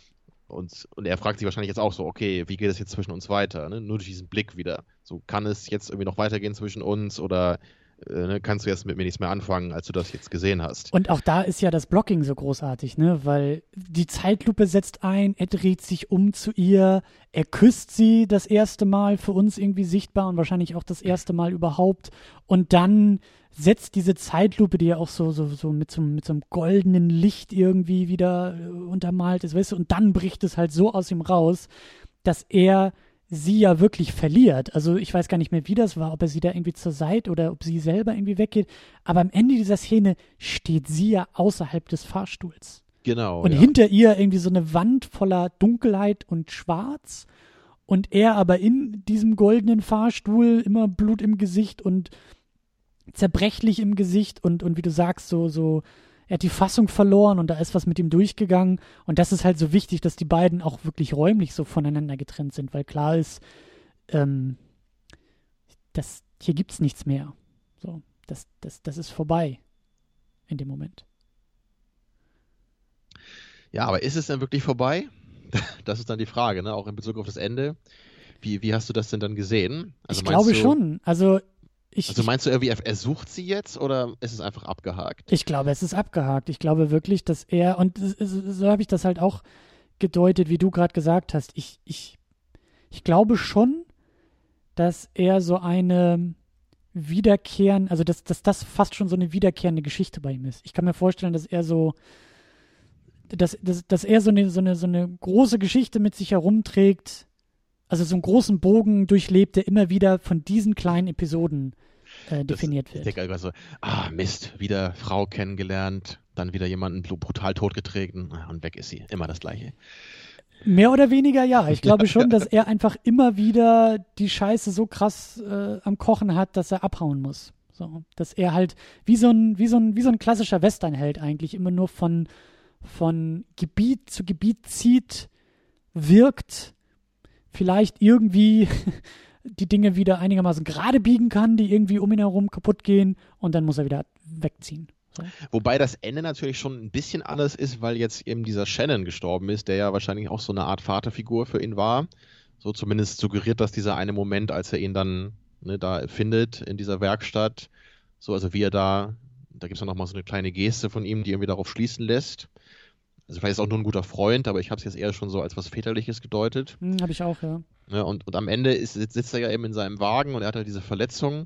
Und, und er fragt sich wahrscheinlich jetzt auch so, okay, wie geht es jetzt zwischen uns weiter? Ne? Nur durch diesen Blick wieder. So, kann es jetzt irgendwie noch weitergehen zwischen uns oder äh, ne, kannst du jetzt mit mir nichts mehr anfangen, als du das jetzt gesehen hast? Und auch da ist ja das Blocking so großartig, ne? Weil die Zeitlupe setzt ein, er dreht sich um zu ihr, er küsst sie das erste Mal für uns irgendwie sichtbar und wahrscheinlich auch das erste Mal überhaupt. Und dann setzt diese Zeitlupe, die ja auch so, so, so mit so, mit so einem goldenen Licht irgendwie wieder äh, untermalt ist, weißt du, und dann bricht es halt so aus ihm raus, dass er sie ja wirklich verliert. Also ich weiß gar nicht mehr, wie das war, ob er sie da irgendwie zur Seite oder ob sie selber irgendwie weggeht, aber am Ende dieser Szene steht sie ja außerhalb des Fahrstuhls. Genau. Und ja. hinter ihr irgendwie so eine Wand voller Dunkelheit und Schwarz und er aber in diesem goldenen Fahrstuhl, immer Blut im Gesicht und zerbrechlich im Gesicht und, und wie du sagst, so, so, er hat die Fassung verloren und da ist was mit ihm durchgegangen und das ist halt so wichtig, dass die beiden auch wirklich räumlich so voneinander getrennt sind, weil klar ist, ähm, das, hier gibt's nichts mehr. So, das, das, das ist vorbei in dem Moment. Ja, aber ist es denn wirklich vorbei? Das ist dann die Frage, ne? Auch in Bezug auf das Ende. Wie, wie hast du das denn dann gesehen? Also ich glaube du, schon. Also Ich, also meinst du irgendwie, er sucht sie jetzt oder ist es einfach abgehakt? Ich glaube, es ist abgehakt. Ich glaube wirklich, dass er, und so habe ich das halt auch gedeutet, wie du gerade gesagt hast. Ich, ich, ich glaube schon, dass er so eine wiederkehren, also dass, dass das fast schon so eine wiederkehrende Geschichte bei ihm ist. Ich kann mir vorstellen, dass er so, dass, dass, dass er so eine, so eine, so eine große Geschichte mit sich herumträgt, also so einen großen Bogen durchlebt, der immer wieder von diesen kleinen Episoden äh, definiert das, wird. Ich denke also, ah Mist, wieder Frau kennengelernt, dann wieder jemanden brutal totgetreten und weg ist sie. Immer das Gleiche. Mehr oder weniger ja. Ich glaube schon, dass er einfach immer wieder die Scheiße so krass äh, am Kochen hat, dass er abhauen muss. So, dass er halt wie so ein, wie so ein, wie so ein klassischer Westernheld eigentlich immer nur von, von Gebiet zu Gebiet zieht, wirkt, vielleicht irgendwie die Dinge wieder einigermaßen gerade biegen kann, die irgendwie um ihn herum kaputt gehen und dann muss er wieder wegziehen. So. Wobei das Ende natürlich schon ein bisschen anders ist, weil jetzt eben dieser Shannon gestorben ist, der ja wahrscheinlich auch so eine Art Vaterfigur für ihn war. So zumindest suggeriert das dieser eine Moment, als er ihn dann ne, da findet in dieser Werkstatt. So, also wie er da, da gibt es dann nochmal so eine kleine Geste von ihm, die irgendwie darauf schließen lässt. Also vielleicht ist er auch nur ein guter Freund, aber ich habe es jetzt eher schon so als was Väterliches gedeutet. Hm, habe ich auch, ja. Ja, und, und am Ende ist, sitzt er ja eben in seinem Wagen und er hat halt diese Verletzung.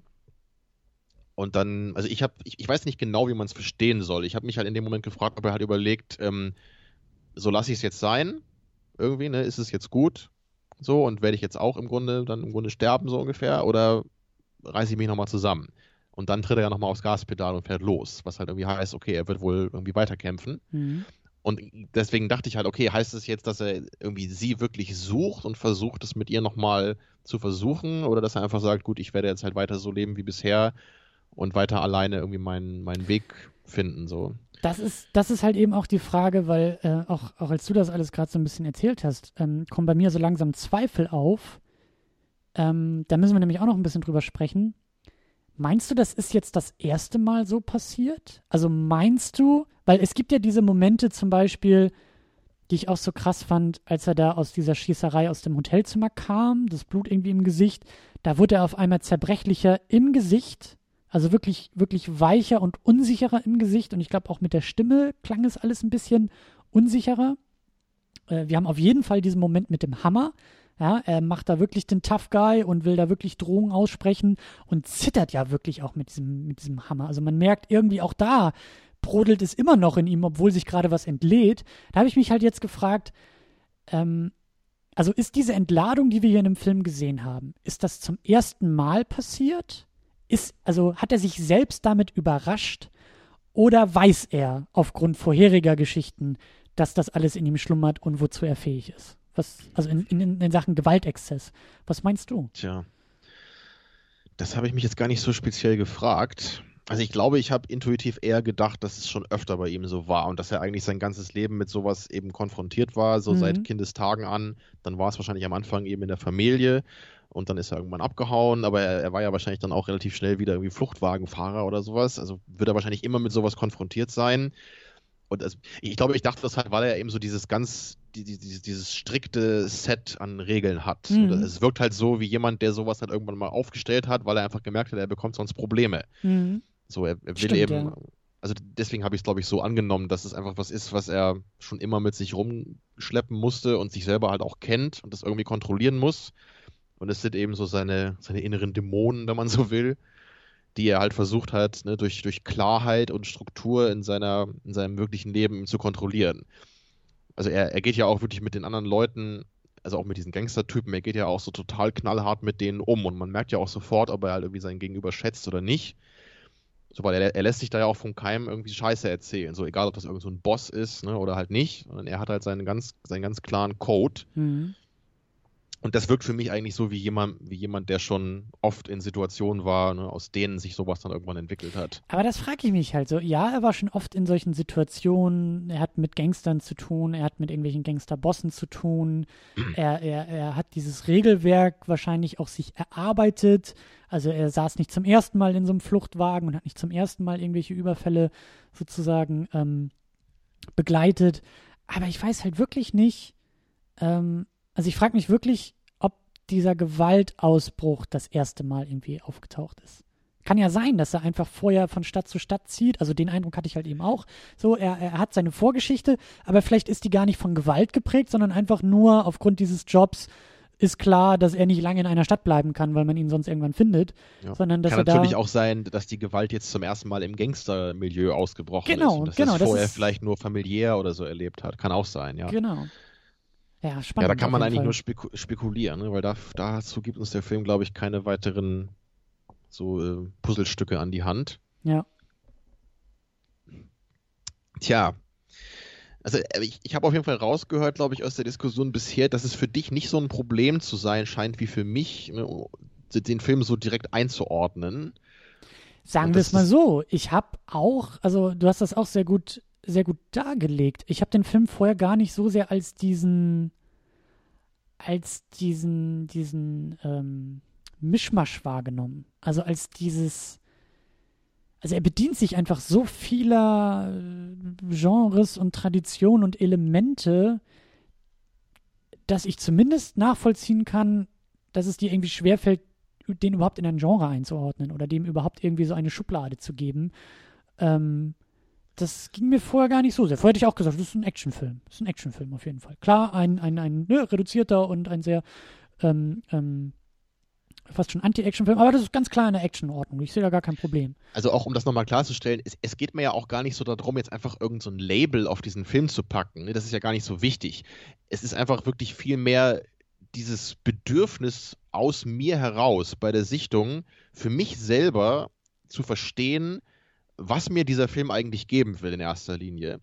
Und dann, also ich habe, ich, ich weiß nicht genau, wie man es verstehen soll. Ich habe mich halt in dem Moment gefragt, ob er halt überlegt, ähm, so lasse ich es jetzt sein, irgendwie, ne, ist es jetzt gut, so, und werde ich jetzt auch im Grunde, dann im Grunde sterben, so ungefähr, oder reiße ich mich nochmal zusammen? Und dann tritt er ja nochmal aufs Gaspedal und fährt los, was halt irgendwie heißt, okay, er wird wohl irgendwie weiterkämpfen. Mhm. Und deswegen dachte ich halt, okay, heißt es jetzt, dass er irgendwie sie wirklich sucht und versucht, es mit ihr nochmal zu versuchen, oder dass er einfach sagt, gut, ich werde jetzt halt weiter so leben wie bisher und weiter alleine irgendwie meinen, meinen Weg finden, so. Das ist, das ist halt eben auch die Frage, weil äh, auch, auch als du das alles gerade so ein bisschen erzählt hast, ähm, kommen bei mir so langsam Zweifel auf. Ähm, da müssen wir nämlich auch noch ein bisschen drüber sprechen. Meinst du, das ist jetzt das erste Mal so passiert? Also meinst du, weil es gibt ja diese Momente zum Beispiel, die ich auch so krass fand, als er da aus dieser Schießerei aus dem Hotelzimmer kam, das Blut irgendwie im Gesicht, da wurde er auf einmal zerbrechlicher im Gesicht, also wirklich, wirklich weicher und unsicherer im Gesicht und ich glaube auch mit der Stimme klang es alles ein bisschen unsicherer. Äh, wir haben auf jeden Fall diesen Moment mit dem Hammer. Ja, er macht da wirklich den Tough Guy und will da wirklich Drohungen aussprechen und zittert ja wirklich auch mit diesem, mit diesem Hammer. Also man merkt irgendwie auch da, brodelt es immer noch in ihm, obwohl sich gerade was entlädt. Da habe ich mich halt jetzt gefragt, ähm, also ist diese Entladung, die wir hier in dem Film gesehen haben, ist das zum ersten Mal passiert? Ist, also hat er sich selbst damit überrascht oder weiß er aufgrund vorheriger Geschichten, dass das alles in ihm schlummert und wozu er fähig ist? Was, also in, in, in Sachen Gewaltexzess. Was meinst du? Tja, das habe ich mich jetzt gar nicht so speziell gefragt. Also ich glaube, ich habe intuitiv eher gedacht, dass es schon öfter bei ihm so war und dass er eigentlich sein ganzes Leben mit sowas eben konfrontiert war, so mhm. seit Kindestagen an. Dann war es wahrscheinlich am Anfang eben in der Familie und dann ist er irgendwann abgehauen, aber er, er war ja wahrscheinlich dann auch relativ schnell wieder irgendwie Fluchtwagenfahrer oder sowas. Also wird er wahrscheinlich immer mit sowas konfrontiert sein. Und also, ich glaube, ich dachte das halt, weil er eben so dieses ganz, dieses, dieses strikte Set an Regeln hat. Mhm. Es wirkt halt so wie jemand, der sowas halt irgendwann mal aufgestellt hat, weil er einfach gemerkt hat, er bekommt sonst Probleme. Mhm. So, er, er will Stimmt, eben, ja. Also deswegen habe ich es, glaube ich, so angenommen, dass es einfach was ist, was er schon immer mit sich rumschleppen musste und sich selber halt auch kennt und das irgendwie kontrollieren muss. Und es sind eben so seine, seine inneren Dämonen, wenn man so will, die er halt versucht hat, ne, durch, durch Klarheit und Struktur in, seiner, in seinem wirklichen Leben zu kontrollieren. Also er, er geht ja auch wirklich mit den anderen Leuten, also auch mit diesen Gangstertypen, er geht ja auch so total knallhart mit denen um und man merkt ja auch sofort, ob er halt irgendwie sein Gegenüber schätzt oder nicht. So, weil er, er lässt sich da ja auch von keinem irgendwie Scheiße erzählen, so egal, ob das irgend so ein Boss ist, ne, oder halt nicht, sondern er hat halt seinen ganz, seinen ganz klaren Code. Mhm. Und das wirkt für mich eigentlich so wie jemand, wie jemand, der schon oft in Situationen war, ne, aus denen sich sowas dann irgendwann entwickelt hat. Aber das frage ich mich halt so. Ja, er war schon oft in solchen Situationen. Er hat mit Gangstern zu tun, er hat mit irgendwelchen Gangsterbossen zu tun. er, er, er hat dieses Regelwerk wahrscheinlich auch sich erarbeitet. Also er saß nicht zum ersten Mal in so einem Fluchtwagen und hat nicht zum ersten Mal irgendwelche Überfälle sozusagen ähm, begleitet. Aber ich weiß halt wirklich nicht, ähm, also ich frage mich wirklich, ob dieser Gewaltausbruch das erste Mal irgendwie aufgetaucht ist. Kann ja sein, dass er einfach vorher von Stadt zu Stadt zieht. Also den Eindruck hatte ich halt eben auch. So, er, er hat seine Vorgeschichte, aber vielleicht ist die gar nicht von Gewalt geprägt, sondern einfach nur aufgrund dieses Jobs ist klar, dass er nicht lange in einer Stadt bleiben kann, weil man ihn sonst irgendwann findet. Ja. Sondern dass kann er natürlich da auch sein, dass die Gewalt jetzt zum ersten Mal im Gangstermilieu ausgebrochen genau, ist. Und dass genau, das das vorher ist, vielleicht nur familiär oder so erlebt hat. Kann auch sein, ja. Genau. Ja, spannend. Ja, da kann man eigentlich Fall. nur speku spekulieren, ne? Weil da, dazu gibt uns der Film, glaube ich, keine weiteren so äh, Puzzlestücke an die Hand. Ja. Tja, also ich, ich habe auf jeden Fall rausgehört, glaube ich, aus der Diskussion bisher, dass es für dich nicht so ein Problem zu sein scheint wie für mich, ne, den Film so direkt einzuordnen. Sagen wir es mal so, ich habe auch, also du hast das auch sehr gut sehr gut dargelegt. Ich habe den Film vorher gar nicht so sehr als diesen als diesen diesen ähm, Mischmasch wahrgenommen. Also als dieses also er bedient sich einfach so vieler Genres und Traditionen und Elemente, dass ich zumindest nachvollziehen kann, dass es dir irgendwie schwerfällt, den überhaupt in ein Genre einzuordnen oder dem überhaupt irgendwie so eine Schublade zu geben. Ähm, Das ging mir vorher gar nicht so sehr. Vorher hätte ich auch gesagt, das ist ein Actionfilm. Das ist ein Actionfilm auf jeden Fall. Klar, ein, ein, ein ne, reduzierter und ein sehr ähm, ähm, fast schon Anti-Action-Film, aber das ist ganz klar in der Action-Ordnung. Ich sehe da gar kein Problem. Also auch, um das nochmal klarzustellen, es, es geht mir ja auch gar nicht so darum, jetzt einfach irgend so ein Label auf diesen Film zu packen. Ne? Das ist ja gar nicht so wichtig. Es ist einfach wirklich viel mehr dieses Bedürfnis aus mir heraus bei der Sichtung für mich selber zu verstehen, was mir dieser Film eigentlich geben will in erster Linie.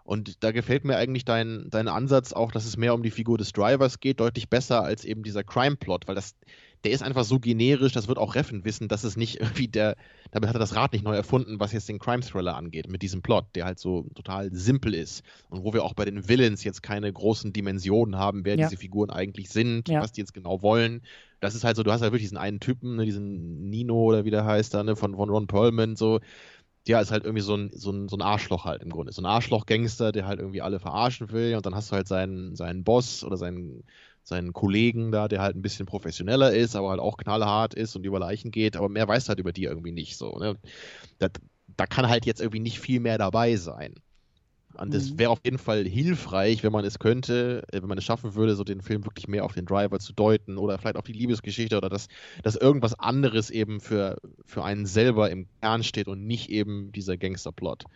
Und da gefällt mir eigentlich dein, dein Ansatz auch, dass es mehr um die Figur des Drivers geht, deutlich besser als eben dieser Crime-Plot, weil das, der ist einfach so generisch, das wird auch Reffen wissen, dass es nicht irgendwie der, damit hat er das Rad nicht neu erfunden, was jetzt den Crime-Thriller angeht, mit diesem Plot, der halt so total simpel ist und wo wir auch bei den Villains jetzt keine großen Dimensionen haben, wer Ja. diese Figuren eigentlich sind, Ja. was die jetzt genau wollen. Das ist halt so, du hast halt wirklich diesen einen Typen, ne, diesen Nino oder wie der heißt da, ne, von, von Ron Perlman, so, der ist halt irgendwie so ein, so ein, so ein Arschloch halt im Grunde. So ein Arschloch-Gangster, der halt irgendwie alle verarschen will. Und dann hast du halt seinen, seinen Boss oder seinen, seinen Kollegen da, der halt ein bisschen professioneller ist, aber halt auch knallhart ist und über Leichen geht. Aber mehr weiß halt über die irgendwie nicht so. Ne? Da, da kann halt jetzt irgendwie nicht viel mehr dabei sein. Und das Mhm. wäre auf jeden Fall hilfreich, wenn man es könnte, äh, wenn man es schaffen würde, so den Film wirklich mehr auf den Driver zu deuten oder vielleicht auf die Liebesgeschichte oder dass, dass irgendwas anderes eben für, für einen selber im Kern steht und nicht eben dieser Gangsterplot.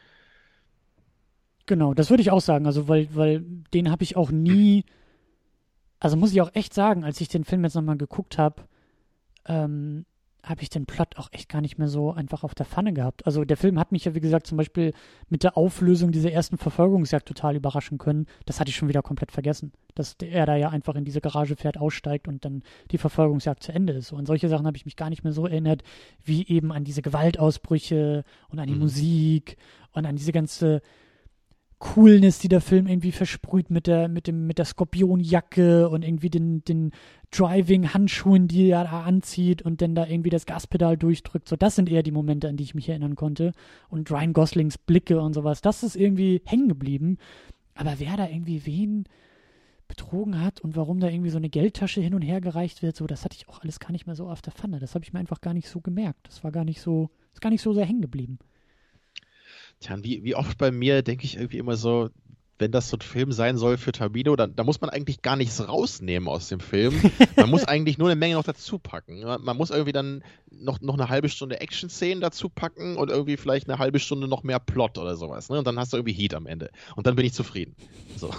Genau, das würde ich auch sagen. Also, weil, weil den habe ich auch nie, also muss ich auch echt sagen, als ich den Film jetzt nochmal geguckt habe, ähm, habe ich den Plot auch echt gar nicht mehr so einfach auf der Pfanne gehabt. Also der Film hat mich ja, wie gesagt, zum Beispiel mit der Auflösung dieser ersten Verfolgungsjagd total überraschen können. Das hatte ich schon wieder komplett vergessen. Dass er da ja einfach in diese Garage fährt, aussteigt und dann die Verfolgungsjagd zu Ende ist. So, an solche Sachen habe ich mich gar nicht mehr so erinnert, wie eben an diese Gewaltausbrüche und an die Mhm. Musik und an diese ganze Coolness, die der Film irgendwie versprüht mit der, mit dem, mit der Skorpionjacke und irgendwie den, den Driving-Handschuhen, die er da anzieht und dann da irgendwie das Gaspedal durchdrückt. So, das sind eher die Momente, an die ich mich erinnern konnte. Und Ryan Goslings Blicke und sowas, das ist irgendwie hängen geblieben. Aber wer da irgendwie wen betrogen hat und warum da irgendwie so eine Geldtasche hin und her gereicht wird, so, das hatte ich auch alles gar nicht mehr so auf der Pfanne. Das habe ich mir einfach gar nicht so gemerkt. Das war gar nicht so, ist gar nicht so sehr hängen geblieben. Tja, und wie, wie oft bei mir denke ich irgendwie immer so, wenn das so ein Film sein soll für Tamino, dann da muss man eigentlich gar nichts rausnehmen aus dem Film. Man muss eigentlich nur eine Menge noch dazu packen. Man, man muss irgendwie dann noch, noch eine halbe Stunde Action-Szenen dazu packen und irgendwie vielleicht eine halbe Stunde noch mehr Plot oder sowas. Ne? Und dann hast du irgendwie Heat am Ende. Und dann bin ich zufrieden. So.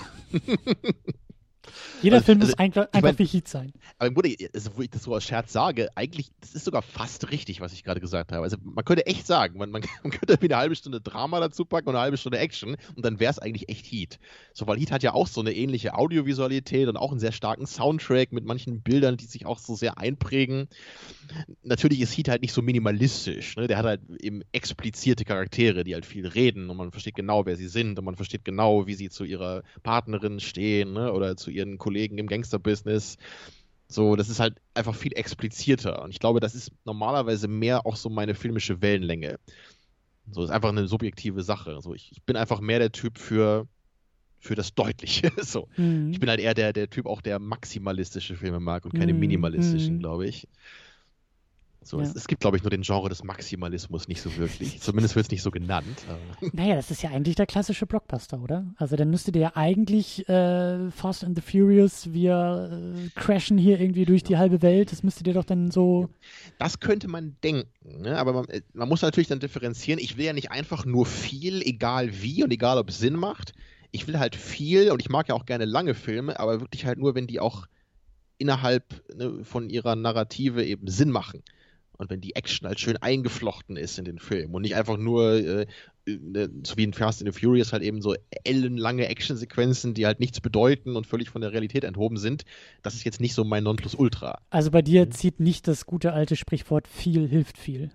Jeder Also- Film also, muss einfach, ich einfach mein- wie Heat sein. Aber im Grunde, also, wo ich das so als Scherz sage, eigentlich, das ist sogar fast richtig, was ich gerade gesagt habe. Also man könnte echt sagen, man, man, man könnte irgendwie eine halbe Stunde Drama dazu packen und eine halbe Stunde Action und dann wäre es eigentlich echt Heat. So, weil Heat hat ja auch so eine ähnliche Audiovisualität und auch einen sehr starken Soundtrack mit manchen Bildern, die sich auch so sehr einprägen. Natürlich ist Heat halt nicht so minimalistisch. Ne? Der hat halt eben explizierte Charaktere, die halt viel reden und man versteht genau, wer sie sind und man versteht genau, wie sie zu ihrer Partnerin stehen, ne? Oder zu ihren Kollegen im Gangster-Business. So, das ist halt einfach viel explizierter. Und ich glaube, das ist normalerweise mehr auch so meine filmische Wellenlänge. So, ist einfach eine subjektive Sache. So, ich, ich bin einfach mehr der Typ für, für das Deutliche. So. Mhm. Ich bin halt eher der, der Typ auch, der maximalistische Filme mag und keine Mhm. minimalistischen, Mhm. glaube ich. So, Ja. es, es gibt, glaube ich, nur den Genre des Maximalismus nicht so wirklich. Zumindest wird es nicht so genannt. Aber- Naja, das ist ja eigentlich der klassische Blockbuster, oder? Also dann müsste der ja eigentlich äh, Fast and the Furious, wir äh, crashen hier irgendwie durch die halbe Welt, das müsste dir doch dann so... Das könnte man denken, ne? Aber man, äh, man muss natürlich dann differenzieren. Ich will ja nicht einfach nur viel, egal wie und egal, ob es Sinn macht. Ich will halt viel und ich mag ja auch gerne lange Filme, aber wirklich halt nur, wenn die auch innerhalb, ne, von ihrer Narrative eben Sinn machen. Und wenn die Action halt schön eingeflochten ist in den Film und nicht einfach nur, äh, äh, so wie in Fast and the Furious, halt eben so ellenlange Actionsequenzen, die halt nichts bedeuten und völlig von der Realität enthoben sind. Das ist jetzt nicht so mein Nonplusultra. Also bei dir zieht nicht das gute alte Sprichwort viel hilft viel.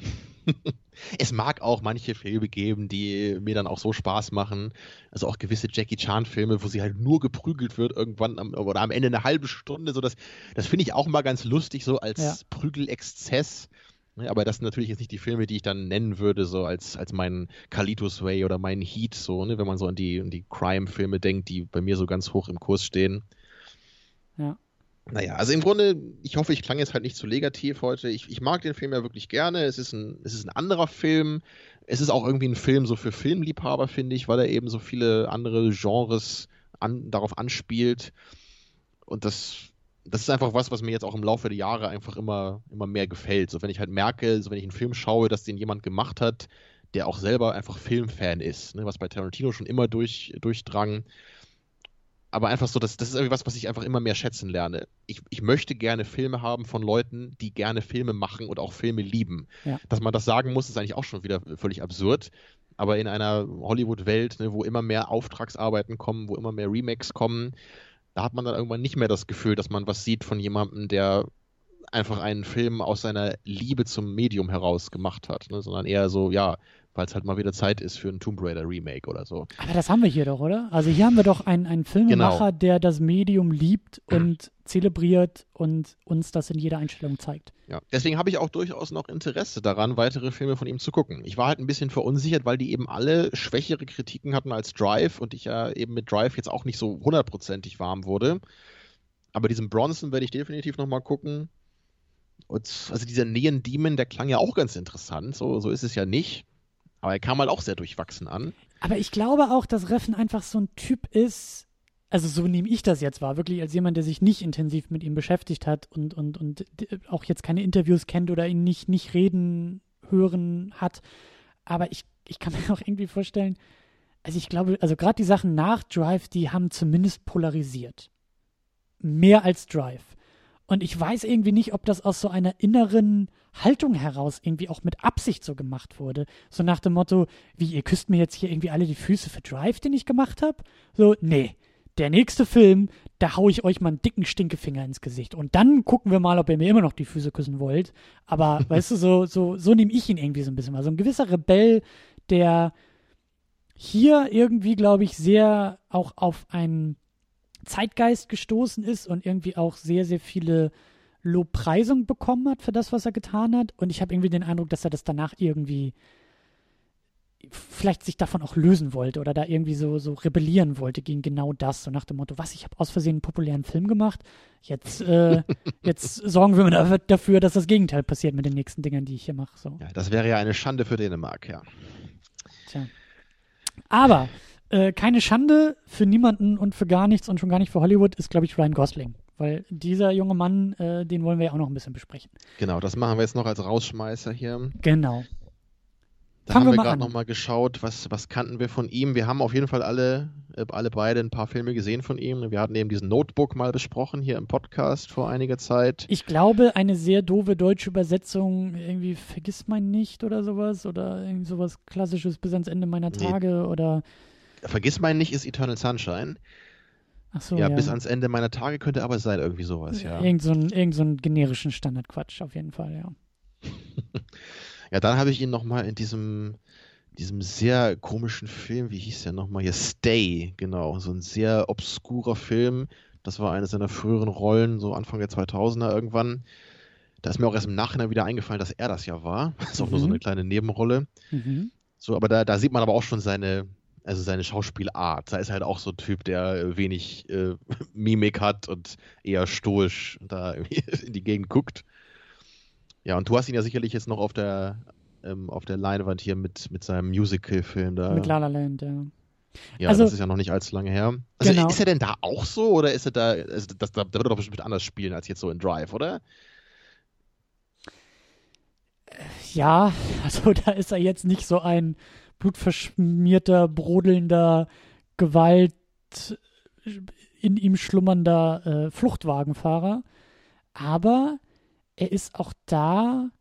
Es mag auch manche Filme geben, die mir dann auch so Spaß machen. Also auch gewisse Jackie Chan-Filme, wo sie halt nur geprügelt wird irgendwann am, oder am Ende eine halbe Stunde. So das, das finde ich auch mal ganz lustig, so als Ja. Prügelexzess. Ne, aber das sind natürlich jetzt nicht die Filme, die ich dann nennen würde, so als, als mein Carlitos Way oder mein Heat, so, ne, wenn man so an die, an die Crime-Filme denkt, die bei mir so ganz hoch im Kurs stehen. Ja. Naja, also im Grunde, ich hoffe, ich klang jetzt halt nicht zu negativ heute. Ich, ich mag den Film ja wirklich gerne. Es ist ein, es ist ein anderer Film. Es ist auch irgendwie ein Film so für Filmliebhaber, finde ich, weil er eben so viele andere Genres an, darauf anspielt. Und das, das ist einfach was, was mir jetzt auch im Laufe der Jahre einfach immer, immer mehr gefällt. So wenn ich halt merke, so wenn ich einen Film schaue, dass den jemand gemacht hat, der auch selber einfach Filmfan ist, ne, was bei Tarantino schon immer durch, durchdrang. Aber einfach so, das, das ist irgendwie was, was ich einfach immer mehr schätzen lerne. Ich, ich möchte gerne Filme haben von Leuten, die gerne Filme machen und auch Filme lieben. Ja. Dass man das sagen muss, ist eigentlich auch schon wieder völlig absurd. aber in einer Hollywood-Welt, ne, wo immer mehr Auftragsarbeiten kommen, wo immer mehr Remakes kommen, da hat man dann irgendwann nicht mehr das Gefühl, dass man was sieht von jemandem, der einfach einen Film aus seiner Liebe zum Medium heraus gemacht hat, ne, sondern eher so, ja, weil es halt mal wieder Zeit ist für ein Tomb Raider Remake oder so. Aber das haben wir hier doch, oder? Also hier haben wir doch einen, einen Filmemacher, Genau. der das Medium liebt und zelebriert und uns das in jeder Einstellung zeigt. Ja, deswegen habe ich auch durchaus noch Interesse daran, weitere Filme von ihm zu gucken. Ich war halt ein bisschen verunsichert, weil die eben alle schwächere Kritiken hatten als Drive und ich ja eben mit Drive jetzt auch nicht so hundertprozentig warm wurde. Aber diesen Bronson werde ich definitiv nochmal gucken. Und also dieser Neon Demon, der klang ja auch ganz interessant, so, so ist es ja nicht. Aber er kam halt auch sehr durchwachsen an. Aber ich glaube auch, dass Refn einfach so ein Typ ist, also so nehme ich das jetzt wahr, wirklich als jemand, der sich nicht intensiv mit ihm beschäftigt hat und, und, und auch jetzt keine Interviews kennt oder ihn nicht, nicht reden, hören hat. Aber ich, ich kann mir auch irgendwie vorstellen, also ich glaube, also gerade die Sachen nach Drive, die haben zumindest polarisiert. Mehr als Drive. Und ich weiß irgendwie nicht, ob das aus so einer inneren Haltung heraus irgendwie auch mit Absicht so gemacht wurde. So nach dem Motto, wie, ihr küsst mir jetzt hier irgendwie alle die Füße für Drive, den ich gemacht habe? So, nee. Der nächste Film, da hau ich euch mal einen dicken Stinkefinger ins Gesicht. Und dann gucken wir mal, ob ihr mir immer noch die Füße küssen wollt. Aber, weißt du, so, so, so nehme ich ihn irgendwie so ein bisschen mal. So ein gewisser Rebell, der hier irgendwie, glaube ich, sehr auch auf einen Zeitgeist gestoßen ist und irgendwie auch sehr, sehr viele Lobpreisung bekommen hat für das, was er getan hat. Und ich habe irgendwie den Eindruck, dass er das danach irgendwie vielleicht sich davon auch lösen wollte oder da irgendwie so, so rebellieren wollte gegen genau das. So nach dem Motto, was, ich habe aus Versehen einen populären Film gemacht. Jetzt, äh, jetzt sorgen wir mal dafür, dass das Gegenteil passiert mit den nächsten Dingern, die ich hier mache. So. Ja, das wäre ja eine Schande für Dänemark, ja. Tja. Aber äh, keine Schande für niemanden und für gar nichts und schon gar nicht für Hollywood ist, glaube ich, Ryan Gosling. Weil dieser junge Mann, äh, den wollen wir ja auch noch ein bisschen besprechen. Genau, das machen wir jetzt noch als Rausschmeißer hier. Genau. Da Fangen haben wir wir mal gerade an. nochmal geschaut, was, was kannten wir von ihm. Wir haben auf jeden Fall alle, äh, alle beide ein paar Filme gesehen von ihm. Wir hatten eben diesen Notebook mal besprochen hier im Podcast vor einiger Zeit. Ich glaube, eine sehr doofe deutsche Übersetzung, irgendwie vergiss mein nicht oder sowas oder irgendwie sowas Klassisches bis ans Ende meiner Tage nee. oder Vergiss mein nicht ist Eternal Sunshine. Ach so, ja, ja, bis ans Ende meiner Tage könnte aber sein, irgendwie sowas, ja. Irgend so einen irgend so einen generischen Standardquatsch auf jeden Fall, ja. Ja, dann habe ich ihn nochmal in diesem, diesem sehr komischen Film, wie hieß der nochmal hier? Stay, genau. So ein sehr obskurer Film. Das war eine seiner früheren Rollen, so Anfang der zweitausender irgendwann. Da ist mir auch erst im Nachhinein wieder eingefallen, dass er das ja war. Das ist auch mhm. nur so eine kleine Nebenrolle. Mhm. So, aber da, da sieht man aber auch schon seine, also seine Schauspielart. Da ist halt auch so ein Typ, der wenig äh, Mimik hat und eher stoisch da irgendwie in die Gegend guckt. Ja, und du hast ihn ja sicherlich jetzt noch auf der, ähm, auf der Leinwand hier mit, mit seinem Musical-Film da. Mit La La Land, ja. Ja, also, das ist ja noch nicht allzu lange her. Also genau. Ist er denn da auch so oder ist er da, also das, da, da wird er doch bestimmt anders spielen als jetzt so in Drive, oder? Ja, also da ist er jetzt nicht so ein blutverschmierter, brodelnder, Gewalt in ihm schlummernder äh, Fluchtwagenfahrer. Aber er ist auch da,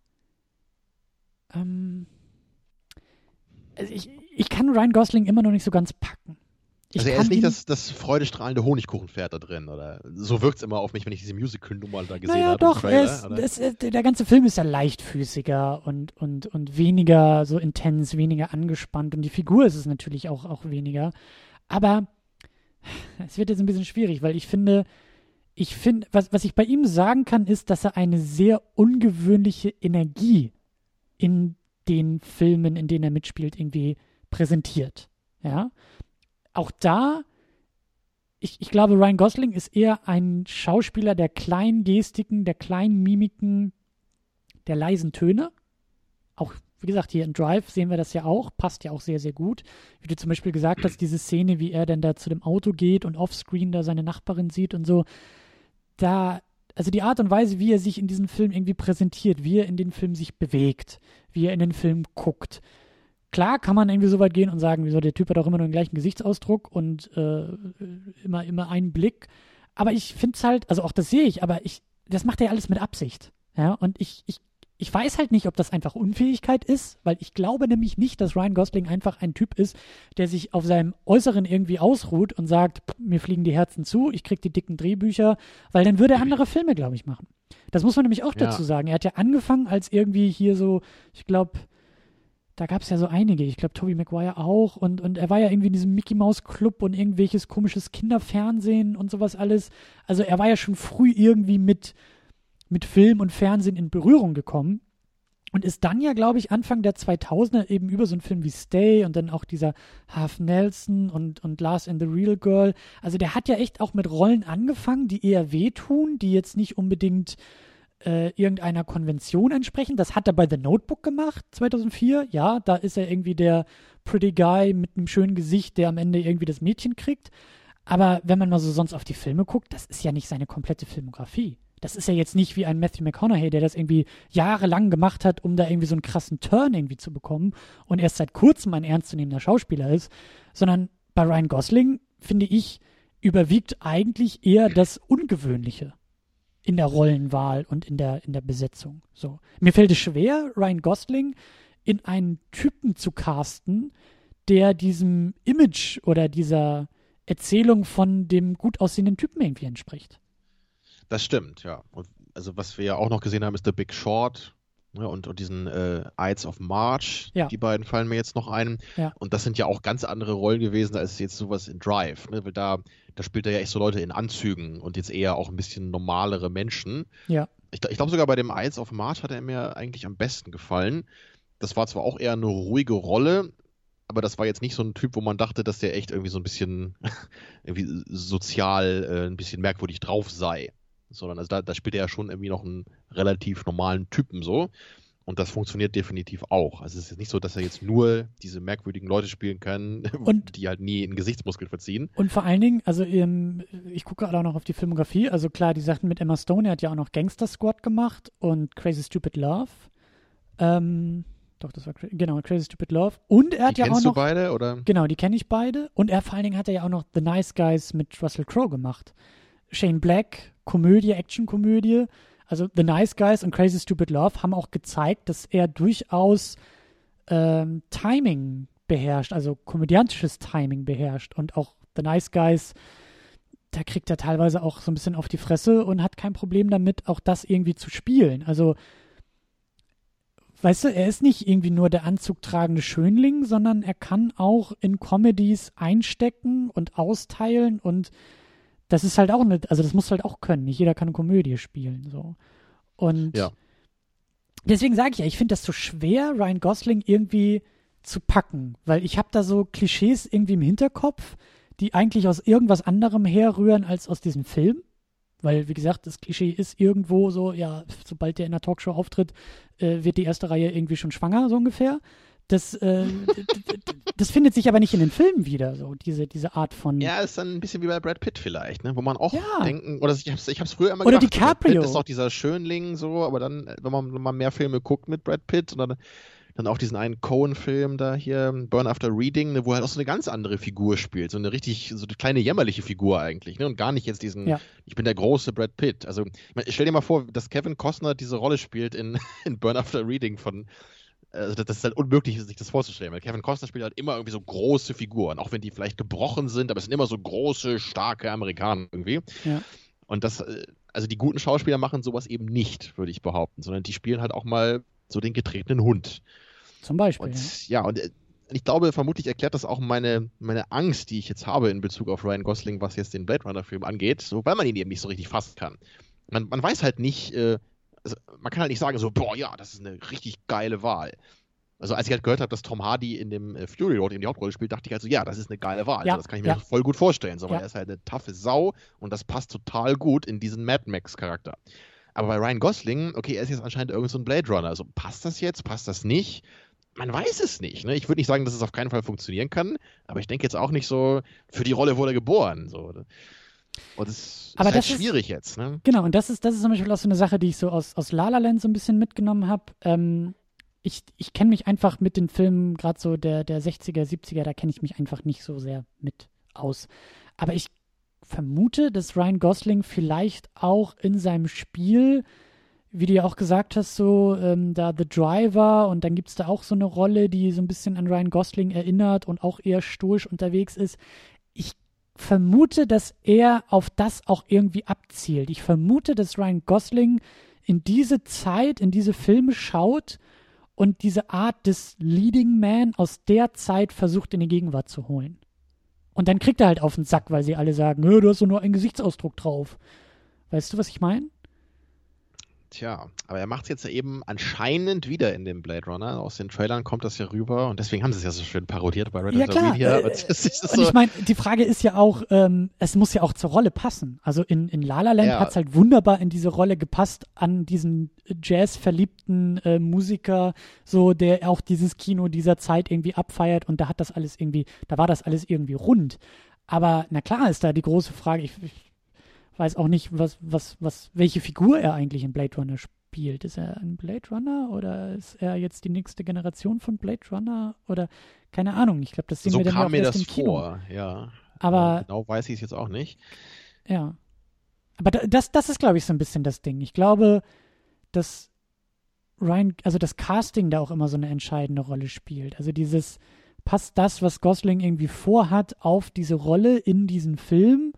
ähm, also ich, ich kann Ryan Gosling immer noch nicht so ganz packen. Ich also er ist nicht das, das freudestrahlende Honigkuchenpferd da drin, oder? So wirkt es immer auf mich, wenn ich diese Musical-Nummer da gesehen naja, habe. Doch, Trailer, es, es, der ganze Film ist ja leichtfüßiger und, und, und weniger so intens, weniger angespannt und die Figur ist es natürlich auch, auch weniger. Aber es wird jetzt ein bisschen schwierig, weil ich finde, Ich finde, was, was ich bei ihm sagen kann, ist, dass er eine sehr ungewöhnliche Energie in den Filmen, in denen er mitspielt, irgendwie präsentiert. Ja. Auch da, ich, ich glaube, Ryan Gosling ist eher ein Schauspieler der kleinen Gestiken, der kleinen Mimiken, der leisen Töne. Auch, wie gesagt, hier in Drive sehen wir das ja auch, passt ja auch sehr, sehr gut. Wie du zum Beispiel gesagt hast, diese Szene, wie er dann da zu dem Auto geht und offscreen da seine Nachbarin sieht und so. Da, also die Art und Weise, wie er sich in diesem Film irgendwie präsentiert, wie er in den Film sich bewegt, wie er in den Film guckt. Klar kann man irgendwie so weit gehen und sagen, wieso, der Typ hat auch immer nur den gleichen Gesichtsausdruck und äh, immer, immer einen Blick. Aber ich finde es halt, also auch das sehe ich, aber ich, das macht er ja alles mit Absicht. Ja, und ich, ich ich weiß halt nicht, ob das einfach Unfähigkeit ist, weil ich glaube nämlich nicht, dass Ryan Gosling einfach ein Typ ist, der sich auf seinem Äußeren irgendwie ausruht und sagt, mir fliegen die Herzen zu, ich krieg die dicken Drehbücher, weil dann würde er andere Filme, glaube ich, machen. Das muss man nämlich auch Ja. dazu sagen. Er hat ja angefangen als irgendwie hier so, ich glaube, da gab es ja so einige. Ich glaube, Tobey Maguire auch. Und, und er war ja irgendwie in diesem Mickey Mouse Club und irgendwelches komisches Kinderfernsehen und sowas alles. Also er war ja schon früh irgendwie mit, mit Film und Fernsehen in Berührung gekommen. Und ist dann ja, glaube ich, Anfang der zweitausender eben über so einen Film wie Stay und dann auch dieser Half Nelson und, und Last and the Real Girl. Also der hat ja echt auch mit Rollen angefangen, die eher wehtun, die jetzt nicht unbedingt Äh, irgendeiner Konvention entsprechen. Das hat er bei The Notebook gemacht, zweitausendvier. Ja, da ist er irgendwie der Pretty Guy mit einem schönen Gesicht, der am Ende irgendwie das Mädchen kriegt. Aber wenn man mal so sonst auf die Filme guckt, das ist ja nicht seine komplette Filmografie. Das ist ja jetzt nicht wie ein Matthew McConaughey, der das irgendwie jahrelang gemacht hat, um da irgendwie so einen krassen Turn irgendwie zu bekommen und erst seit kurzem ein ernstzunehmender Schauspieler ist, sondern bei Ryan Gosling, finde ich, überwiegt eigentlich eher das Ungewöhnliche in der Rollenwahl und in der, in der Besetzung. So. Mir fällt es schwer, Ryan Gosling in einen Typen zu casten, der diesem Image oder dieser Erzählung von dem gut aussehenden Typen irgendwie entspricht. Das stimmt, ja. Und also was wir ja auch noch gesehen haben, ist The Big Short, ne, und, und diesen äh, Ides of March. Ja. Die beiden fallen mir jetzt noch ein. Ja. Und das sind ja auch ganz andere Rollen gewesen als jetzt sowas in Drive. Ne? Weil da, da spielt er ja echt so Leute in Anzügen und jetzt eher auch ein bisschen normalere Menschen. Ja. Ich, ich glaube sogar bei dem Ides of March hat er mir eigentlich am besten gefallen. Das war zwar auch eher eine ruhige Rolle, aber das war jetzt nicht so ein Typ, wo man dachte, dass der echt irgendwie so ein bisschen irgendwie sozial äh, ein bisschen merkwürdig drauf sei. Sondern also da, da spielt er ja schon irgendwie noch einen relativ normalen Typen so. Und das funktioniert definitiv auch. Also es ist jetzt nicht so, dass er jetzt nur diese merkwürdigen Leute spielen kann, Und- die halt nie einen Gesichtsmuskel verziehen. Und vor allen Dingen, also ähm, ich gucke gerade auch noch auf die Filmografie, also klar, die Sachen mit Emma Stone, er hat ja auch noch Gangster Squad gemacht und Crazy Stupid Love. Ähm, doch, das war, cra- genau, Crazy Stupid Love. Und er hat Die ja auch kennst du noch, beide, oder? genau, die kenne ich beide. Und er vor allen Dingen hat er ja auch noch The Nice Guys mit Russell Crowe gemacht. Shane Black, Komödie, Actionkomödie. Also The Nice Guys und Crazy Stupid Love haben auch gezeigt, dass er durchaus ähm, Timing beherrscht, also komödiantisches Timing beherrscht. Und auch The Nice Guys, da kriegt er teilweise auch so ein bisschen auf die Fresse und hat kein Problem damit, auch das irgendwie zu spielen. Also, weißt du, er ist nicht irgendwie nur der anzugtragende Schönling, sondern er kann auch in Comedies einstecken und austeilen und das ist halt auch eine, also das musst du halt auch können. Nicht jeder kann eine Komödie spielen, so. Und Ja. deswegen sage ich ja, ich finde das so schwer, Ryan Gosling irgendwie zu packen, weil ich habe da so Klischees irgendwie im Hinterkopf, die eigentlich aus irgendwas anderem herrühren als aus diesem Film. Weil, wie gesagt, das Klischee ist irgendwo so, ja, sobald der in einer Talkshow auftritt, äh, wird die erste Reihe irgendwie schon schwanger, so ungefähr. Das, äh, d- d- d- das findet sich aber nicht in den Filmen wieder, so diese, diese Art von. Ja, ist dann ein bisschen wie bei Brad Pitt vielleicht, ne? Wo man auch Ja. denken, oder ich hab's, ich hab's früher immer Oder gedacht, Brad DiCaprio. Pitt ist doch dieser Schönling so, aber dann, wenn man mal mehr Filme guckt mit Brad Pitt und dann, dann auch diesen einen Coen-Film da hier, Burn After Reading, ne, wo er halt auch so eine ganz andere Figur spielt, so eine richtig, so eine kleine jämmerliche Figur eigentlich, ne? Und gar nicht jetzt diesen, Ja. ich bin der große Brad Pitt. Also, ich mein, stell dir mal vor, dass Kevin Costner diese Rolle spielt in, in Burn After Reading von. Also das, das ist halt unmöglich, sich das vorzustellen, weil Kevin Costner spielt halt immer irgendwie so große Figuren, auch wenn die vielleicht gebrochen sind, aber es sind immer so große, starke Amerikaner irgendwie. Ja. Und das, äh, also die guten Schauspieler machen sowas eben nicht, würde ich behaupten, sondern die spielen halt auch mal so den getretenen Hund. Zum Beispiel. Und ja. ja, und äh, ich glaube, vermutlich erklärt das auch meine, meine Angst, die ich jetzt habe in Bezug auf Ryan Gosling, was jetzt den Blade Runner-Film angeht, so, weil man ihn eben nicht so richtig fassen kann. Man, man weiß halt nicht, äh, also man kann halt nicht sagen so, boah, ja, das ist eine richtig geile Wahl. Also als ich halt gehört habe, dass Tom Hardy in dem äh, Fury Road in die Hauptrolle spielt, dachte ich halt so, ja, das ist eine geile Wahl. Ja, Also das kann ich mir ja. voll gut vorstellen. So, weil Ja. er ist halt eine taffe Sau und das passt total gut in diesen Mad Max-Charakter. Aber bei Ryan Gosling, okay, er ist jetzt anscheinend irgend so ein Blade Runner. Also passt das jetzt, passt das nicht? Man weiß es nicht. Ne? Ich würde nicht sagen, dass es auf keinen Fall funktionieren kann, aber ich denke jetzt auch nicht so, für die Rolle wurde er geboren. So. Und es Aber ist halt das ist- schwierig jetzt. Ne? Genau, und das ist, das ist zum Beispiel auch so eine Sache, die ich so aus, aus La La Land so ein bisschen mitgenommen habe. Ähm, ich ich kenne mich einfach mit den Filmen, gerade so der, der sechziger, siebziger, da kenne ich mich einfach nicht so sehr mit aus. Aber ich vermute, dass Ryan Gosling vielleicht auch in seinem Spiel wie du ja auch gesagt hast, so ähm, da The Driver und dann gibt es da auch so eine Rolle, die so ein bisschen an Ryan Gosling erinnert und auch eher stoisch unterwegs ist. Ich vermute, dass er auf das auch irgendwie abzielt. Ich vermute, dass Ryan Gosling in diese Zeit, in diese Filme schaut und diese Art des Leading Man aus der Zeit versucht in die Gegenwart zu holen. Und dann kriegt er halt auf den Sack, weil sie alle sagen, du hast doch nur einen Gesichtsausdruck drauf. Weißt du, was ich meine? Tja, aber er macht es jetzt eben anscheinend wieder in dem Blade Runner. Aus den Trailern kommt das ja rüber und deswegen haben sie es ja so schön parodiert bei Red ja, Letter Media. Äh, und, so. und ich meine, die Frage ist ja auch, ähm, es muss ja auch zur Rolle passen. Also in, in La La Land ja. hat es halt wunderbar in diese Rolle gepasst, an diesen Jazz-verliebten äh, Musiker, so der auch dieses Kino dieser Zeit irgendwie abfeiert und da hat das alles irgendwie, da war das alles irgendwie rund. Aber na klar ist da die große Frage, ich, ich weiß auch nicht, was, was, was, welche Figur er eigentlich in Blade Runner spielt. Ist er ein Blade Runner oder ist er jetzt die nächste Generation von Blade Runner oder keine Ahnung. Ich glaube, das sehen so wir dann ja auch mir erst das im Kino. Vor, ja. Aber genau weiß ich es jetzt auch nicht. Ja. Aber da, das, das ist, glaube ich, so ein bisschen das Ding. Ich glaube, dass Ryan, also das Casting da auch immer so eine entscheidende Rolle spielt. Also dieses, passt das, was Gosling irgendwie vorhat, auf diese Rolle in diesen Film?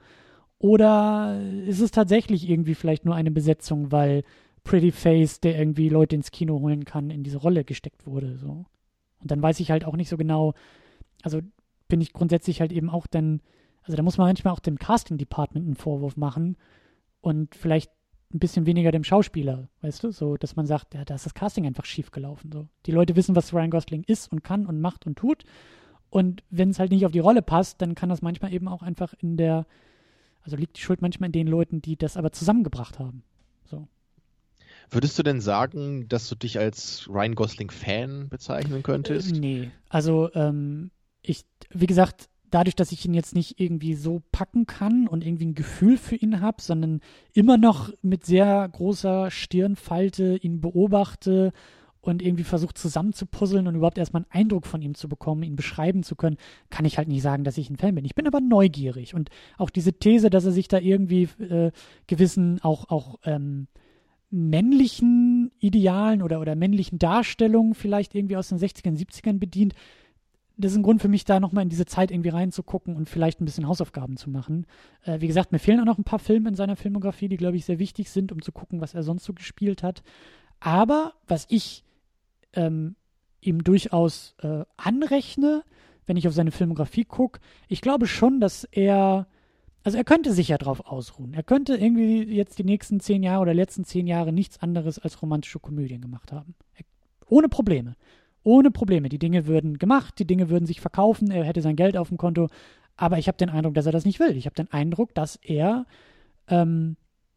Oder ist es tatsächlich irgendwie vielleicht nur eine Besetzung, weil Pretty Face, der irgendwie Leute ins Kino holen kann, in diese Rolle gesteckt wurde, so. Und dann weiß ich halt auch nicht so genau, also bin ich grundsätzlich halt eben auch dann, also da muss man manchmal auch dem Casting-Department einen Vorwurf machen und vielleicht ein bisschen weniger dem Schauspieler, weißt du, so, dass man sagt, ja, da ist das Casting einfach schief gelaufen, so. Die Leute wissen, was Ryan Gosling ist und kann und macht und tut und wenn es halt nicht auf die Rolle passt, dann kann das manchmal eben auch einfach in der Also liegt die Schuld manchmal in den Leuten, die das aber zusammengebracht haben. So. Würdest du denn sagen, dass du dich als Ryan Gosling-Fan bezeichnen könntest? Äh, nee. Also, ähm, ich, wie gesagt, dadurch, dass ich ihn jetzt nicht irgendwie so packen kann und irgendwie ein Gefühl für ihn habe, sondern immer noch mit sehr großer Stirnfalte ihn beobachte und irgendwie versucht zusammenzupuzzeln und überhaupt erstmal einen Eindruck von ihm zu bekommen, ihn beschreiben zu können, kann ich halt nicht sagen, dass ich ein Fan bin. Ich bin aber neugierig und auch diese These, dass er sich da irgendwie äh, gewissen auch, auch ähm, männlichen Idealen oder, oder männlichen Darstellungen vielleicht irgendwie aus den sechzigern, siebzigern bedient, das ist ein Grund für mich, da nochmal in diese Zeit irgendwie reinzugucken und vielleicht ein bisschen Hausaufgaben zu machen. Äh, wie gesagt, mir fehlen auch noch ein paar Filme in seiner Filmografie, die, glaube ich, sehr wichtig sind, um zu gucken, was er sonst so gespielt hat. Aber was ich ähm, ihm durchaus äh, anrechne, wenn ich auf seine Filmografie gucke, ich glaube schon, dass er, also er könnte sich ja drauf ausruhen. Er könnte irgendwie jetzt die nächsten zehn Jahre oder letzten zehn Jahre nichts anderes als romantische Komödien gemacht haben. Er, ohne Probleme. Ohne Probleme. Die Dinge würden gemacht, die Dinge würden sich verkaufen, er hätte sein Geld auf dem Konto, aber ich habe den Eindruck, dass er das nicht will. Ich habe den Eindruck, dass er ähm,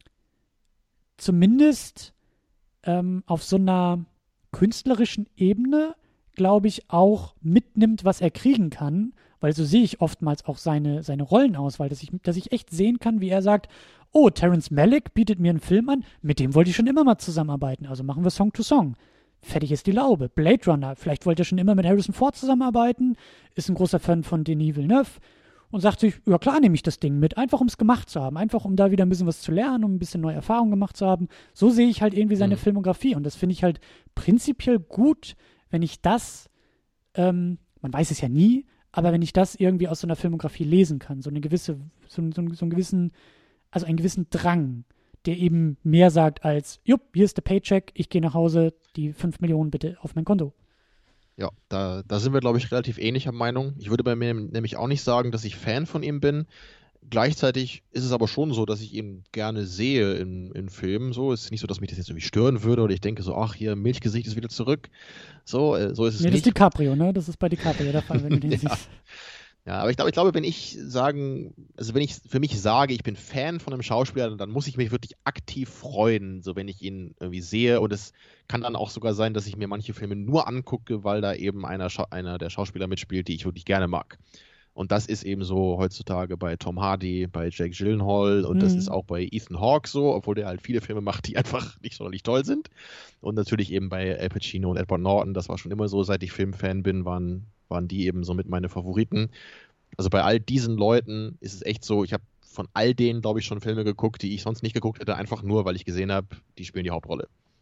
zumindest ähm, auf so einer künstlerischen Ebene, glaube ich, auch mitnimmt, was er kriegen kann, weil so sehe ich oftmals auch seine, seine Rollenauswahl, dass ich, dass ich echt sehen kann, wie er sagt, oh, Terrence Malick bietet mir einen Film an, mit dem wollte ich schon immer mal zusammenarbeiten, also machen wir Song to Song. Fertig ist die Laube. Blade Runner, vielleicht wollte er schon immer mit Harrison Ford zusammenarbeiten, ist ein großer Fan von Denis Villeneuve und sagt sich, ja klar nehme ich das Ding mit, einfach um es gemacht zu haben, einfach um da wieder ein bisschen was zu lernen, um ein bisschen neue Erfahrungen gemacht zu haben. So sehe ich halt irgendwie seine mhm. Filmografie und das finde ich halt prinzipiell gut, wenn ich das, ähm, man weiß es ja nie, aber wenn ich das irgendwie aus so einer Filmografie lesen kann, so eine gewisse, so, so, so einen gewissen, also einen gewissen Drang, der eben mehr sagt als, jupp, hier ist der Paycheck, ich gehe nach Hause, die fünf Millionen bitte auf mein Konto. Ja, da, da sind wir, glaube ich, relativ ähnlicher Meinung. Ich würde bei mir nämlich auch nicht sagen, dass ich Fan von ihm bin. Gleichzeitig ist es aber schon so, dass ich ihn gerne sehe in, in Filmen. So, es ist nicht so, dass mich das jetzt irgendwie stören würde oder ich denke so, ach, hier, Milchgesicht ist wieder zurück. So, äh, so ist es nee, nicht. Das ist DiCaprio, ne? Das ist bei DiCaprio der Fall, wenn du den ja. siehst. Ja, aber ich glaube, ich glaube, wenn ich sagen, also wenn ich für mich sage, ich bin Fan von einem Schauspieler, dann muss ich mich wirklich aktiv freuen, so wenn ich ihn irgendwie sehe. Und es kann dann auch sogar sein, dass ich mir manche Filme nur angucke, weil da eben einer, einer der Schauspieler mitspielt, die ich wirklich gerne mag. Und das ist eben so heutzutage bei Tom Hardy, bei Jake Gyllenhaal und mhm. das ist auch bei Ethan Hawke so, obwohl der halt viele Filme macht, die einfach nicht sonderlich toll sind. Und natürlich eben bei Al Pacino und Edward Norton, das war schon immer so, seit ich Filmfan bin, waren waren die eben so mit meine Favoriten. Also bei all diesen Leuten ist es echt so, ich habe von all denen, glaube ich, schon Filme geguckt, die ich sonst nicht geguckt hätte, einfach nur, weil ich gesehen habe, die spielen die Hauptrolle.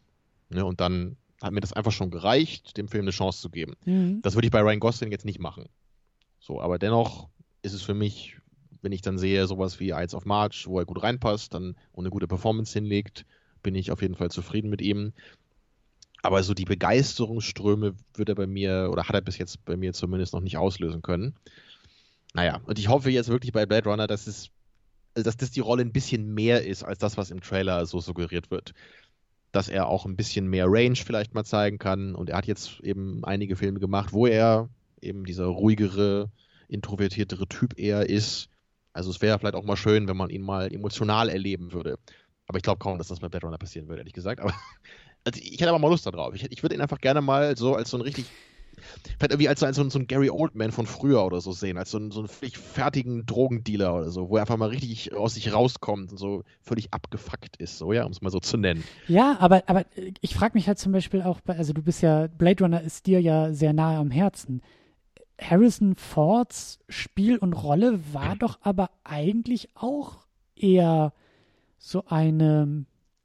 Ne? Und dann hat mir das einfach schon gereicht, dem Film eine Chance zu geben. Mhm. Das würde ich bei Ryan Gosling jetzt nicht machen. So, aber dennoch ist es für mich, wenn ich dann sehe, sowas wie Ides of March, wo er gut reinpasst, dann und eine gute Performance hinlegt, bin ich auf jeden Fall zufrieden mit ihm. Aber so die Begeisterungsströme wird er bei mir, oder hat er bis jetzt bei mir zumindest noch nicht auslösen können. Naja, und ich hoffe jetzt wirklich bei Blade Runner, dass es, dass das die Rolle ein bisschen mehr ist, als das, was im Trailer so suggeriert wird. Dass er auch ein bisschen mehr Range vielleicht mal zeigen kann. Und er hat jetzt eben einige Filme gemacht, wo er eben dieser ruhigere, introvertiertere Typ eher ist. Also es wäre vielleicht auch mal schön, wenn man ihn mal emotional erleben würde. Aber ich glaube kaum, dass das bei Blade Runner passieren würde, ehrlich gesagt. Aber also ich hätte aber mal Lust darauf. Ich, ich würde ihn einfach gerne mal so als so ein richtig, vielleicht irgendwie als so, als so, ein, so ein Gary Oldman von früher oder so sehen, als so, ein, so einen völlig fertigen Drogendealer oder so, wo er einfach mal richtig aus sich rauskommt und so völlig abgefuckt ist, so, ja, um es mal so zu nennen. Ja, aber, aber ich frage mich halt zum Beispiel auch, bei, also du bist ja, Blade Runner ist dir ja sehr nahe am Herzen. Harrison Fords Spiel und Rolle war doch aber eigentlich auch eher so eine,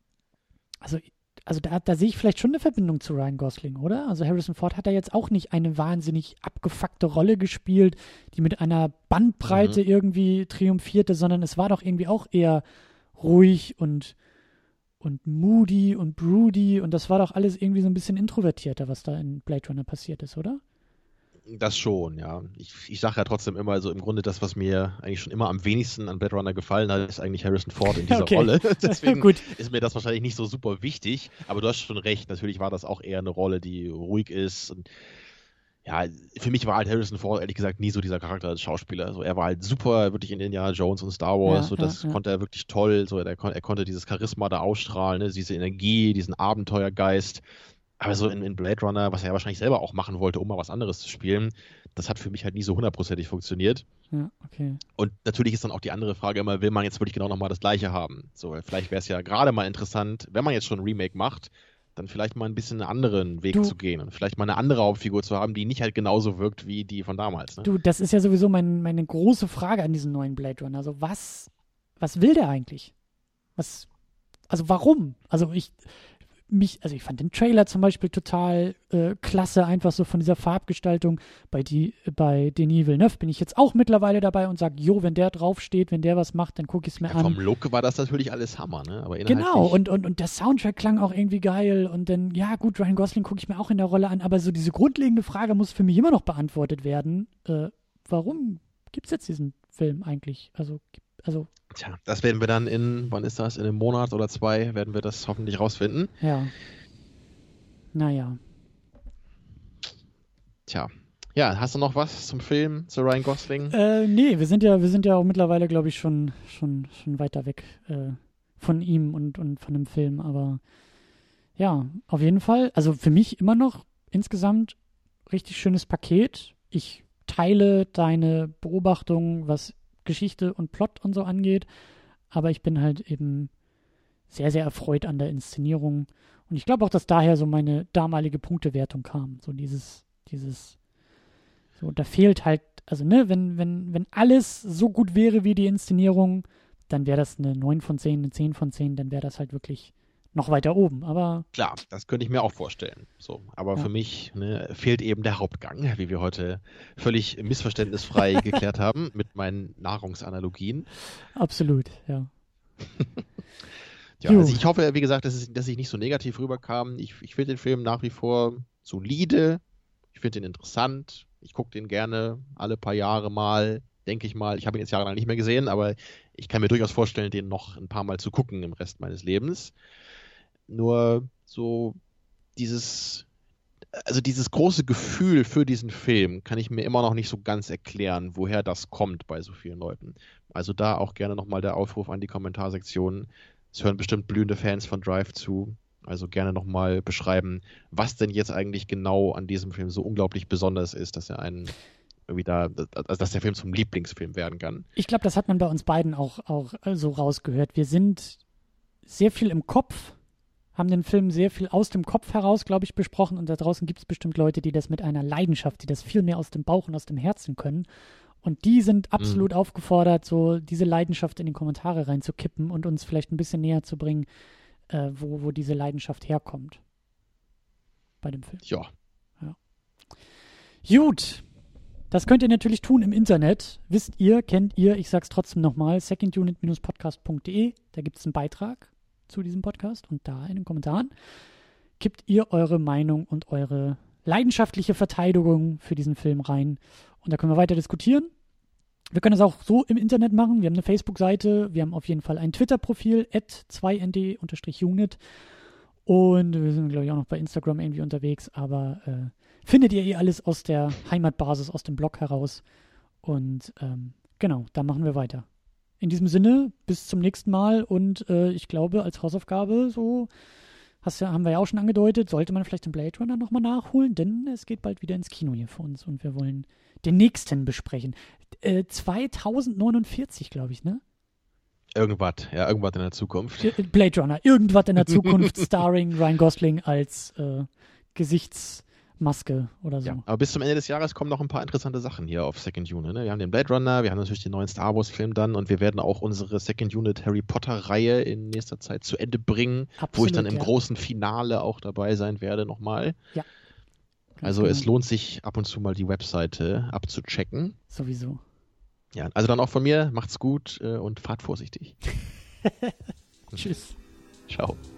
also Also da, da sehe ich vielleicht schon eine Verbindung zu Ryan Gosling, oder? Also Harrison Ford hat da jetzt auch nicht eine wahnsinnig abgefuckte Rolle gespielt, die mit einer Bandbreite mhm. irgendwie triumphierte, sondern es war doch irgendwie auch eher ruhig und, und moody und broody und das war doch alles irgendwie so ein bisschen introvertierter, was da in Blade Runner passiert ist, oder? Das schon, ja. Ich, ich sage ja trotzdem immer, also im Grunde das, was mir eigentlich schon immer am wenigsten an Blade Runner gefallen hat, ist eigentlich Harrison Ford in dieser okay. Rolle. Deswegen Gut. ist mir das wahrscheinlich nicht so super wichtig, aber du hast schon recht, natürlich war das auch eher eine Rolle, die ruhig ist und ja, für mich war halt Harrison Ford ehrlich gesagt nie so dieser Charakter als Schauspieler. So, er war halt super, wirklich in Indiana Jones und Star Wars, ja, so, das ja, konnte ja. er wirklich toll, so, er, er konnte dieses Charisma da ausstrahlen, ne, diese Energie, diesen Abenteuergeist. Aber so in, in Blade Runner, was er ja wahrscheinlich selber auch machen wollte, um mal was anderes zu spielen, das hat für mich halt nie so hundertprozentig funktioniert. Ja, okay. Und natürlich ist dann auch die andere Frage immer, will man jetzt wirklich genau nochmal das Gleiche haben? So, vielleicht wäre es ja gerade mal interessant, wenn man jetzt schon ein Remake macht, dann vielleicht mal ein bisschen einen anderen Weg du, zu gehen und vielleicht mal eine andere Hauptfigur zu haben, die nicht halt genauso wirkt wie die von damals. Ne? Du, das ist ja sowieso mein, meine große Frage an diesen neuen Blade Runner. Also was, was will der eigentlich? Was, also warum? Also ich, mich, also ich fand den Trailer zum Beispiel total äh, klasse, einfach so von dieser Farbgestaltung. Bei, die, bei Denis Villeneuve bin ich jetzt auch mittlerweile dabei und sage, jo, wenn der draufsteht, wenn der was macht, dann gucke ich es mir ja, an. Vom Look war das natürlich alles Hammer, ne? Aber genau, und, und, und der Soundtrack klang auch irgendwie geil und dann, ja gut, Ryan Gosling gucke ich mir auch in der Rolle an, aber so diese grundlegende Frage muss für mich immer noch beantwortet werden. Äh, warum gibt es jetzt diesen Film eigentlich? Also, also Tja, das werden wir dann in, wann ist das? In einem Monat oder zwei werden wir das hoffentlich rausfinden. Ja. Naja. Tja. Ja, hast du noch was zum Film, zu Ryan Gosling? Äh, nee, wir sind ja, wir sind ja auch mittlerweile, glaube ich, schon, schon, schon weiter weg äh, von ihm und, und von dem Film, aber ja, auf jeden Fall. Also für mich immer noch insgesamt richtig schönes Paket. Ich teile deine Beobachtungen, was Geschichte und Plot und so angeht, aber ich bin halt eben sehr, sehr erfreut an der Inszenierung und ich glaube auch, dass daher so meine damalige Punktewertung kam, so dieses, dieses, so, da fehlt halt, also ne, wenn, wenn, wenn alles so gut wäre wie die Inszenierung, dann wäre das eine neun von zehn, eine zehn von zehn, dann wäre das halt wirklich noch weiter oben, aber... Klar, das könnte ich mir auch vorstellen. So, aber ja. für mich ne, fehlt eben der Hauptgang, wie wir heute völlig missverständnisfrei geklärt haben mit meinen Nahrungsanalogien. Absolut, ja. ja, also ich hoffe, wie gesagt, dass, es, dass ich nicht so negativ rüberkam. Ich, ich finde den Film nach wie vor solide. Ich finde ihn interessant. Ich gucke den gerne alle paar Jahre mal, denke ich mal. Ich habe ihn jetzt jahrelang nicht mehr gesehen, aber ich kann mir durchaus vorstellen, den noch ein paar Mal zu gucken im Rest meines Lebens. Nur so dieses, also dieses große Gefühl für diesen Film kann ich mir immer noch nicht so ganz erklären, woher das kommt bei so vielen Leuten. Also da auch gerne nochmal der Aufruf an die Kommentarsektion. Es hören bestimmt blühende Fans von Drive zu. Also gerne nochmal beschreiben, was denn jetzt eigentlich genau an diesem Film so unglaublich besonders ist, dass er einen irgendwie da, also dass der Film zum Lieblingsfilm werden kann. Ich glaube, das hat man bei uns beiden auch, auch so rausgehört. Wir sind sehr viel im Kopf, haben den Film sehr viel aus dem Kopf heraus, glaube ich, besprochen und da draußen gibt es bestimmt Leute, die das mit einer Leidenschaft, die das viel mehr aus dem Bauch und aus dem Herzen können und die sind absolut mhm. aufgefordert, so diese Leidenschaft in die Kommentare reinzukippen und uns vielleicht ein bisschen näher zu bringen, äh, wo, wo diese Leidenschaft herkommt. bei dem Film. Ja. ja. Gut. Das könnt ihr natürlich tun im Internet. Wisst ihr, kennt ihr, ich sag's trotzdem nochmal, second unit dash podcast punkt de. Da gibt es einen Beitrag zu diesem Podcast und da in den Kommentaren kippt ihr eure Meinung und eure leidenschaftliche Verteidigung für diesen Film rein. Und da können wir weiter diskutieren. Wir können es auch so im Internet machen. Wir haben eine Facebook-Seite, wir haben auf jeden Fall ein Twitter-Profil, at zwei n d unit. Und wir sind, glaube ich, auch noch bei Instagram irgendwie unterwegs, aber äh, findet ihr eh alles aus der Heimatbasis, aus dem Blog heraus. Und ähm, genau, da machen wir weiter. In diesem Sinne, bis zum nächsten Mal und äh, ich glaube, als Hausaufgabe, so hast ja, haben wir ja auch schon angedeutet, sollte man vielleicht den Blade Runner nochmal nachholen, denn es geht bald wieder ins Kino hier für uns und wir wollen den nächsten besprechen. Äh, zweitausendneunundvierzig, glaube ich, ne? Irgendwas, ja, irgendwas in der Zukunft. Blade Runner, irgendwas in der Zukunft, starring Ryan Gosling als äh, Gesichtsmaske oder so. Ja, aber bis zum Ende des Jahres kommen noch ein paar interessante Sachen hier auf Second Unit. Ne? Wir haben den Blade Runner, wir haben natürlich den neuen Star Wars Film dann und wir werden auch unsere Second Unit Harry Potter Reihe in nächster Zeit zu Ende bringen, Absolut, wo ich dann im ja. großen Finale auch dabei sein werde nochmal. Ja. Also genau. Es lohnt sich ab und zu mal die Webseite abzuchecken. Sowieso. Ja, also dann auch von mir, macht's gut äh, und fahrt vorsichtig. Tschüss. Ciao.